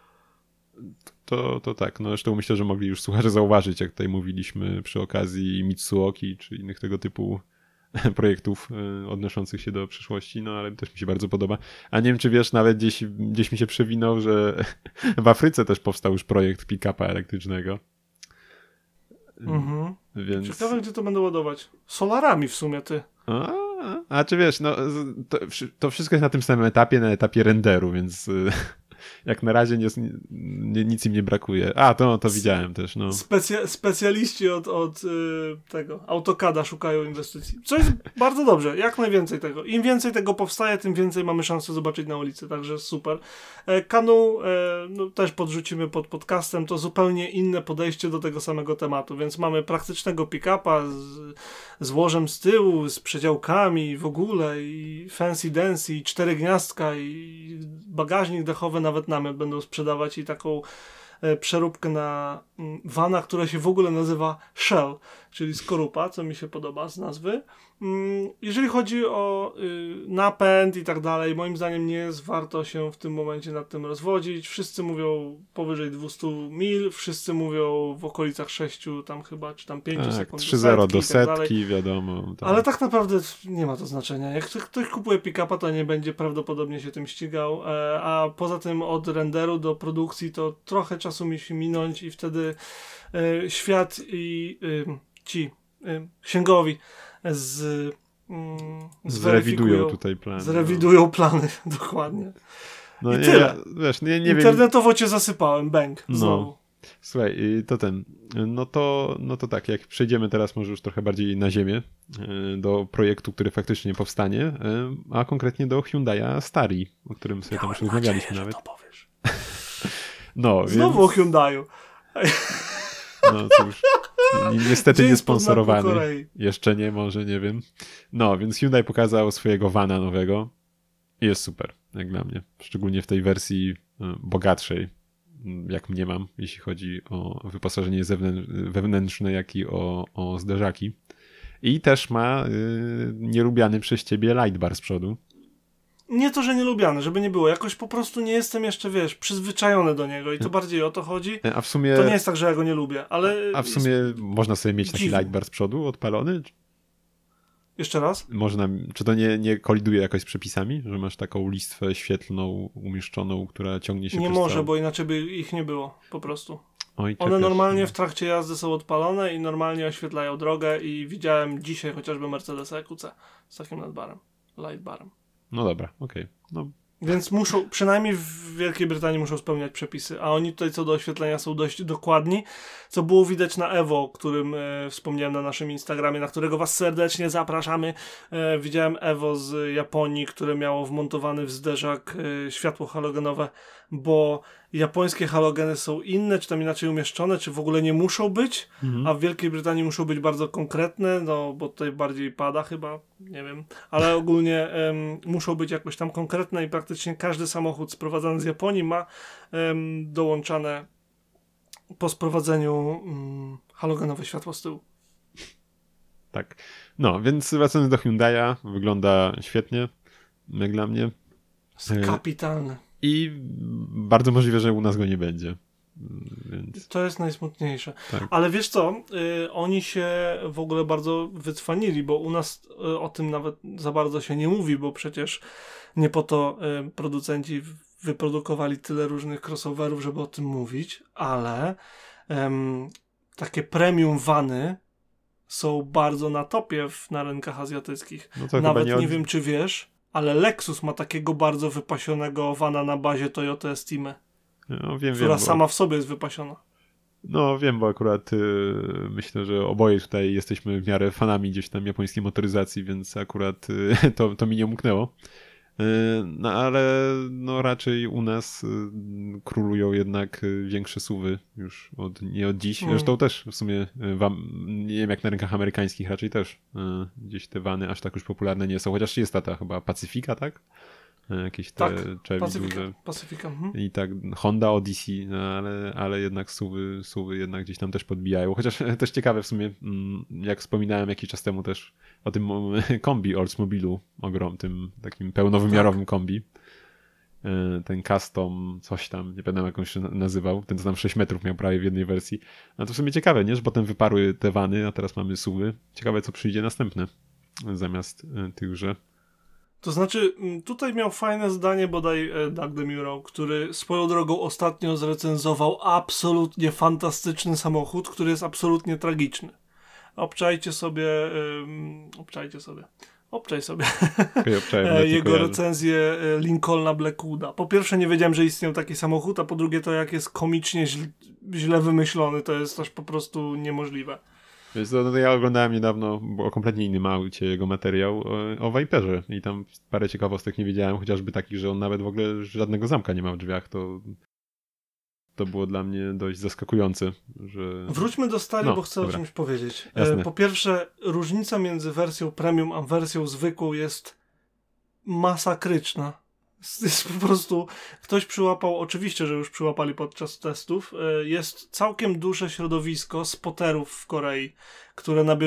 To tak, no zresztą myślę, że mogli już słuchacze zauważyć, jak tutaj mówiliśmy przy okazji Mitsuoki, czy innych tego typu projektów odnoszących się do przyszłości, no ale też mi się bardzo podoba. A nie wiem, czy wiesz, nawet gdzieś mi się przewinął, że w Afryce też powstał już projekt pick-upa elektrycznego. Więc... Ciekawe, gdzie to będą ładować. Solarami w sumie, ty. A czy wiesz, no to wszystko jest na tym samym etapie, na etapie renderu, więc jak na razie nic im nie brakuje. To widziałem też. No. Specjaliści od tego AutoCADa szukają inwestycji. Co jest bardzo dobrze, jak najwięcej tego. Im więcej tego powstaje, tym więcej mamy szansę zobaczyć na ulicy, także super. Kanu no, też podrzucimy pod podcastem, to zupełnie inne podejście do tego samego tematu, więc mamy praktycznego pick-upa z łożem z tyłu, z przedziałkami w ogóle i fancy dancy, i 4 gniazdka i bagażnik dechowy, nawet namiot będą sprzedawać i taką przeróbkę na vana, która się w ogóle nazywa Shell, czyli skorupa, co mi się podoba z nazwy. Jeżeli chodzi o napęd i tak dalej, moim zdaniem nie jest warto się w tym momencie nad tym rozwodzić. Wszyscy mówią powyżej 200 mil, wszyscy mówią w okolicach 6 tam chyba, czy tam 5 sekund 3-0 do setki, wiadomo. Tak. Ale tak naprawdę nie ma to znaczenia. Jak ktoś kupuje pick-upa, to nie będzie prawdopodobnie się tym ścigał, a poza tym od renderu do produkcji to trochę czasu musi minąć i wtedy świat i ci księgowi zrewidują tutaj plany. Zrewidują plany, dokładnie. No i tyle. Wiesz, nie Internetowo cię zasypałem, bang, znowu. Słuchaj, no to tak, jak przejdziemy teraz może już trochę bardziej na ziemię, do projektu, który faktycznie powstanie, a konkretnie do Hyundai'a Starii, o którym sobie tam już rozmawialiśmy nawet. Że to powiesz. więc... Znowu o Hyundai'u. No cóż, niestety nie sponsorowany. Jeszcze nie, może, nie wiem. No, więc Hyundai pokazał swojego vana nowego i jest super, jak dla mnie. Szczególnie w tej wersji bogatszej, jak mniemam, jeśli chodzi o wyposażenie wewnętrzne, jak i o zderzaki. I też ma nielubiany przez ciebie lightbar z przodu. Nie to, że nie lubiany, żeby nie było. Jakoś po prostu nie jestem jeszcze, przyzwyczajony do niego i to bardziej o to chodzi. A w sumie... To nie jest tak, że ja go nie lubię, ale... A w sumie można sobie mieć taki lightbar z przodu odpalony? Jeszcze raz? Czy to nie koliduje jakoś z przepisami? Że masz taką listwę świetlną umieszczoną, która ciągnie się nie przez może, bo inaczej by ich nie było, po prostu. Oj, one normalnie w trakcie jazdy są odpalone i normalnie oświetlają drogę i widziałem dzisiaj chociażby Mercedesa EQC z takim lightbarem. No dobra, okej. No. Więc muszą, przynajmniej w Wielkiej Brytanii muszą spełniać przepisy, a oni tutaj co do oświetlenia są dość dokładni, co było widać na Evo, o którym wspomniałem na naszym Instagramie, na którego was serdecznie zapraszamy. Widziałem Evo z Japonii, które miało wmontowany w zderzak światło halogenowe, bo japońskie halogeny są inne, czy tam inaczej umieszczone, czy w ogóle nie muszą być, a w Wielkiej Brytanii muszą być bardzo konkretne, no bo tutaj bardziej pada chyba, nie wiem, ale ogólnie muszą być jakoś tam konkretne i praktycznie każdy samochód sprowadzany z Japonii ma dołączane po sprowadzeniu halogenowe światło z tyłu. Tak. No, więc wracając do Hyundai'a, wygląda świetnie, jak dla mnie. Kapitalny. I bardzo możliwe, że u nas go nie będzie. Więc... To jest najsmutniejsze. Tak. Ale wiesz co, oni się w ogóle bardzo wycwanili, bo u nas o tym nawet za bardzo się nie mówi, bo przecież nie po to producenci wyprodukowali tyle różnych crossoverów, żeby o tym mówić, ale takie premium vany są bardzo na topie na rynkach azjatyckich. No nawet nie wiem, czy wiesz, ale Lexus ma takiego bardzo wypasionego vana na bazie Toyota Estime, która sama w sobie jest wypasiona. No wiem, bo akurat myślę, że oboje tutaj jesteśmy w miarę fanami gdzieś tam japońskiej motoryzacji, więc akurat to mi nie umknęło. No ale no raczej u nas królują jednak większe SUVy już nie od dziś. Zresztą też w sumie nie wiem jak na rynkach amerykańskich raczej też gdzieś te vany aż tak już popularne nie są. Chociaż jest ta chyba Pacifica, tak? Jakieś te Pacifica. I tak Honda Odyssey, no, ale jednak SUVy jednak gdzieś tam też podbijają. Chociaż też ciekawe w sumie, jak wspominałem jakiś czas temu też o tym kombi Oldsmobilu, tym takim pełnowymiarowym kombi. Ten custom, coś tam, nie pamiętam jak on się nazywał, ten co tam 6 metrów miał prawie w jednej wersji. No to w sumie ciekawe, nie? Że potem wyparły te vany, a teraz mamy SUVy. Ciekawe co przyjdzie następne zamiast tychże. To znaczy, tutaj miał fajne zdanie bodaj Doug DeMuro, który swoją drogą ostatnio zrecenzował absolutnie fantastyczny samochód, który jest absolutnie tragiczny. Obczaj sobie jego recenzję Lincolna Blackwooda. Po pierwsze nie wiedziałem, że istniał taki samochód, a po drugie to jak jest komicznie źle wymyślony, to jest też po prostu niemożliwe. Wiesz, ja oglądałem niedawno, o kompletnie innym aucie, jego materiał o Viperze i tam parę ciekawostek nie wiedziałem, chociażby takich, że on nawet w ogóle żadnego zamka nie ma w drzwiach, to było dla mnie dość zaskakujące. Że... Wróćmy do stali, bo chcę o czymś powiedzieć. Po pierwsze, różnica między wersją premium a wersją zwykłą jest masakryczna. Jest po prostu, ktoś przyłapał, oczywiście, że już przyłapali podczas testów, jest całkiem duże środowisko spoterów w Korei, które na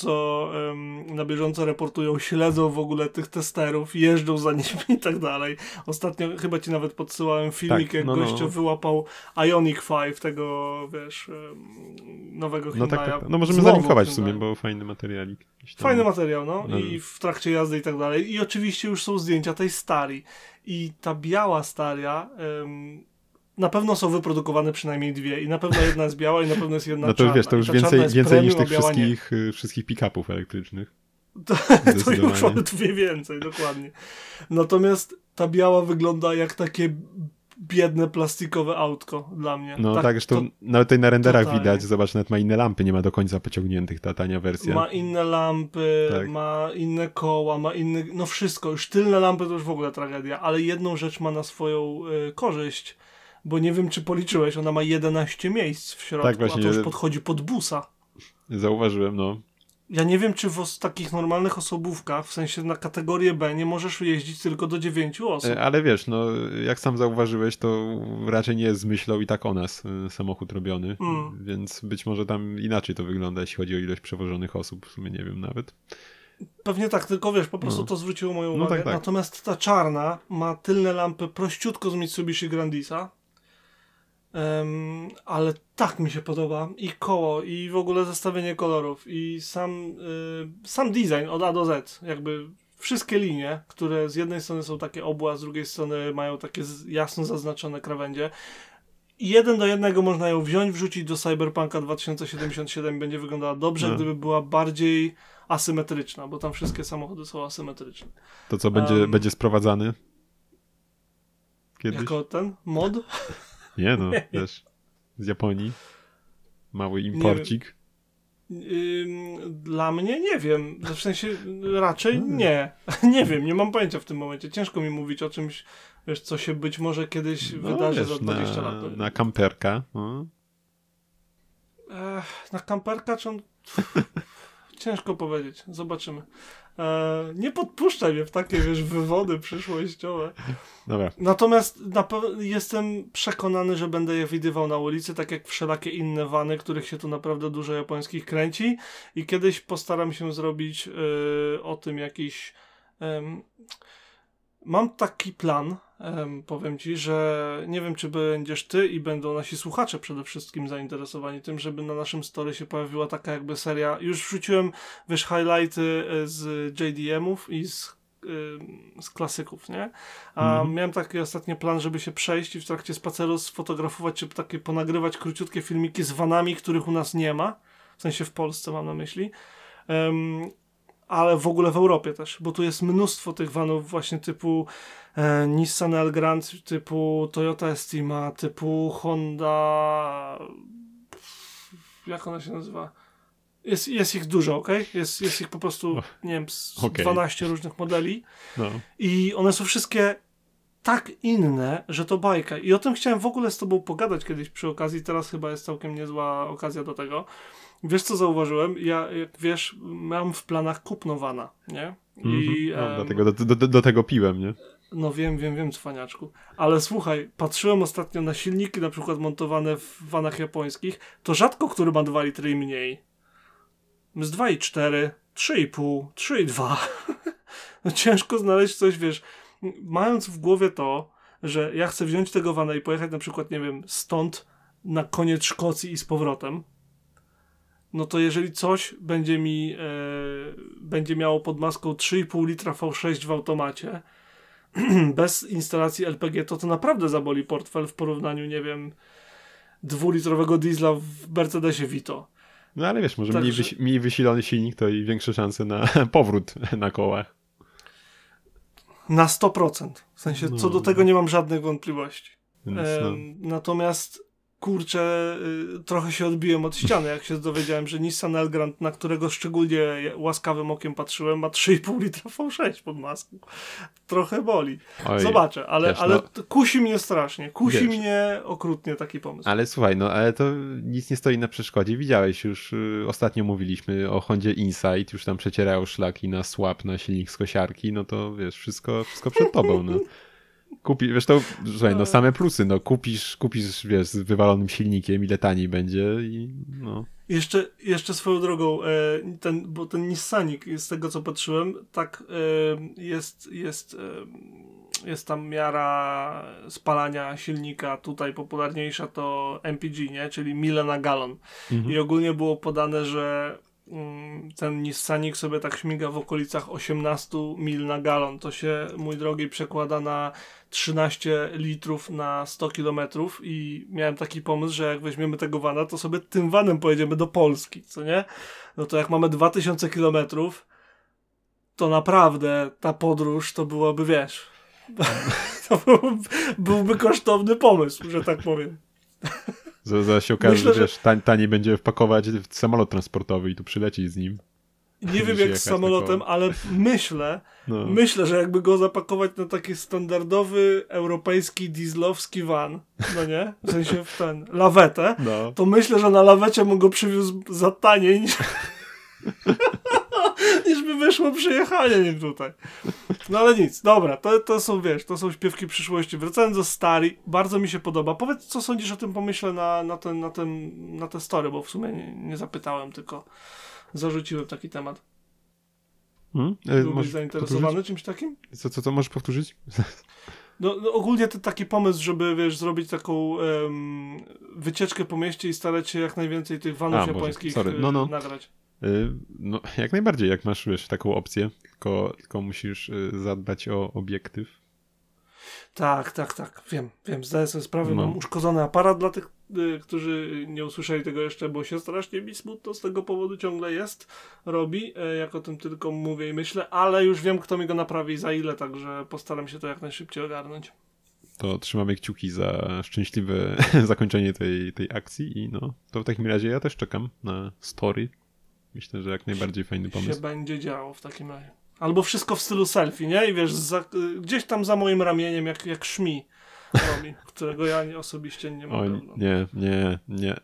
bieżąco reportują, śledzą w ogóle tych testerów, jeżdżą za nimi i tak dalej. Ostatnio chyba ci nawet podsyłałem filmik, jak gościu wyłapał Ioniq 5, tego, wiesz, nowego Hyundai'a. Tak. No możemy zalinkować w sumie, bo fajny materialik. Fajny materiał, i w trakcie jazdy i tak dalej. I oczywiście już są zdjęcia tej Stali. I ta biała Stalia, na pewno są wyprodukowane przynajmniej dwie. I na pewno jedna jest biała i na pewno jest jedna czarna. No to wiesz, to już więcej niż tych wszystkich pick-upów elektrycznych. To już mamy dwie więcej, dokładnie. Natomiast ta biała wygląda jak takie biedne plastikowe autko dla mnie. No tak, zresztą nawet tutaj na renderach widać, zobacz, nawet ma inne lampy, nie ma do końca pociągniętych, ta tania wersja. Ma inne lampy, ma inne koła, ma inny, no wszystko, już tylne lampy to już w ogóle tragedia, ale jedną rzecz ma na swoją korzyść, bo nie wiem, czy policzyłeś, ona ma 11 miejsc w środku, tak, właśnie, a to już podchodzi pod busa. Zauważyłem, Ja nie wiem, czy w takich normalnych osobówkach, w sensie na kategorię B, nie możesz jeździć tylko do 9 osób. Ale wiesz, jak sam zauważyłeś, to raczej nie jest z myślą i tak o nas samochód robiony, więc być może tam inaczej to wygląda, jeśli chodzi o ilość przewożonych osób, w sumie nie wiem nawet. Pewnie tak, tylko wiesz, po prostu to zwróciło moją uwagę. Tak. Natomiast ta czarna ma tylne lampy prościutko z Mitsubishi Grandisa. Ale tak mi się podoba i koło, i w ogóle zestawienie kolorów, i sam design od A do Z, jakby wszystkie linie, które z jednej strony są takie obłe, a z drugiej strony mają takie jasno zaznaczone krawędzie. I 1:1 można ją wziąć, wrzucić do Cyberpunka 2077 i będzie wyglądała dobrze, gdyby była bardziej asymetryczna, bo tam wszystkie samochody są asymetryczne. To co, będzie sprowadzany? Kiedyś? Jako ten mod? Nie wiesz, z Japonii. Mały imporcik. Dla mnie nie wiem. W sensie raczej nie. Nie wiem, nie mam pojęcia w tym momencie. Ciężko mi mówić o czymś, wiesz, co się być może kiedyś wydarzy za 20 lat. Na kamperka. Na kamperka czy on... Ciężko powiedzieć. Zobaczymy. Nie podpuszczaj mnie w takie, wiesz, wywody przyszłościowe. Dobra. Natomiast jestem przekonany, że będę je widywał na ulicy, tak jak wszelakie inne vany, których się tu naprawdę dużo japońskich kręci i kiedyś postaram się zrobić o tym jakiś... Mam taki plan, powiem ci, że nie wiem, czy będziesz ty i będą nasi słuchacze przede wszystkim zainteresowani tym, żeby na naszym story się pojawiła taka jakby seria. Już wrzuciłem, wiesz, highlighty z JDM-ów i z klasyków, nie? A miałem taki ostatni plan, żeby się przejść i w trakcie spaceru sfotografować, czy takie ponagrywać króciutkie filmiki z vanami, których u nas nie ma, w sensie w Polsce mam na myśli. Ale w ogóle w Europie też, bo tu jest mnóstwo tych vanów właśnie typu Nissan Elgrand, typu Toyota Estima, typu Honda, jak ona się nazywa? Jest ich dużo, okej? Jest ich po prostu, nie wiem, 12 różnych modeli i one są wszystkie tak inne, że to bajka. I o tym chciałem w ogóle z tobą pogadać kiedyś przy okazji, teraz chyba jest całkiem niezła okazja do tego. Wiesz, co zauważyłem? Ja, jak wiesz, mam w planach kupno vana, nie? Dlatego do tego piłem, nie? No wiem, cwaniaczku. Ale słuchaj, patrzyłem ostatnio na silniki na przykład montowane w vanach japońskich, to rzadko który ma 2 litry i mniej. Z 2,4, 3,5, 3,2. No ciężko znaleźć coś, wiesz, mając w głowie to, że ja chcę wziąć tego vana i pojechać na przykład, nie wiem, stąd na koniec Szkocji i z powrotem, no to jeżeli coś będzie miało pod maską 3,5 litra V6 w automacie, bez instalacji LPG, to naprawdę zaboli portfel w porównaniu, nie wiem, 2-litrowego diesla w Mercedesie Vito. No ale wiesz, może mniej wysilony silnik to i większe szanse na powrót na kołach. Na 100%. W sensie, co do tego nie mam żadnych wątpliwości. Natomiast kurczę, trochę się odbiłem od ściany, jak się dowiedziałem, że Nissan Elgrand, na którego szczególnie łaskawym okiem patrzyłem, ma 3,5 litra V6 pod maską. Trochę boli. Oj, zobaczę, ale kusi mnie strasznie. Kusi mnie okrutnie taki pomysł. Ale słuchaj, no ale to nic nie stoi na przeszkodzie. Widziałeś już, ostatnio mówiliśmy o Hondzie Insight, już tam przecierają szlaki na swap, na silnik z kosiarki, no to wiesz, wszystko przed tobą, no. Wiesz, to, słuchaj, no same plusy, no kupisz, wiesz, z wywalonym silnikiem, ile taniej będzie i no. Jeszcze swoją drogą, bo ten Nissanik, z tego co patrzyłem, tak jest tam miara spalania silnika, tutaj popularniejsza to MPG, nie? Czyli mile na galon. I ogólnie było podane, że ten Nissanik sobie tak śmiga w okolicach 18 mil na galon. To się, mój drogi, przekłada na 13 litrów na 100 kilometrów i miałem taki pomysł, że jak weźmiemy tego vana, to sobie tym vanem pojedziemy do Polski, co nie? No to jak mamy 2000 kilometrów, to naprawdę ta podróż to byłaby, wiesz, to byłby kosztowny pomysł, że tak powiem. Zaraz się okaże, że wiesz, taniej będzie wpakować w samolot transportowy i tu przylecieć z nim. Nie wiem jak z samolotem, ale myślę, że jakby go zapakować na taki standardowy europejski dieslowski van, no nie? W sensie w ten lawetę, to myślę, że na lawecie mu go przywiózł za taniej niż by wyszło przyjechanie nim tutaj. No ale nic, dobra, to są, wiesz, to są śpiewki przyszłości. Wracając do Stari, bardzo mi się podoba. Powiedz, co sądzisz o tym pomyśle na te story, bo w sumie nie zapytałem, tylko zarzuciłem taki temat. Byłbyś zainteresowany powtórzyć? Czymś takim? Co możesz powtórzyć? No ogólnie taki pomysł, żeby, wiesz, zrobić taką wycieczkę po mieście i starać się jak najwięcej tych vanów japońskich nagrać. No, jak najbardziej, jak masz, wiesz, taką opcję, tylko musisz zadbać o obiektyw. Tak, wiem, zdaję sobie sprawę, mam uszkodzony aparat dla tych, którzy nie usłyszeli tego jeszcze, bo się strasznie mi smutno z tego powodu ciągle robi, jak o tym tylko mówię i myślę, ale już wiem, kto mi go naprawi i za ile, także postaram się to jak najszybciej ogarnąć. To trzymamy kciuki za szczęśliwe zakończenie tej akcji i no, to w takim razie ja też czekam na story. Myślę, że jak najbardziej fajny pomysł. Się będzie działo w takim razie. Albo wszystko w stylu selfie, nie? I wiesz, gdzieś tam za moim ramieniem, jak szmi robi, którego ja osobiście nie mogę. Nie.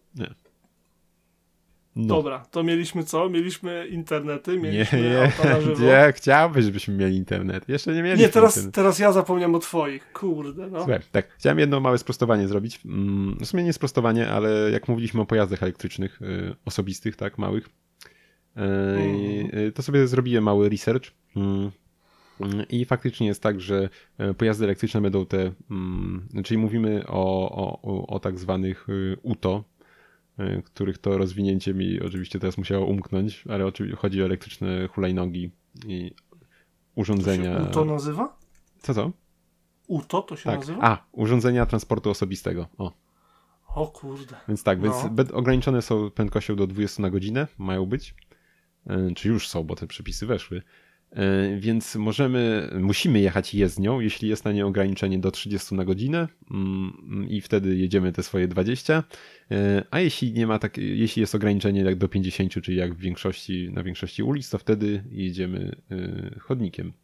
No. Dobra, to mieliśmy co? Mieliśmy internety, mieliśmy auta na żywo. Nie, chciałbyś, żebyśmy mieli internet. Jeszcze nie mieliśmy. Nie, teraz ja zapomniałem o twoich. Kurde, no. Słuchaj, tak, chciałem jedno małe sprostowanie zrobić. W sumie nie sprostowanie, ale jak mówiliśmy o pojazdach elektrycznych, osobistych, tak, małych, to sobie zrobiłem mały research i faktycznie jest tak, że pojazdy elektryczne będą czyli mówimy o tak zwanych UTO, których to rozwinięcie mi oczywiście teraz musiało umknąć, ale oczywiście chodzi o elektryczne hulajnogi i urządzenia. To się UTO nazywa? Co? UTO to się nazywa? Urządzenia transportu osobistego. O kurde. Więc tak, więc ograniczone są prędkością do 20 na godzinę, mają być. Czy już są, bo te przepisy weszły. Więc musimy jechać jezdnią, jeśli jest na nie ograniczenie do 30 na godzinę i wtedy jedziemy te swoje 20, a jeśli nie ma jeśli jest ograniczenie jak do 50, czyli jak na większości ulic, to wtedy jedziemy chodnikiem.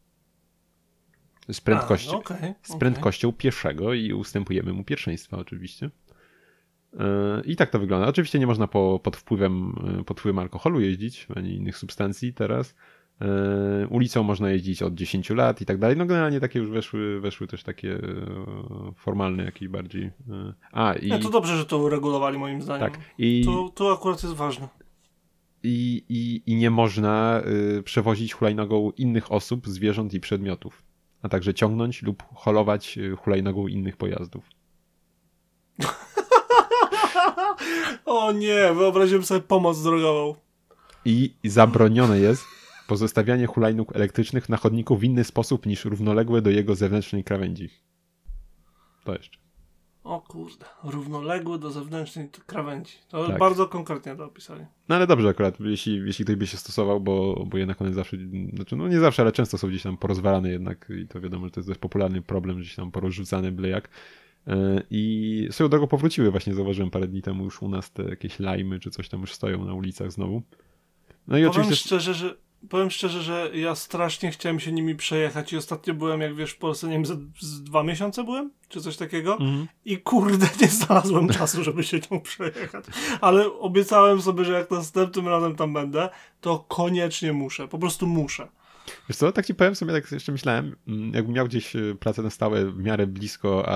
Z prędkością pieszego i ustępujemy mu pierwszeństwa oczywiście. I tak to wygląda. Oczywiście nie można pod wpływem alkoholu jeździć, ani innych substancji teraz. Ulicą można jeździć od 10 lat i tak dalej. No generalnie takie już weszły też takie formalne jakieś bardziej. To dobrze, że to uregulowali moim zdaniem. Tak. To akurat jest ważne. I nie można przewozić hulajnogą innych osób, zwierząt i przedmiotów, a także ciągnąć lub holować hulajnogą innych pojazdów. O nie, wyobraziłem sobie pomoc drogową. I zabronione jest pozostawianie hulajnóg elektrycznych na chodniku w inny sposób niż równoległe do jego zewnętrznej krawędzi. To jeszcze. O kurde, równoległy do zewnętrznej krawędzi. To Tak. bardzo konkretnie to opisali. No ale dobrze akurat, jeśli ktoś by się stosował, bo jednak one zawsze, znaczy no nie zawsze, ale często są gdzieś tam porozwalane jednak i to wiadomo, że to jest dość popularny problem, gdzieś tam porozrzucany byle jak. I swoją drogą powróciły, właśnie zauważyłem parę dni temu już u nas te jakieś lajmy czy coś tam już stoją na ulicach znowu. No i oczywiście... Powiem szczerze, że ja strasznie chciałem się nimi przejechać i ostatnio byłem, jak wiesz, w Polsce, nie wiem, z 2 miesiące byłem, czy coś takiego i kurde, nie znalazłem czasu, żeby się nią przejechać, ale obiecałem sobie, że jak następnym razem tam będę, to koniecznie muszę, po prostu muszę. Wiesz co, tak ci powiem sobie, tak jeszcze myślałem, jakbym miał gdzieś pracę na stałe w miarę blisko,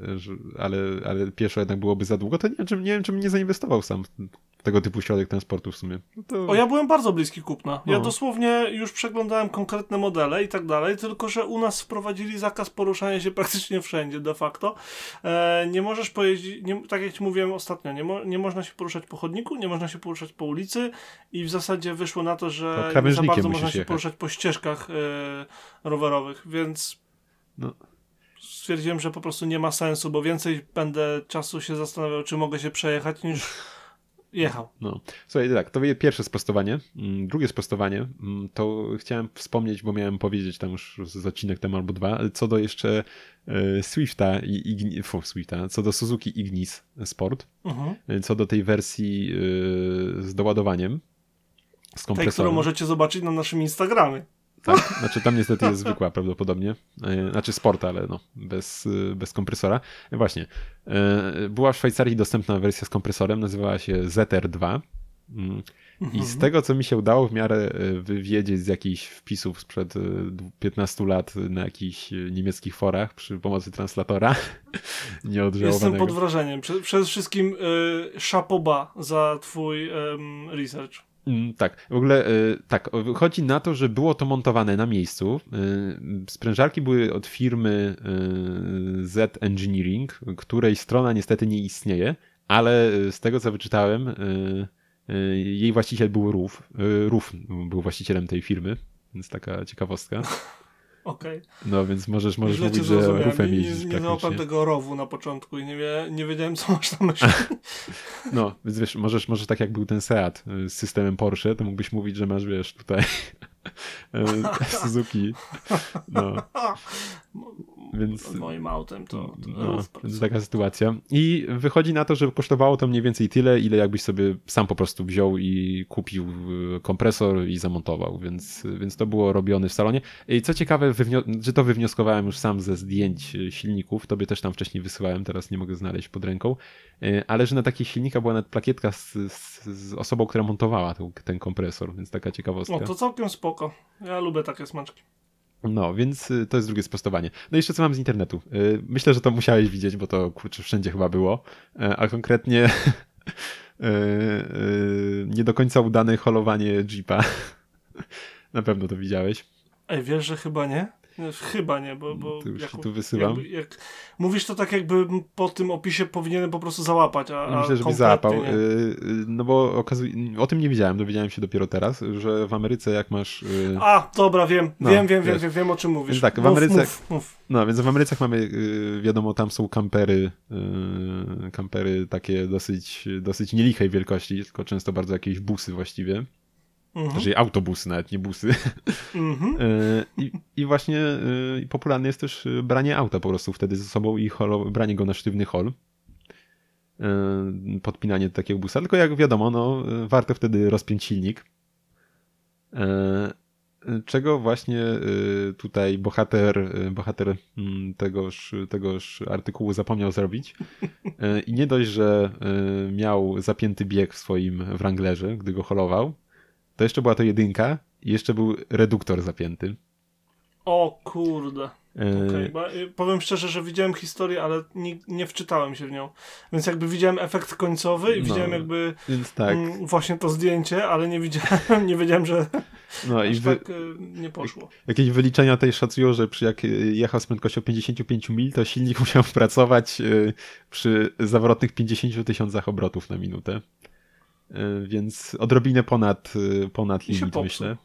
ale pieszo jednak byłoby za długo, to nie wiem, czym nie zainwestował sam w tego typu środek transportu w sumie. No to... O, ja byłem bardzo bliski kupna. Ja dosłownie już przeglądałem konkretne modele i tak dalej, tylko że u nas wprowadzili zakaz poruszania się praktycznie wszędzie de facto. Nie możesz pojeździć, tak jak ci mówiłem ostatnio, nie można się poruszać po chodniku, nie można się poruszać po ulicy i w zasadzie wyszło na to, że to nie za bardzo można się jechać. poruszać po ścieżkach rowerowych, więc stwierdziłem, że po prostu nie ma sensu, bo więcej będę czasu się zastanawiał, czy mogę się przejechać, niż jechał. No. Słuchaj, tak, to jest sprostowanie. Drugie sprostowanie, to chciałem wspomnieć, bo miałem powiedzieć tam już z odcinek temu albo 2, co do jeszcze Swifta co do Suzuki Ignis Sport, co do tej wersji z doładowaniem, z kompresorem. Tej, którą możecie zobaczyć na naszym Instagramie. Tak, znaczy tam niestety jest zwykła prawdopodobnie, znaczy sport, ale no, bez kompresora. Właśnie, była w Szwajcarii dostępna wersja z kompresorem, nazywała się ZR2 i z tego, co mi się udało w miarę wywiedzieć z jakichś wpisów sprzed 15 lat na jakichś niemieckich forach przy pomocy translatora nieodżałowanego. Jestem pod wrażeniem. Przede wszystkim chapeau bas za twój research. Tak, w ogóle tak, chodzi na to, że było to montowane na miejscu. Sprężarki były od firmy Z Engineering, której strona niestety nie istnieje, ale z tego co wyczytałem, jej właściciel był RUF był właścicielem tej firmy, więc taka ciekawostka. Okej. No więc możesz mówić, że RUF-em jeździć. Nie załapałem tego rowu na początku i nie wiedziałem, co masz na myśli. No, więc wiesz, możesz tak jak był ten Seat z systemem Porsche, to mógłbyś mówić, że masz, wiesz, tutaj Suzuki. No. Więc moim autem to więc taka sytuacja. I wychodzi na to, że kosztowało to mniej więcej tyle, ile jakbyś sobie sam po prostu wziął i kupił kompresor i zamontował, więc to było robione w salonie. I co ciekawe, że to wywnioskowałem już sam ze zdjęć silników, tobie też tam wcześniej wysyłałem, teraz nie mogę znaleźć pod ręką, ale że na takich silnikach była nawet plakietka z osobą, która montowała ten kompresor, więc taka ciekawostka. No to całkiem spoko. Ja lubię takie smaczki. No, więc to jest drugie sprostowanie. No i jeszcze co mam z internetu. Myślę, że to musiałeś widzieć, bo to kurczę wszędzie chyba było, a konkretnie nie do końca udane holowanie Jeepa. Na pewno to widziałeś. Ej, wiesz, że chyba nie? Chyba nie, bo to już tu wysyłam. Jak mówisz to tak, jakby po tym opisie powinienem po prostu załapać, a myślę, żebyś załapał. No bo o tym nie wiedziałem, dowiedziałem się dopiero teraz, że w Ameryce jak masz... A, dobra, wiem o czym mówisz. Więc tak, w Ameryce... Mów. No, więc w Ameryce mamy, wiadomo, tam są kampery takie dosyć nielichej wielkości, tylko często bardzo jakieś busy właściwie. Czyli autobusy, nawet nie busy. I właśnie popularne jest też branie auta po prostu wtedy ze sobą i branie go na sztywny hol. Podpinanie do takiego busa. Tylko jak wiadomo, no, warto wtedy rozpiąć silnik. Czego właśnie tutaj bohater tegoż artykułu zapomniał zrobić. I nie dość, że miał zapięty bieg w swoim Wranglerze, gdy go holował, to jeszcze była to jedynka i jeszcze był reduktor zapięty. O kurde. Okay. Powiem szczerze, że widziałem historię, ale nie wczytałem się w nią. Więc jakby widziałem efekt końcowy i widziałem jakby więc tak. właśnie to zdjęcie, ale nie wiedziałem, że No i tak nie poszło. Jakieś wyliczenia tej szacują, że jak jechał z prędkością 55 mil, to silnik musiał pracować przy zawrotnych 50 000 obrotów na minutę. Więc odrobinę ponad limit, myślę.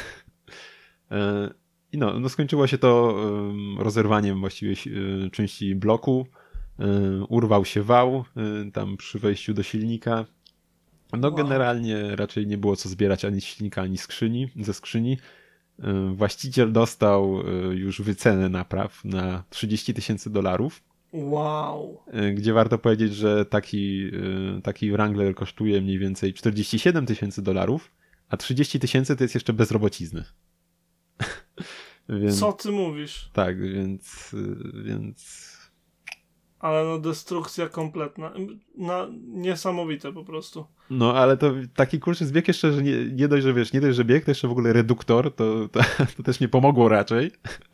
I no skończyło się to rozerwaniem właściwie części bloku. Urwał się wał tam przy wejściu do silnika. No generalnie raczej nie było co zbierać ani z silnika, ani ze skrzyni. Właściciel dostał już wycenę napraw na $30,000. Wow. Gdzie warto powiedzieć, że taki Wrangler kosztuje mniej więcej $47,000, a 30,000 to jest jeszcze bez robocizny. Więc, co ty mówisz? Tak, więc... Ale no destrukcja kompletna. Niesamowite po prostu. No, ale to taki kurczę zbieg jeszcze, że nie dość, że wiesz, nie dość, że bieg, to jeszcze w ogóle reduktor, to też nie pomogło raczej.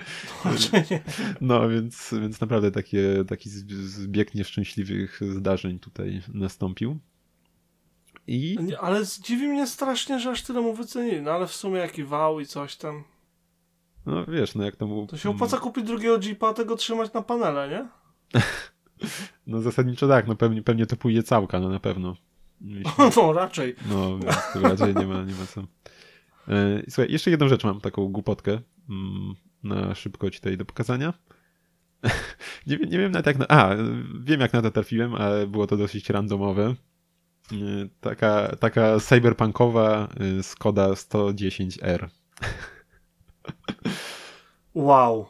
No, więc naprawdę taki zbieg nieszczęśliwych zdarzeń tutaj nastąpił. Ale zdziwi mnie strasznie, że aż tyle mu wycenili. No ale w sumie jaki wał i coś tam. No wiesz, no jak to mu... To się opłaca kupić drugiego Jeepa, tego trzymać na panele, nie? No zasadniczo tak, no pewnie to pójdzie całka, no na pewno. No raczej. No, więc to raczej nie ma co. Słuchaj, jeszcze jedną rzecz mam, taką głupotkę na szybko ci tutaj do pokazania. Nie wiem nawet jak wiem jak na to trafiłem, ale było to dosyć randomowe. Taka cyberpunkowa Skoda 110R. Wow.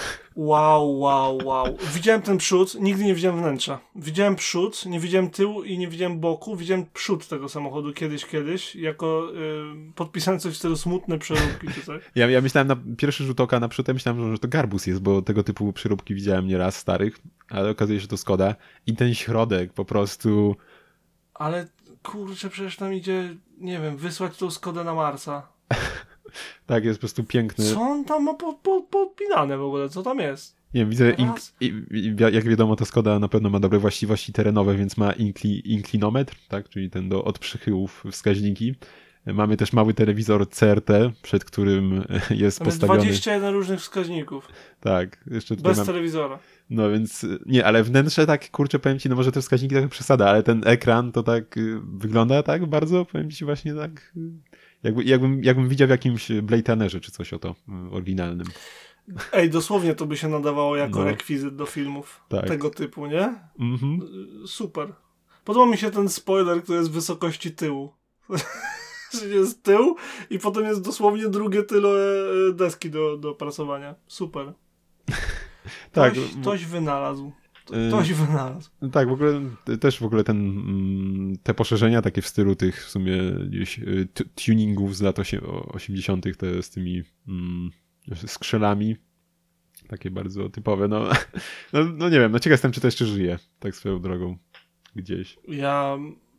Widziałem ten przód, nigdy nie widziałem wnętrza. Widziałem przód, nie widziałem tyłu i nie widziałem boku. Widziałem przód tego samochodu kiedyś, jako podpisane coś w stylu smutne przeróbki czy coś. Ja myślałem na pierwszy rzut oka na przód, myślałem, że to Garbus jest, bo tego typu przeróbki widziałem nieraz starych, ale okazuje się, że to Skoda. I ten środek po prostu... Ale kurczę, przecież tam idzie, nie wiem, wysłać tą Skodę na Marsa. Tak, jest po prostu piękny. Co on tam ma podpinane w ogóle? Co tam jest? Nie wiem, widzę, jak wiadomo, to Skoda na pewno ma dobre właściwości terenowe, więc ma inklinometr, tak, czyli ten od przychyłów wskaźniki. Mamy też mały telewizor CRT, przed którym jest tam postawiony... Jest 21 różnych wskaźników. Tak. Jeszcze bez telewizora. No więc, nie, ale wnętrze tak, kurczę, powiem ci, no może te wskaźniki trochę przesada, ale ten ekran to tak wygląda tak bardzo, powiem ci właśnie tak... Jakbym widział w jakimś Blade Runnerze czy coś o to oryginalnym. Ej, dosłownie to by się nadawało jako rekwizyt do filmów tego typu, nie? Super. Podoba mi się ten spoiler, który jest w wysokości tyłu. Jest tył i potem jest dosłownie drugie tyle deski do prasowania. Super. Ktoś wynalazł. Ktoś wynalazł. Tak, w ogóle te poszerzenia takie w stylu tych w sumie gdzieś tuningów z lat 80. te z tymi skrzelami. Takie bardzo typowe. No nie wiem, ciekaw jestem, czy to jeszcze żyje. Tak swoją drogą. Gdzieś. Ja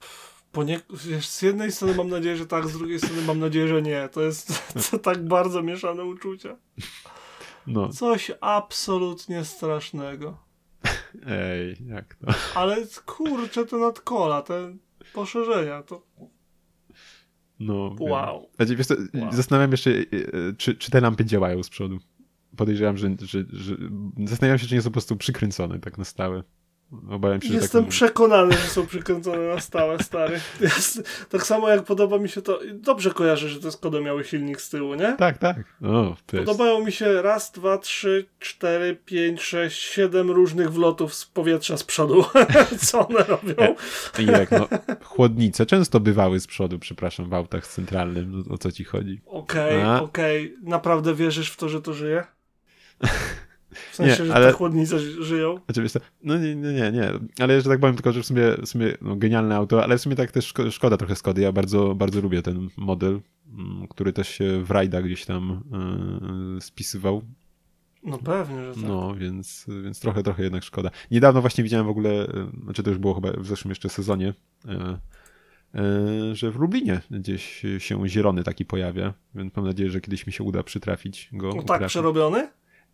z jednej strony mam nadzieję, że tak, z drugiej strony mam nadzieję, że nie. To jest tak bardzo mieszane uczucia. No. Coś absolutnie strasznego. Ej, jak to? Ale kurczę, te nadkola, te poszerzenia, to... No. Wow. Wiesz co, zastanawiam się, czy te lampy działają z przodu. Podejrzewam, że zastanawiam się, czy nie są po prostu przykręcone tak na stałe. Obawiam się, że Jestem przekonany, że są przykręcone na stałe, stary. Tak samo jak podoba mi się to... Dobrze kojarzę, że te Skody miały silnik z tyłu, nie? Tak. Podobają mi się 1, 2, 3, 4, 5, 6, 7 różnych wlotów z powietrza z przodu. Co one robią? Irek, chłodnice często bywały z przodu, przepraszam, w autach centralnym. O co ci chodzi? Okej. Naprawdę wierzysz w to, że to żyje? W sensie, że ale... te chłodnice żyją? Oczywiście. No nie. Ale że tak powiem, tylko że w sumie genialne auto, ale w sumie tak też szkoda trochę Skody. Ja bardzo, bardzo lubię ten model, który też się w rajdach gdzieś tam spisywał. No pewnie, że tak. No, więc trochę jednak szkoda. Niedawno właśnie widziałem w ogóle, to już było chyba w zeszłym jeszcze sezonie, że w Lublinie gdzieś się zielony taki pojawia, więc mam nadzieję, że kiedyś mi się uda przytrafić go. No tak przerobiony?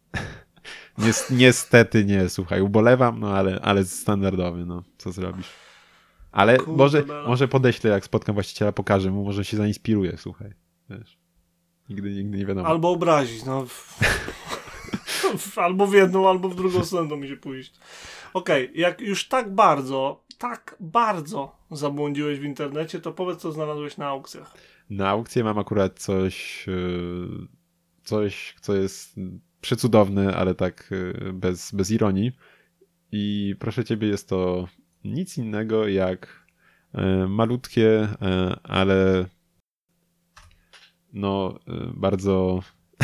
Niestety nie, słuchaj, ubolewam, ale standardowy, co zrobisz. Ale może podeślę, jak spotkam właściciela, pokażę mu, może się zainspiruje, słuchaj, wiesz. Nigdy nie wiadomo. Albo obrazić, no. Albo w jedną, albo w drugą stronę mi się pójść. Okej, jak już tak bardzo zabłądziłeś w internecie, to powiedz, co znalazłeś na aukcjach. Na aukcję mam akurat coś, co jest przecudowne, ale tak bez ironii. I proszę ciebie, jest to nic innego jak malutkie, ale no bardzo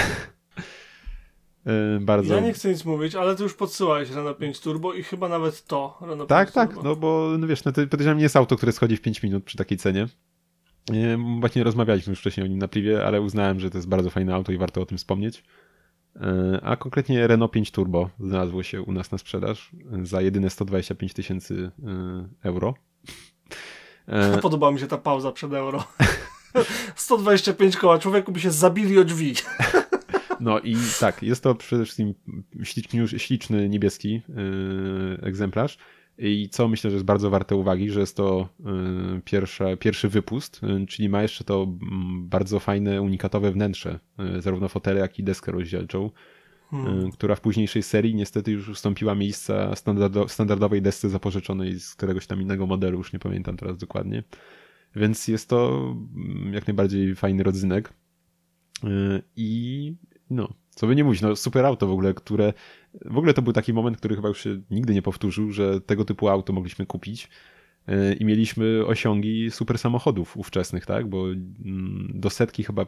bardzo... Ja nie chcę nic mówić, ale ty już podsyłałeś Renault 5 Turbo i chyba nawet to Renault 5 Tak, Turbo. no bo no wiesz, no to podejrzewam nie jest auto, które schodzi w 5 minut przy takiej cenie. Właśnie rozmawialiśmy już wcześniej o nim na privie, ale uznałem, że to jest bardzo fajne auto i warto o tym wspomnieć. A konkretnie Renault 5 Turbo znalazło się u nas na sprzedaż za jedyne 125 000 euro. Podoba mi się ta pauza przed euro. 125 koła, człowieku by się zabili o drzwi. No i tak, jest to przede wszystkim śliczny niebieski egzemplarz. I co myślę, że jest bardzo warte uwagi, że jest to pierwszy wypust, czyli ma jeszcze to bardzo fajne, unikatowe wnętrze, zarówno fotele, jak i deskę rozdzielczą, która w późniejszej serii niestety już ustąpiła miejsca standardowej desce zapożyczonej z któregoś tam innego modelu, już nie pamiętam teraz dokładnie. Więc jest to jak najbardziej fajny rodzynek. I no, co by nie mówić, no super auto w ogóle to był taki moment, który chyba już się nigdy nie powtórzył, że tego typu auto mogliśmy kupić i mieliśmy osiągi super samochodów ówczesnych, tak, bo do setki chyba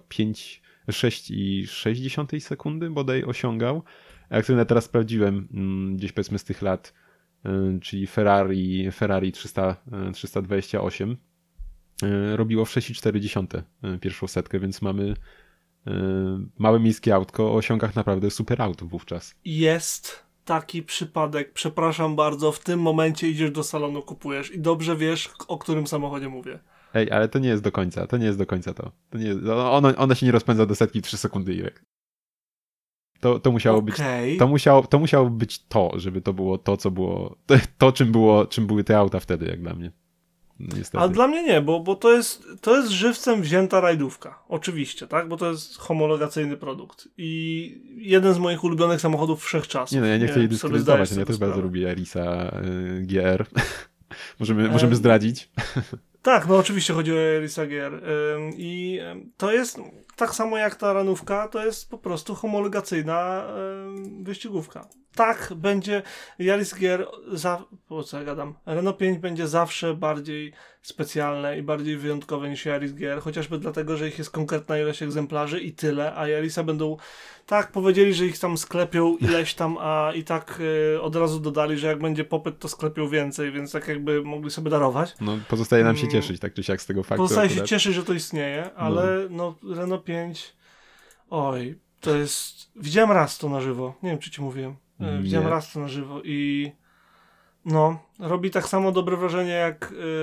6,6 sekundy bodaj osiągał, a jak sobie teraz sprawdziłem gdzieś powiedzmy z tych lat, czyli Ferrari 328 robiło w 6,4 pierwszą setkę, więc mamy małe miejskie autko o osiągach naprawdę super autów wówczas. Jest taki przypadek, przepraszam bardzo, w tym momencie idziesz do salonu, kupujesz i dobrze wiesz, o którym samochodzie mówię. Ej, ale to nie jest do końca to. To nie jest, ona się nie rozpędza do setki 3 sekundy, Irek. To musiało być, to musiało być to, żeby to było to, co było, czym były te auta wtedy, jak dla mnie. Niestety. A dla mnie nie, bo to jest żywcem wzięta rajdówka. Oczywiście, tak? Bo to jest homologacyjny produkt. I jeden z moich ulubionych samochodów wszechczasów. Nie no, ja nie chcę jej dyskredytować, ja też bardzo lubię Yarisa GR. Możemy zdradzić. Tak, no oczywiście chodzi o Yarisa GR. I to jest tak samo jak ta ranówka, to jest po prostu homologacyjna wyścigówka. Tak, będzie Yaris GR, Renault 5 będzie zawsze bardziej specjalne i bardziej wyjątkowe niż Yaris GR, chociażby dlatego, że ich jest konkretna ilość egzemplarzy i tyle, a Yarisa będą, tak, powiedzieli, że ich tam sklepią ileś tam, a i tak od razu dodali, że jak będzie popyt, to sklepią więcej, więc tak jakby mogli sobie darować. No, pozostaje nam się cieszyć, tak czy siak z tego faktu. Pozostaje się cieszyć, że to istnieje, ale no Renault 5, oj, to jest, widziałem raz to na żywo, nie wiem, czy ci mówiłem. Widziałem raz to na żywo i no, robi tak samo dobre wrażenie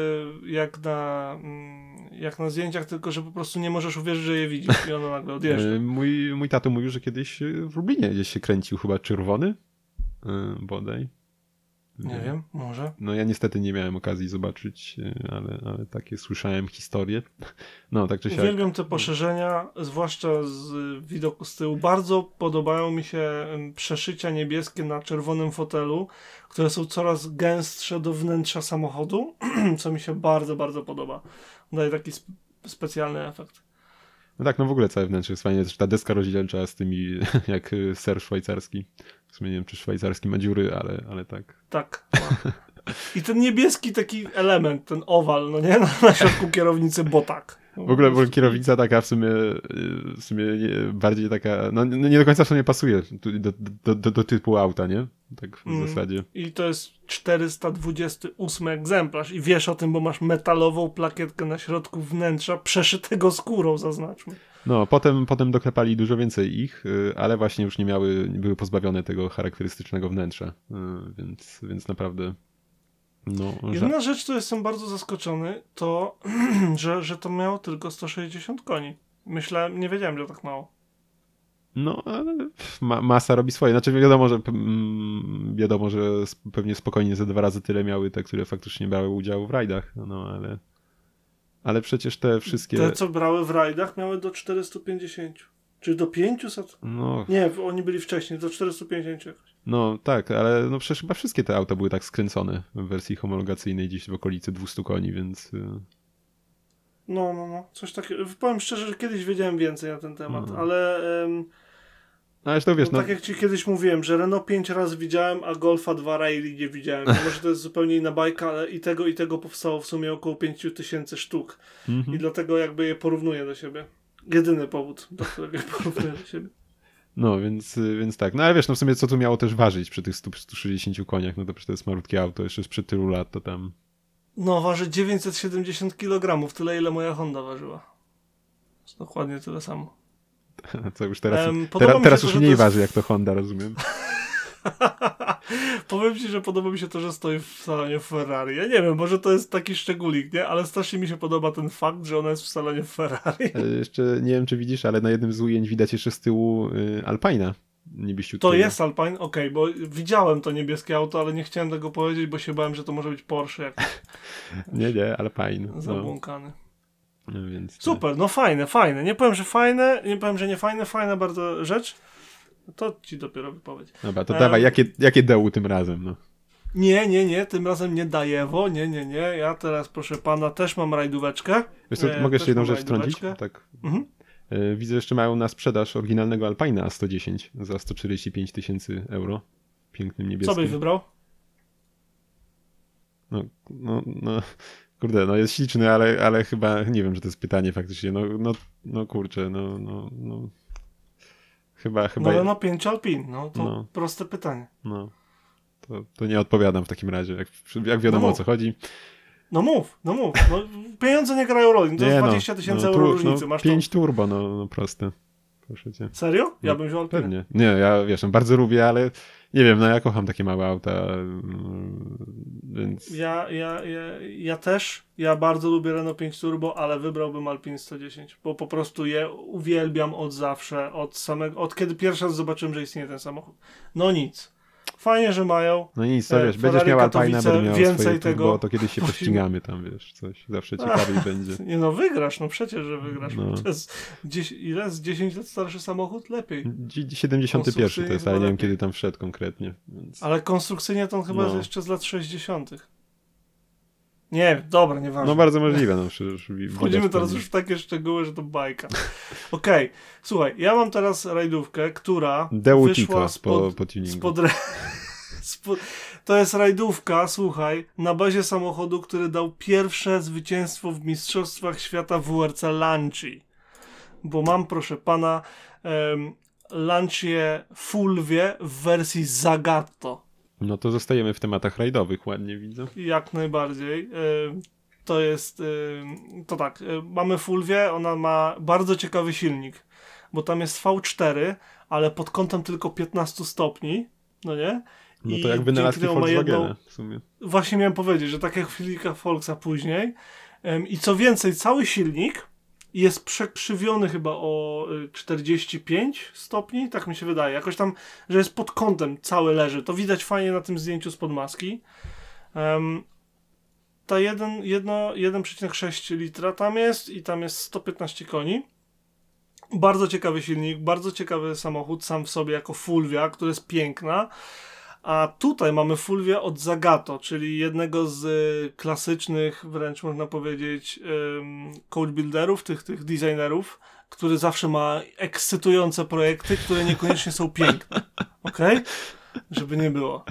jak na zdjęciach, tylko że po prostu nie możesz uwierzyć, że je widzisz i ono nagle odjeżdża. Mój tato mówił, że kiedyś w Lublinie gdzieś się kręcił chyba czerwony bodaj. Nie wiem, może. No ja niestety nie miałem okazji zobaczyć, ale takie słyszałem historie. No, tak czy siak. Uwielbiam te poszerzenia, zwłaszcza z widoku z tyłu. Bardzo podobają mi się przeszycia niebieskie na czerwonym fotelu, które są coraz gęstsze do wnętrza samochodu, co mi się bardzo, bardzo podoba. Daje taki specjalny efekt. No tak, no w ogóle całe wnętrze jest fajnie. Też ta deska rozdzielcza z tymi, jak ser szwajcarski. W sumie nie wiem, czy szwajcarski ma dziury, ale tak. Tak. I ten niebieski taki element, ten owal, no nie? Na środku kierownicy, bo tak. W ogóle kierownica taka w sumie bardziej taka, no nie do końca w sumie pasuje do typu auta, nie? Tak w zasadzie. I to jest 428 egzemplarz i wiesz o tym, bo masz metalową plakietkę na środku wnętrza przeszytego skórą, zaznaczmy. No, potem doklepali dużo więcej ich, ale właśnie już były pozbawione tego charakterystycznego wnętrza, więc naprawdę... No, jedna rzecz, to jestem bardzo zaskoczony, to, że to miało tylko 160 koni. Nie wiedziałem, że tak mało. No, ale masa robi swoje. Znaczy wiadomo, że pewnie spokojnie ze 2 razy tyle miały te, które faktycznie brały udział w rajdach. No, ale przecież te wszystkie... Te, co brały w rajdach, miały do 450. Czy do 500? No, Nie, oni byli wcześniej, do 450 jakoś. no tak, ale no przecież chyba wszystkie te auta były tak skręcone w wersji homologacyjnej gdzieś w okolicy 200 koni, więc... No, coś takiego. Powiem szczerze, że kiedyś wiedziałem więcej na ten temat, ale... Ale to wiesz, tak jak ci kiedyś mówiłem, że Renault 5 razy widziałem, a Golfa 2 Rally nie widziałem. Może to jest zupełnie inna bajka, ale i tego powstało w sumie około 5000 sztuk. I dlatego jakby je porównuję do siebie. Jedyny powód, do którego je porównuję do siebie. No, więc tak. No ale wiesz, no w sumie co tu miało też ważyć przy tych 160 koniach, no to przecież to jest malutkie auto, jeszcze sprzed tylu lat, to tam... No, waży 970 kg, tyle ile moja Honda ważyła. Jest dokładnie tyle samo. Co już teraz, teraz już mniej waży, jak to Honda, rozumiem. Powiem ci, że podoba mi się to, że stoi w salonie Ferrari. Ja nie wiem, może to jest taki szczególik, nie? Ale strasznie mi się podoba ten fakt, że ona jest w salonie Ferrari. Jeszcze nie wiem, czy widzisz, ale na jednym z ujęć widać jeszcze z tyłu Alpina. To jest Alpine? Okej, bo widziałem to niebieskie auto, ale nie chciałem tego powiedzieć, bo się bałem, że to może być Porsche. Jak... nie, Alpine. Zabłąkany. No, więc super, no fajne. Nie powiem, że fajne, nie powiem, że nie fajne, fajna bardzo rzecz. To ci dopiero wypowiedź. Dobra, to dawaj, jakie DU tym razem, no? Nie, tym razem nie Dajewo, nie. Ja teraz, proszę pana, też mam rajdóweczkę. Wiesz co, mogę jeszcze jedną rzecz wtrącić? Tak. Widzę, że jeszcze mają na sprzedaż oryginalnego Alpina A110 za 145 000 euro. Pięknym niebieskim. Co byś wybrał? No, kurde, no jest śliczny, ale chyba, nie wiem, czy to jest pytanie faktycznie, no kurczę, no. Chyba... No Renault 5 Alpine, no to proste pytanie. No, to nie odpowiadam w takim razie, jak wiadomo o co chodzi. No mów. No, pieniądze nie grają roli, to jest 20 000 euro różnicy. Masz 5 turbo, no proste. Proszę cię. Serio? Ja bym wziął Alpinę. Pewnie. Nie, ja wiesz, bardzo lubię, ale nie wiem, ja kocham takie małe auta, więc... Ja też, bardzo lubię Renault 5 Turbo, ale wybrałbym Alpine 110, bo po prostu je uwielbiam od zawsze, od kiedy pierwszy raz zobaczyłem, że istnieje ten samochód. No nic. Fajnie, że mają. No nic, to wiesz, będziesz miał Alpina, będę miał więcej swoje tego. turbo, to kiedyś się pościgamy tam, wiesz, coś zawsze ciekawiej będzie. Nie no, wygrasz, no przecież, że wygrasz. No. To jest ile? Z 10 lat starszy samochód? Lepiej. 71 to jest, ale nie wiem kiedy tam wszedł konkretnie. Więc... Ale konstrukcyjnie to on chyba jest jeszcze z lat 60. Nie, dobra, nieważne. No bardzo możliwe. No, wchodzimy teraz już w takie szczegóły, że to bajka. Okej, słuchaj, ja mam teraz rajdówkę, która wyszła to jest rajdówka, słuchaj, na bazie samochodu, który dał pierwsze zwycięstwo w Mistrzostwach Świata WRC Lancia. Bo mam, proszę pana, Lancię Fulvię w wersji Zagato. No to zostajemy w tematach rajdowych, ładnie widzę. Jak najbardziej. To jest, to tak, mamy Fulvię, ona ma bardzo ciekawy silnik, bo tam jest V4, ale pod kątem tylko 15 stopni, no nie? No to jak wynalazki Volkswagena w sumie. Właśnie miałem powiedzieć, że tak jak w silnikach Volksa później. I co więcej, cały silnik jest przekrzywiony chyba o 45 stopni, tak mi się wydaje. Jakoś tam, że jest pod kątem cały leży. To widać fajnie na tym zdjęciu spod maski. Ta 1,6 litra tam jest i tam jest 115 koni. Bardzo ciekawy silnik, bardzo ciekawy samochód sam w sobie jako Fulvia, która jest piękna. A tutaj mamy Fulvię od Zagato, czyli jednego z klasycznych, wręcz można powiedzieć, coach builderów, tych designerów, który zawsze ma ekscytujące projekty, które niekoniecznie są piękne. Okej? Żeby nie było.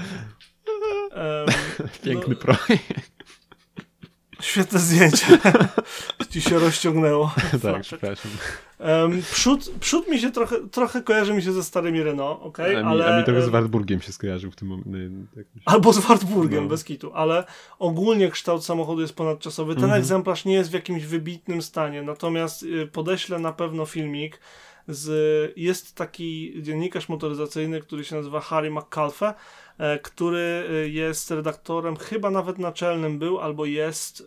Piękny projekt. Świetne zdjęcie. Ci się rozciągnęło. Tak, przepraszam. Przód mi się trochę kojarzy mi się ze starymi Renault, okej? A mi trochę z Wartburgiem się skojarzył w tym momencie. Albo z Wartburgiem, bez kitu, ale ogólnie kształt samochodu jest ponadczasowy. Ten egzemplarz nie jest w jakimś wybitnym stanie, natomiast podeślę na pewno filmik. Jest taki dziennikarz motoryzacyjny, który się nazywa Harry McAuliffe, który jest redaktorem, chyba nawet naczelnym był, albo jest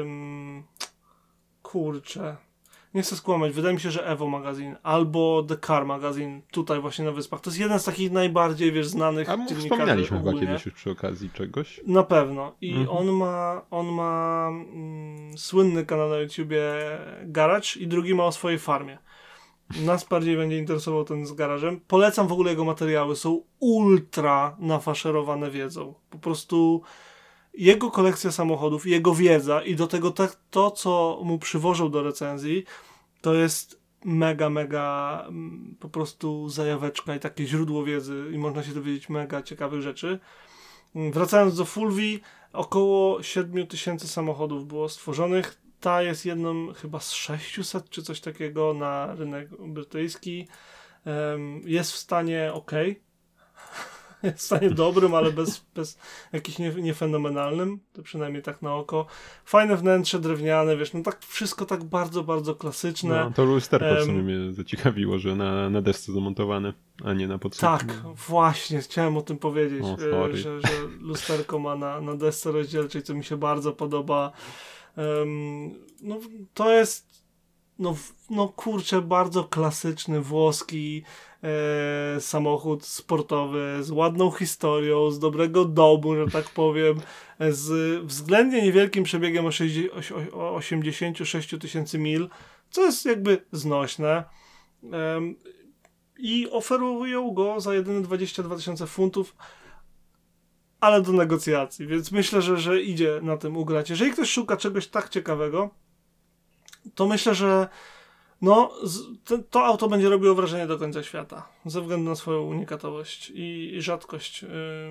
nie chcę skłamać, wydaje mi się, że Evo Magazine albo The Car Magazine tutaj właśnie na Wyspach. To jest jeden z takich najbardziej, znanych dziennikarzy. Wspomnialiśmy chyba kiedyś już przy okazji czegoś. Na pewno. I on ma słynny kanał na YouTubie Garage i drugi ma o swojej farmie. Nas bardziej będzie interesował ten z garażem. Polecam w ogóle jego materiały, są ultra nafaszerowane wiedzą. Po prostu jego kolekcja samochodów, jego wiedza i do tego to, co mu przywożą do recenzji, to jest mega po prostu zajaweczka i takie źródło wiedzy i można się dowiedzieć mega ciekawych rzeczy. Wracając do Fulvii, około 7000 samochodów było stworzonych. Ta jest jedną chyba z 600 czy coś takiego na rynek brytyjski. Jest w stanie jest w stanie dobrym, ale bez jakichś niefenomenalnym, to przynajmniej tak na oko. Fajne wnętrze, drewniane, wiesz, no tak wszystko tak bardzo, bardzo klasyczne. No, to lusterko w sumie mnie zaciekawiło, że na desce zamontowane, a nie na podsuku. Tak, właśnie, chciałem o tym powiedzieć, że lusterko ma na desce rozdzielczej, co mi się bardzo podoba. No to jest no kurczę, bardzo klasyczny włoski samochód sportowy z ładną historią, z dobrego domu, że tak powiem, z względnie niewielkim przebiegiem o 86 000 mil, co jest jakby znośne. I oferują go za jedyne 22 000 funtów, ale do negocjacji, więc myślę, że idzie na tym ugrać. Jeżeli ktoś szuka czegoś tak ciekawego, to myślę, że to auto będzie robiło wrażenie do końca świata, ze względu na swoją unikatowość i rzadkość.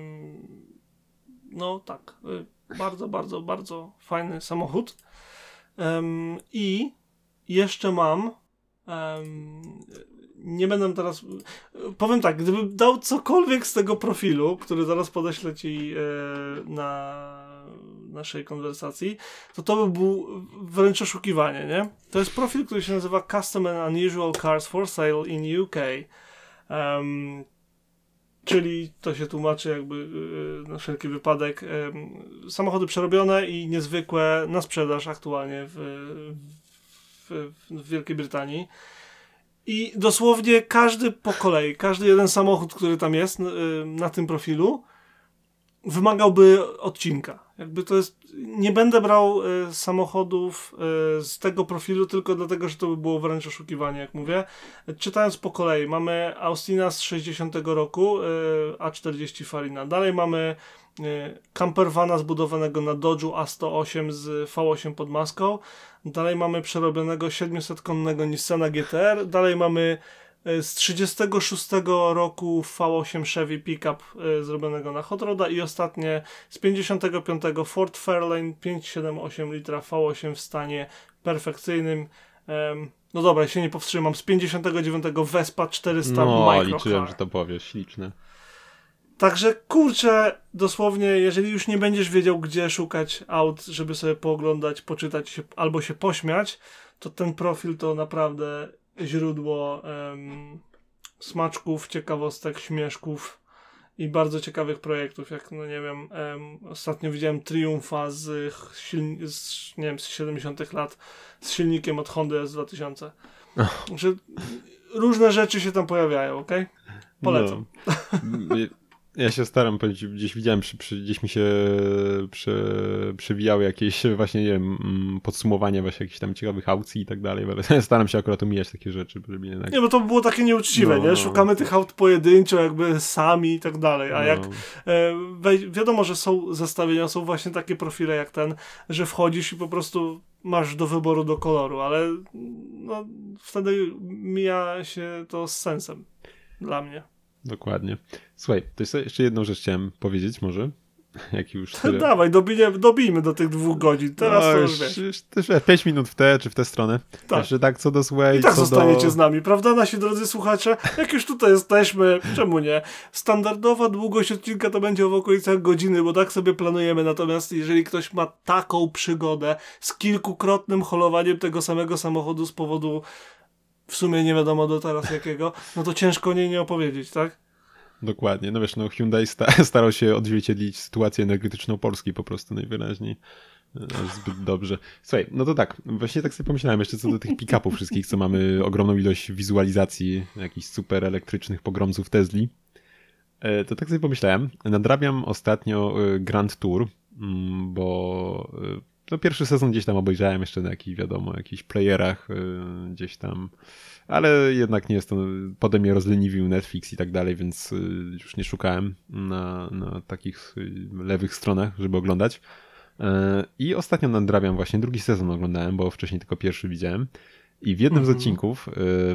No tak, bardzo, bardzo, bardzo fajny samochód. I jeszcze mam nie będę teraz... Powiem tak, gdybym dał cokolwiek z tego profilu, który zaraz podeślę ci na naszej konwersacji, to by był wręcz oszukiwanie, nie? To jest profil, który się nazywa Custom and Unusual Cars for Sale in UK. Czyli to się tłumaczy jakby na wszelki wypadek samochody przerobione i niezwykłe na sprzedaż aktualnie w Wielkiej Brytanii. I dosłownie każdy po kolei, każdy jeden samochód, który tam jest na tym profilu, wymagałby odcinka. Jakby to jest, nie będę brał samochodów z tego profilu tylko dlatego, że to by było wręcz oszukiwanie, jak mówię. Czytając po kolei, mamy Austina z 60 roku, A40 Farina. Dalej mamy campervana zbudowanego na Dodge'u A108 z V8 pod maską. Dalej mamy przerobionego 700-konnego Nissana GTR. Dalej mamy z 36 roku V8 Chevy Pickup zrobionego na Hot Roda i ostatnie z 55 Ford Fairlane 5,78 litra V8 w stanie perfekcyjnym. No dobra, ja się nie powstrzymam. Z 59 Vespa 400 Microcar. Liczyłem, że to powiesz. Śliczne. Także kurczę, dosłownie, jeżeli już nie będziesz wiedział, gdzie szukać aut, żeby sobie pooglądać, poczytać się, albo się pośmiać, to ten profil to naprawdę źródło smaczków, ciekawostek, śmieszków i bardzo ciekawych projektów, jak no nie wiem, ostatnio widziałem Triumfa z 70 lat z silnikiem od Hondy S2000. Że różne rzeczy się tam pojawiają, okej? Polecam. No. Ja się staram powiedzieć, gdzieś widziałem, gdzieś mi się przewijały jakieś właśnie, nie wiem, podsumowania właśnie jakichś tam ciekawych aukcji i tak dalej, ale staram się akurat omijać takie rzeczy, żeby jednak... Nie, bo to było takie nieuczciwe, nie? Szukamy tych aut pojedynczo, jakby sami i tak dalej, a jak wiadomo, że są zestawienia, są właśnie takie profile jak ten, że wchodzisz i po prostu masz do wyboru do koloru, ale no, wtedy mija się to z sensem dla mnie. Dokładnie. Słuchaj, to jeszcze jedną rzecz chciałem powiedzieć może. Jak już Dawaj, dobijmy do tych 2 godzin. Teraz to już wiesz. Też 5 minut w tę czy w tę stronę. Tak. Jeszcze tak co do Sway. I tak zostaniecie z nami, prawda, nasi drodzy słuchacze? Jak już tutaj jesteśmy, czemu nie? Standardowa długość odcinka to będzie w okolicach godziny, bo tak sobie planujemy. Natomiast jeżeli ktoś ma taką przygodę z kilkukrotnym holowaniem tego samego samochodu z powodu w sumie nie wiadomo do teraz jakiego, no to ciężko o niej nie opowiedzieć, tak? Dokładnie. No wiesz, Hyundai starał się odzwierciedlić sytuację energetyczną Polski po prostu najwyraźniej. Zbyt dobrze. Słuchaj, no to tak, właśnie tak sobie pomyślałem jeszcze co do tych pick-upów wszystkich, co mamy ogromną ilość wizualizacji jakichś super elektrycznych pogromców Tesli. To tak sobie pomyślałem, nadrabiam ostatnio Grand Tour, bo no pierwszy sezon gdzieś tam obejrzałem jeszcze na jakichś playerach gdzieś tam, ale jednak nie jest to, potem mnie rozleniwił Netflix i tak dalej, więc już nie szukałem na takich lewych stronach, żeby oglądać. I ostatnio nadrabiam właśnie, drugi sezon oglądałem, bo wcześniej tylko pierwszy widziałem i w jednym z odcinków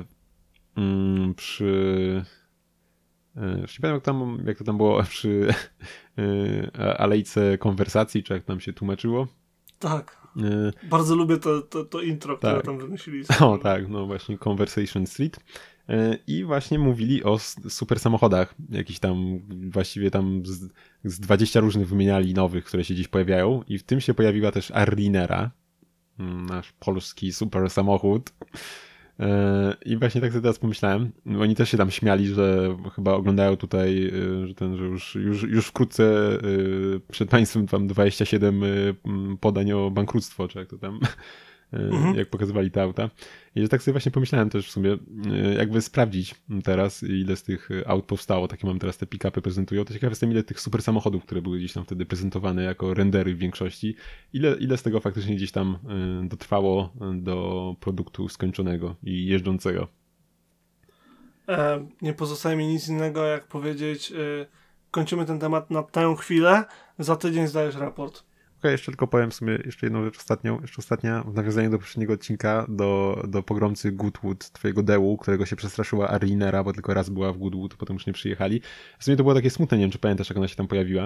już nie pamiętam jak to tam było przy alejce konwersacji, czy jak tam się tłumaczyło. Tak. Bardzo lubię to intro, które tak. tam wymyślili. O tak, no właśnie Conversation Street. I właśnie mówili o super samochodach. Jakiś tam, właściwie tam z 20 różnych wymieniali nowych, które się dziś pojawiają. I w tym się pojawiła też Arlinera, nasz polski super samochód. I właśnie tak sobie teraz pomyślałem, oni też się tam śmiali, że chyba oglądają tutaj, że już wkrótce przed państwem tam 27 podań o bankructwo, czy jak to tam, jak pokazywali te auta. I że tak sobie właśnie pomyślałem też w sumie, jakby sprawdzić teraz, ile z tych aut powstało, takie mam teraz te pick-upy prezentują, to ciekaw jestem, ile tych super samochodów, które były gdzieś tam wtedy prezentowane jako rendery w większości, ile z tego faktycznie gdzieś tam dotrwało do produktu skończonego i jeżdżącego. Nie pozostaje mi nic innego, jak powiedzieć, kończymy ten temat na tę chwilę, za tydzień zdajesz raport. Okej, jeszcze tylko powiem w sumie jeszcze jedną rzecz ostatnia, w nawiązaniu do poprzedniego odcinka, do pogromcy Goodwood, twojego Dełu, którego się przestraszyła Arlinera, bo tylko raz była w Goodwood, potem już nie przyjechali. W sumie to było takie smutne, nie wiem czy pamiętasz, jak ona się tam pojawiła.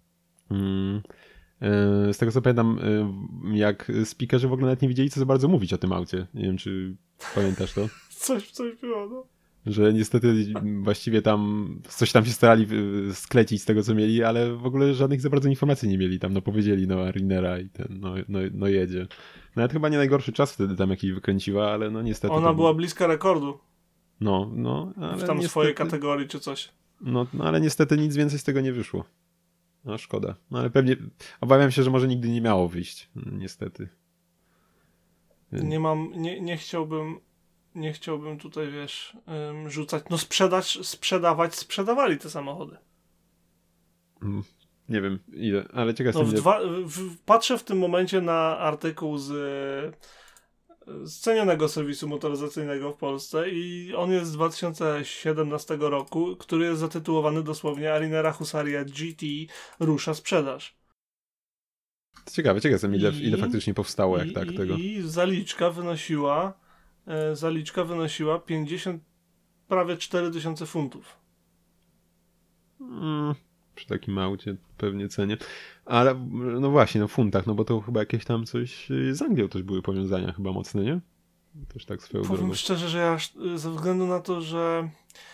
Z tego co pamiętam, jak speakerzy w ogóle nawet nie wiedzieli, co za bardzo mówić o tym aucie. Nie wiem, czy pamiętasz to? Coś było, no. Że niestety właściwie tam coś tam się starali sklecić z tego, co mieli, ale w ogóle żadnych za bardzo informacji nie mieli. Tam no powiedzieli, no Arlinera i ten, no jedzie. Nawet chyba nie najgorszy czas wtedy tam jakiś wykręciła, ale no niestety... Ona była bliska rekordu. No, ale w tam niestety, swojej kategorii czy coś. No, ale niestety nic więcej z tego nie wyszło. No szkoda. No ale pewnie, obawiam się, że może nigdy nie miało wyjść. Niestety. Nie chciałbym tutaj, wiesz, rzucać. No sprzedawali te samochody. Nie wiem ile, ale ciekaw jestem. Patrzę w tym momencie na artykuł z cenionego serwisu motoryzacyjnego w Polsce i on jest z 2017 roku, który jest zatytułowany dosłownie Arlinera Husaria GT rusza sprzedaż. Ciekawe jestem, ile faktycznie powstało, jak tak tego. I zaliczka wynosiła 50, prawie 4000 funtów. Przy takim aucie pewnie cenie. Ale no właśnie, w funtach, no bo to chyba jakieś tam coś z Anglią też były powiązania chyba mocne, nie? Też tak swoją drogą. Powiem szczerze, że ja ze względu na to, że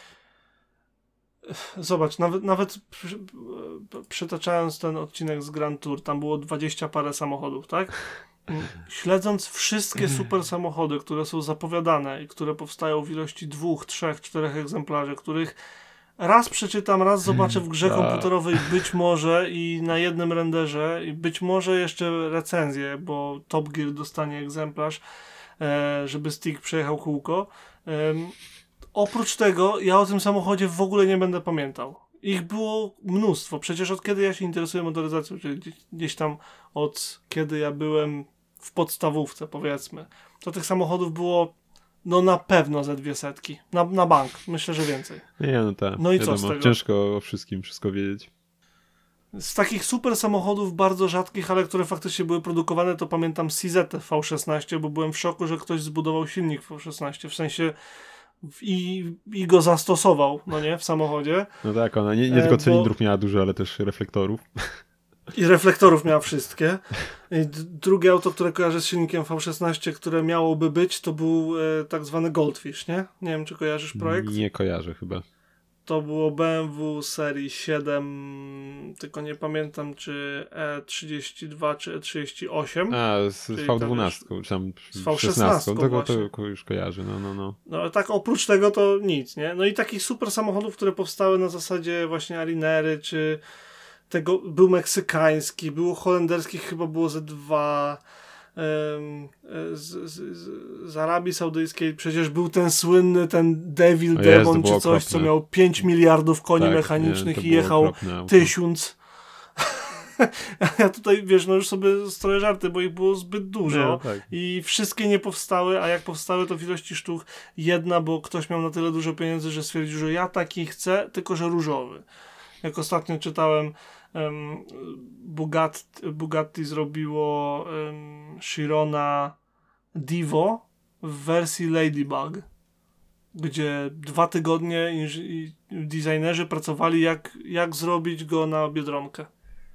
zobacz, nawet przytaczając ten odcinek z Grand Tour, tam było 20 parę samochodów, tak? Śledząc wszystkie super samochody, które są zapowiadane i które powstają w ilości 2, 3, 4 egzemplarzy, których raz przeczytam, raz zobaczę w grze komputerowej być może i na jednym renderze i być może jeszcze recenzję, bo Top Gear dostanie egzemplarz, żeby stick przejechał kółko. Oprócz tego ja o tym samochodzie w ogóle nie będę pamiętał. Ich było mnóstwo. Przecież od kiedy ja się interesuję motoryzacją, czyli gdzieś tam od kiedy ja byłem w podstawówce, powiedzmy, to tych samochodów było no na pewno ze 200. Na bank. Myślę, że więcej. Nie, no tak. No i wiadomo, co z tego? Ciężko o wszystko wiedzieć. Z takich super samochodów bardzo rzadkich, ale które faktycznie były produkowane, to pamiętam CZ V16, bo byłem w szoku, że ktoś zbudował silnik V16, w sensie i go zastosował, no nie, w samochodzie. No tak, ona nie tylko cylindrów miała dużo, ale też reflektorów. I reflektorów miała wszystkie. Drugie auto, które kojarzę z silnikiem V16, które miałoby być, to był tak zwany Goldfish, nie? Nie wiem, czy kojarzysz projekt? Nie kojarzę chyba. To było BMW serii 7, tylko nie pamiętam, czy E32, czy E38. Z V12, czy tam z V16. To już kojarzę, no. No ale tak oprócz tego to nic, nie? No i takich super samochodów, które powstały na zasadzie właśnie Arlinery, czy tego, był meksykański, było holenderskich, chyba było ze 2, z Arabii Saudyjskiej przecież był ten słynny, ten Devil Demon, czy coś, co miał 5 miliardów koni mechanicznych i jechał 1000. Ja tutaj, wiesz, no już sobie stroję żarty, bo ich było zbyt dużo i wszystkie nie powstały, a jak powstały, to w ilości sztuk jedna, bo ktoś miał na tyle dużo pieniędzy, że stwierdził, że ja taki chcę, tylko że różowy. Jak ostatnio czytałem, Bugatti zrobiło Chirona Divo w wersji Ladybug, gdzie 2 tygodnie designerzy pracowali jak zrobić go na Biedronkę.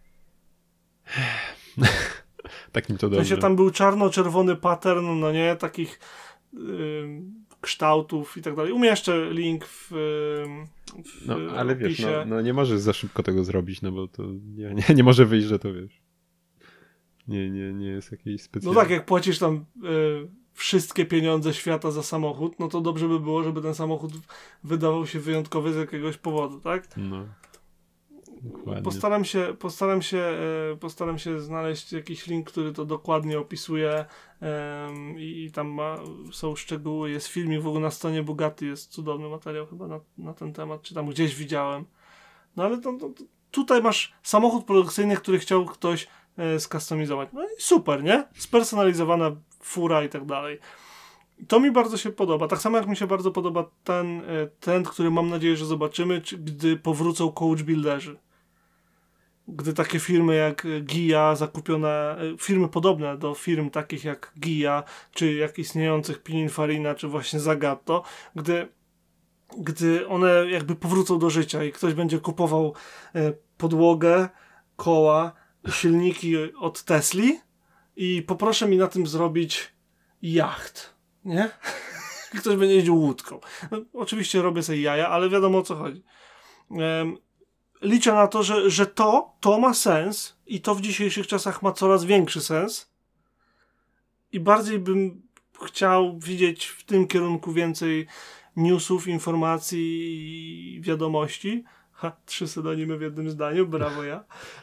Tak mi to dobrze. Tam był czarno-czerwony pattern, no nie, takich kształtów i tak dalej. Umieszczę link w no, ale opisie. Wiesz, no nie możesz za szybko tego zrobić, no bo to nie może wyjść, że to wiesz. Nie jest jakieś specjalne. No tak, jak płacisz tam wszystkie pieniądze świata za samochód, no to dobrze by było, żeby ten samochód wydawał się wyjątkowy z jakiegoś powodu, tak? No. Dokładnie. Postaram się znaleźć jakiś link, który to dokładnie opisuje i tam są szczegóły, jest filmik w ogóle na stronie Bugatti, jest cudowny materiał chyba na ten temat, czy tam gdzieś widziałem. No ale tutaj masz samochód produkcyjny, który chciał ktoś skustomizować. No i super, nie? Spersonalizowana fura i tak dalej. To mi bardzo się podoba. Tak samo jak mi się bardzo podoba ten trend, który mam nadzieję, że zobaczymy, gdy powrócą coach builderzy. Gdy takie firmy jak Gia, zakupione, firmy podobne do firm takich jak Gia, czy jak istniejących Pininfarina, czy właśnie Zagato, gdy one jakby powrócą do życia i ktoś będzie kupował podłogę, koła, silniki od Tesli i poproszę mi na tym zrobić jacht, nie? Ktoś będzie jeździł łódką. No, oczywiście robię sobie jaja, ale wiadomo o co chodzi. Liczę na to, że to ma sens i to w dzisiejszych czasach ma coraz większy sens i bardziej bym chciał widzieć w tym kierunku więcej newsów, informacji i wiadomości. 3 synonimy w jednym zdaniu, brawo ja.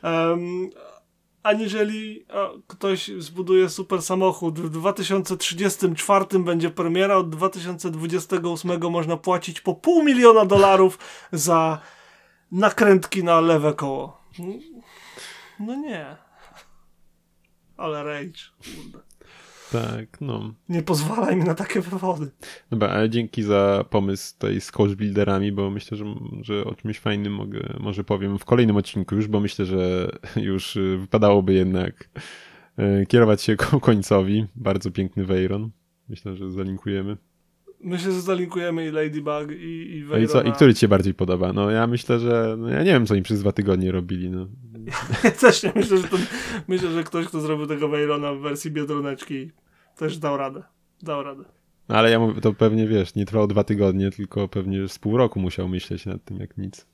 Aniżeli ktoś zbuduje super samochód. W 2034 będzie premiera, od 2028 można płacić po $500,000 za nakrętki na lewe koło. No nie. Ale rage. Kurde. Tak, no. Nie pozwalaj mi na takie wywody. Dobra, ale dzięki za pomysł tutaj z coach builderami, bo myślę, że o czymś fajnym może powiem w kolejnym odcinku już, bo myślę, że już wypadałoby jednak kierować się ku końcowi. Bardzo piękny Veyron. Myślę, że zalinkujemy. Myślę, że zalinkujemy i Ladybug i Veyrona. I który ci się bardziej podoba? No ja myślę, że ja nie wiem, co oni przez 2 tygodnie robili. No. Ja też nie myślę, że ktoś, kto zrobił tego Veyrona w wersji biedroneczki, też dał radę. Ale ja mówię, to pewnie, wiesz, nie trwało 2 tygodnie, tylko pewnie z pół roku musiał myśleć nad tym jak nic.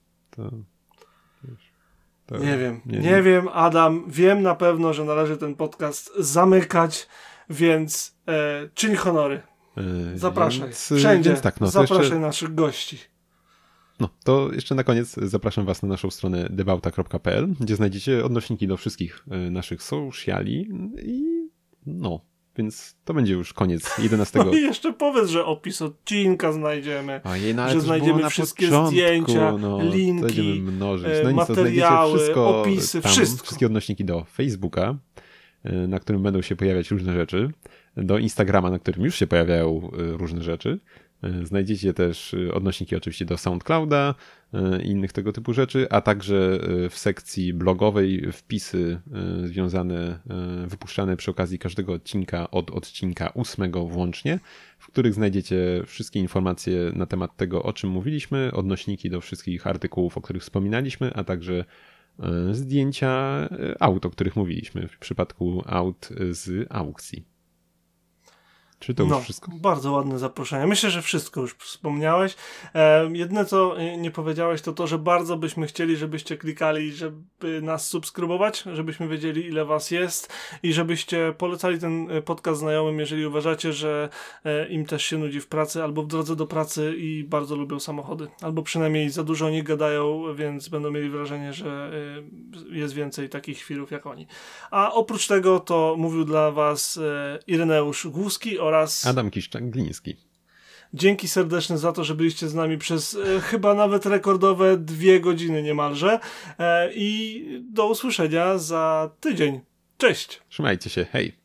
Nie wiem, Adam. Wiem na pewno, że należy ten podcast zamykać, więc czyń honory. Zapraszaj. Wszędzie. Tak, zapraszaj naszych gości. No, to jeszcze na koniec zapraszam was na naszą stronę debauta.pl, gdzie znajdziecie odnośniki do wszystkich naszych sociali i więc to będzie już koniec 11. No i jeszcze powiedz, że opis odcinka znajdziemy, że znajdziemy wszystkie zdjęcia, linki, materiały, opisy, wszystko. Wszystkie odnośniki do Facebooka, na którym będą się pojawiać różne rzeczy, do Instagrama, na którym już się pojawiają różne rzeczy. Znajdziecie też odnośniki oczywiście do SoundClouda i innych tego typu rzeczy, a także w sekcji blogowej wpisy związane, wypuszczane przy okazji każdego odcinka od odcinka 8 włącznie, w których znajdziecie wszystkie informacje na temat tego, o czym mówiliśmy, odnośniki do wszystkich artykułów, o których wspominaliśmy, a także zdjęcia aut, o których mówiliśmy w przypadku aut z aukcji. Czy to już wszystko? Bardzo ładne zaproszenie. Myślę, że wszystko już wspomniałeś. Jedyne, co nie powiedziałeś, to, że bardzo byśmy chcieli, żebyście klikali, żeby nas subskrybować, żebyśmy wiedzieli, ile was jest i żebyście polecali ten podcast znajomym, jeżeli uważacie, że im też się nudzi w pracy albo w drodze do pracy i bardzo lubią samochody. Albo przynajmniej za dużo o nich gadają, więc będą mieli wrażenie, że jest więcej takich świrów jak oni. A oprócz tego to mówił dla was Ireneusz Głuski oraz Adam Kiszczak-Gliński. Dzięki serdeczne za to, że byliście z nami przez chyba nawet rekordowe 2 godziny niemalże i do usłyszenia za tydzień. Cześć! Trzymajcie się, hej!